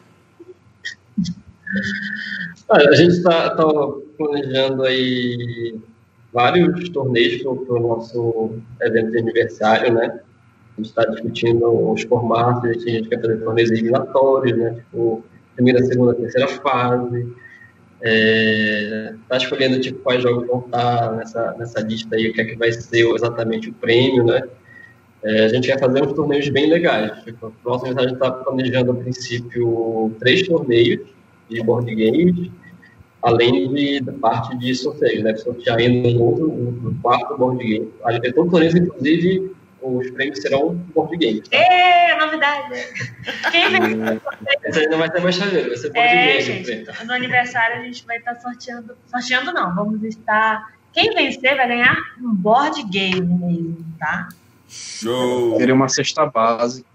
A gente está planejando aí vários torneios para o nosso evento de aniversário, né? A gente está discutindo os formatos, a gente quer fazer torneios eliminatórios, né? Tipo, primeira, segunda, terceira fase. Está escolhendo tipo, quais jogos vão estar nessa lista aí, o que é que vai ser exatamente o prêmio, né? A gente quer fazer uns torneios bem legais. Tipo, próximo a gente está planejando, a princípio, 3 torneios de board games, além da parte de sorteio, né? Sortear ainda um quarto board game. Todo torneio, inclusive, os prêmios serão board games. Tá? Novidade! Quem vem? Esse aí não vai ter mais chaveiro, vai ser board game. Gente, no aniversário a gente vai estar sorteando não, vamos estar... Quem vencer vai ganhar um board game mesmo, tá? Show! Seria uma cesta básica.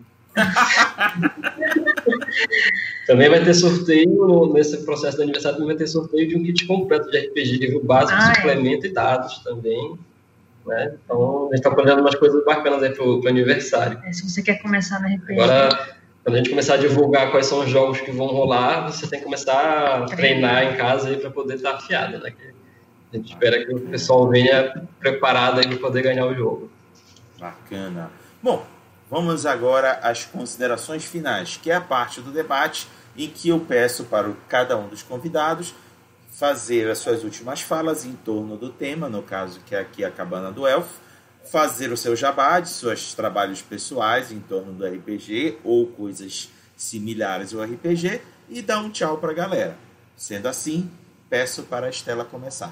Também vai ter sorteio, nesse processo do aniversário, também vai ter sorteio de um kit completo de RPG, livro básico, suplemento e dados também. Né? Então, a gente está planejando umas coisas bacanas aí pro aniversário. Se você quer começar no RPG... Agora, quando a gente começar a divulgar quais são os jogos que vão rolar, você tem que começar a treinar em casa para poder estar afiado. Né? A gente espera que o pessoal venha preparado para poder ganhar o jogo. Bacana. Bom, vamos agora às considerações finais, que é a parte do debate em que eu peço para cada um dos convidados fazer as suas últimas falas em torno do tema, no caso que é aqui a Cabana do Elfo, fazer o seu jabá de seus trabalhos pessoais em torno do RPG ou coisas similares ao RPG e dar um tchau para a galera. Sendo assim, peço para a Estela começar.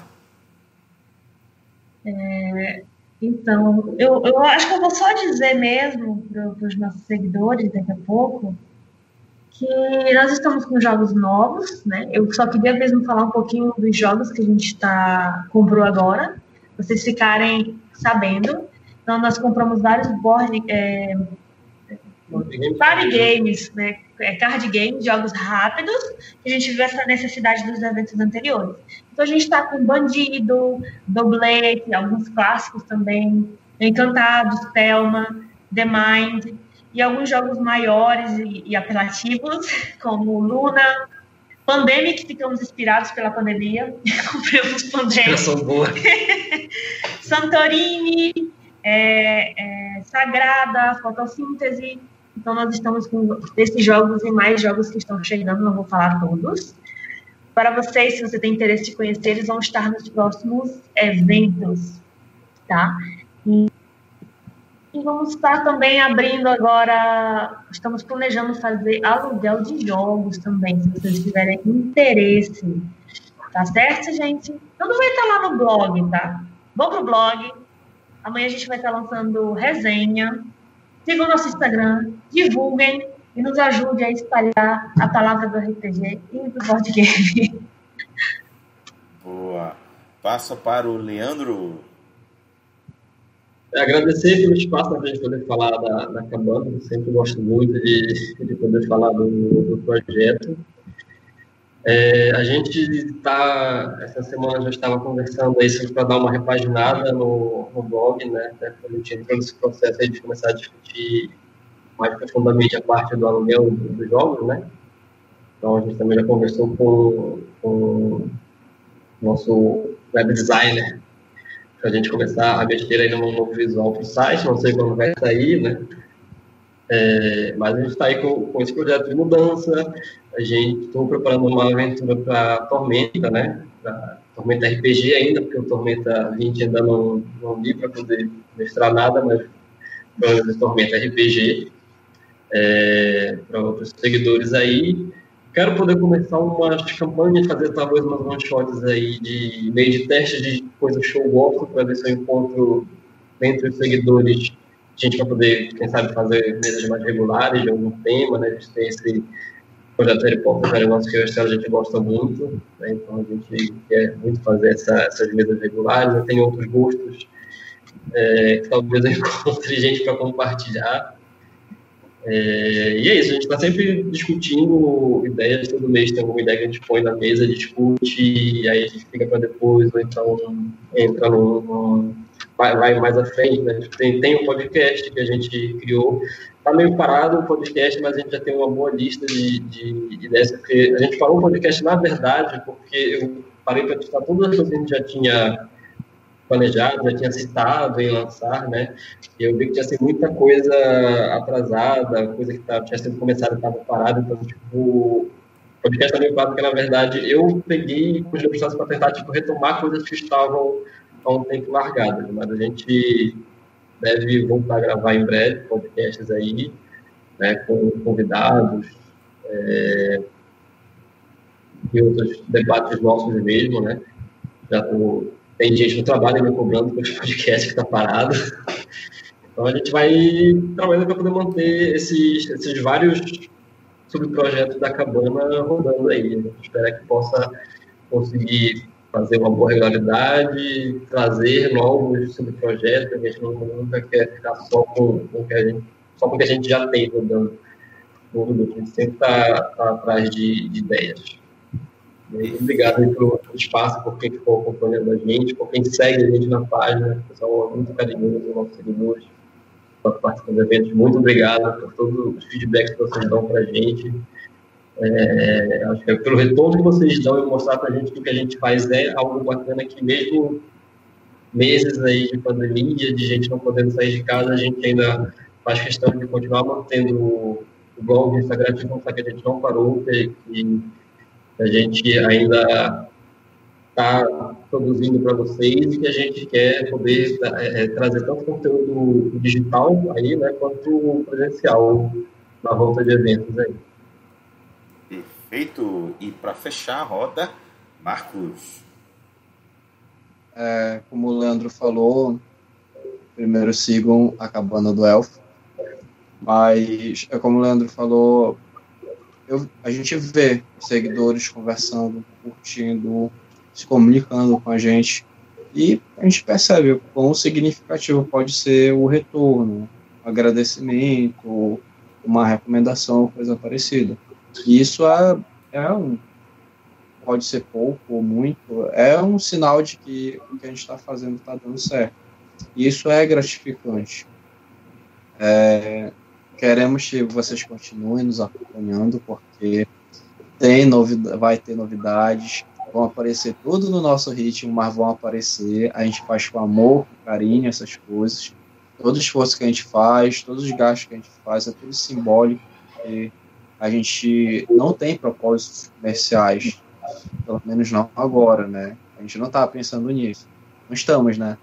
Então, eu acho que eu vou só dizer mesmo para os nossos seguidores daqui a pouco que nós estamos com jogos novos, né? Eu só queria mesmo falar um pouquinho dos jogos que a gente comprou agora, pra vocês ficarem sabendo. Então, nós compramos vários party games, né? Card games, jogos rápidos, que a gente viu essa necessidade dos eventos anteriores. Então, a gente está com Bandido, Doblé, alguns clássicos também, Encantados, Thelma, The Mind, e alguns jogos maiores e apelativos, como Luna, Pandemic, que ficamos inspirados pela pandemia, compramos Pandemic, Santorini, Sagrada, Fotossíntese. Então, nós estamos com esses jogos e mais jogos que estão chegando, não vou falar todos. Para vocês, se você tem interesse de conhecer, eles vão estar nos próximos eventos, tá? E vamos estar também abrindo agora, estamos planejando fazer aluguel de jogos também, se vocês tiverem interesse. Tá certo, gente? Tudo vai estar lá no blog, tá? Vão pro blog. Amanhã a gente vai estar lançando resenha. Sigam o nosso Instagram, divulguem e nos ajude a espalhar a palavra do RPG e do board game. Boa. Passa para o Leandro. Agradecer pelo espaço para a gente poder falar da Cabana. Eu sempre gosto muito de poder falar do projeto. A gente está, essa semana já estava conversando aí para dar uma repaginada no blog, né? Quando a gente entrou nesse processo aí de começar a discutir mais profundamente a parte do aluguel dos jogos, né? Então a gente também já conversou com o nosso web designer para a gente começar a mexer aí no novo visual para o site. Não sei quando vai sair, né? Mas a gente está aí com esse projeto de mudança. A gente está preparando uma aventura para Tormenta, né? Pra Tormenta RPG ainda, porque o Tormenta 20 ainda não li para poder mestrar nada, mas para Tormenta RPG para outros seguidores aí. Quero poder começar umas campanhas, fazer talvez umas one-shots aí de meio de teste de coisas que eu gosto, para ver se eu encontro entre os seguidores gente para poder, quem sabe, fazer mesas mais regulares de algum tema, né? A gente tem esse projeto Harry Potter, nosso que a gente gosta muito, né? Então a gente quer muito fazer essas mesas regulares. Eu tenho outros gostos que talvez eu encontre gente para compartilhar. E é isso, a gente está sempre discutindo ideias, todo mês tem alguma ideia que a gente põe na mesa, discute, e aí a gente fica para depois, ou então entra vai mais à frente, né? Tem um podcast que a gente criou, está meio parado o podcast, mas a gente já tem uma boa lista de ideias, porque a gente falou o podcast na verdade, porque eu parei para testar todas as coisas que a gente já tinha planejado, já tinha citado em lançar, né? E eu vi que tinha sido muita coisa atrasada, coisa que tinha sido começada e estava parada, então, tipo, o podcast também parado, porque, na verdade, eu peguei os processo para tentar, tipo, retomar coisas que estavam há um tempo largadas, mas a gente deve voltar a gravar em breve podcasts aí, né, com convidados, e outros debates nossos mesmo, né? Tem gente no trabalho me cobrando pelo podcast que está parado. Então a gente vai trabalhando para poder manter esses vários subprojetos da Cabana rodando aí. A gente espera que possa conseguir fazer uma boa regularidade, trazer novos subprojetos. A gente nunca quer ficar só com o que a gente já tem rodando. A gente sempre está atrás de ideias. Muito obrigado aí pelo espaço, por quem ficou acompanhando a gente, por quem segue a gente na página, pessoal muito carinhoso, nossos seguidores, participando dos eventos. Muito obrigado por todos os feedbacks que vocês dão para a gente. Acho que pelo retorno que vocês dão e mostrar para a gente que o que a gente faz é algo bacana, que mesmo meses aí de pandemia, de gente não podendo sair de casa, a gente ainda faz questão de continuar mantendo o blog, o Instagram, de mostrar que a gente não parou, que a gente ainda está produzindo para vocês e que a gente quer poder trazer tanto conteúdo digital aí, né, quanto presencial na volta de eventos aí. Perfeito. E para fechar a roda, Marcos. Como o Leandro falou, primeiro sigam a Cabana do Elfo, mas como o Leandro falou, a gente vê os seguidores conversando, curtindo, se comunicando com a gente, e a gente percebe o quão significativo pode ser o retorno, um agradecimento, uma recomendação, coisa parecida. E isso pode ser pouco ou muito, é um sinal de que o que a gente está fazendo está dando certo. E isso é gratificante. Queremos que vocês continuem nos acompanhando, porque vai ter novidades, vão aparecer tudo no nosso ritmo, mas vão aparecer. A gente faz com amor, com carinho essas coisas. Todo esforço que a gente faz, todos os gastos que a gente faz, é tudo simbólico, porque a gente não tem propósitos comerciais, pelo menos não agora, né? A gente não estava pensando nisso. Não estamos, né?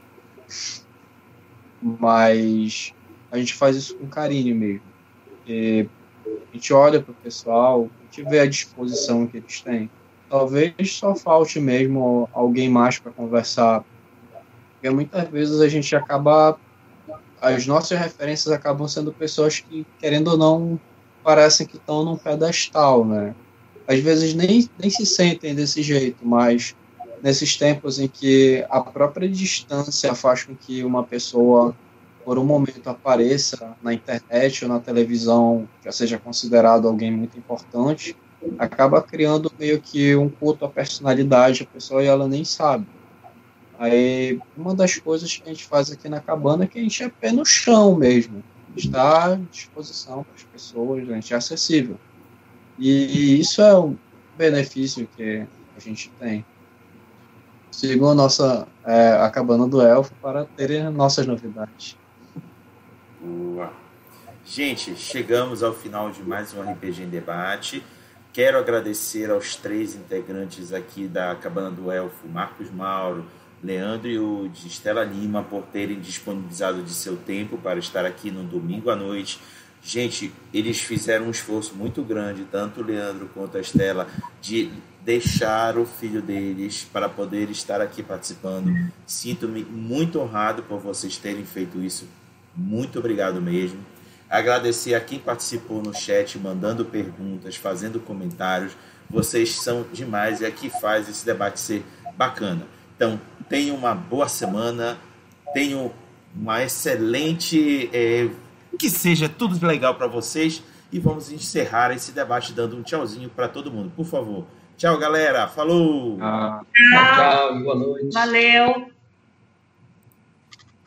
Mas a gente faz isso com carinho mesmo. E a gente olha para o pessoal, a gente vê a disposição que eles têm. Talvez só falte mesmo alguém mais para conversar. Porque muitas vezes a gente as nossas referências acabam sendo pessoas que, querendo ou não, parecem que estão num pedestal, né? Às vezes nem se sentem desse jeito, mas nesses tempos em que a própria distância faz com que uma pessoa, por um momento, apareça na internet ou na televisão, já seja considerado alguém muito importante, acaba criando meio que um culto à personalidade da pessoa e ela nem sabe. Aí, uma das coisas que a gente faz aqui na Cabana é que a gente é pé no chão mesmo, está à disposição para as pessoas, a gente é acessível. E isso é um benefício que a gente tem. Sigam a Cabana do Elfo para terem nossas novidades. Boa. Gente, chegamos ao final de mais um RPG em Debate. Quero agradecer aos 3 integrantes aqui da Cabana do Elfo, Marcos Mauro, Leandro e o de Estela Lima, por terem disponibilizado de seu tempo para estar aqui no domingo à noite. Gente, eles fizeram um esforço muito grande, tanto o Leandro quanto a Estela, de deixar o filho deles para poder estar aqui participando. Sinto-me muito honrado por vocês terem feito isso. Muito obrigado mesmo. Agradecer a quem participou no chat, mandando perguntas, fazendo comentários. Vocês são demais e aqui faz esse debate ser bacana. Então, tenham uma boa semana, tenham uma excelente que seja tudo legal para vocês e vamos encerrar esse debate dando um tchauzinho para todo mundo, por favor. Tchau, galera. Falou! Tchau, boa noite. Valeu!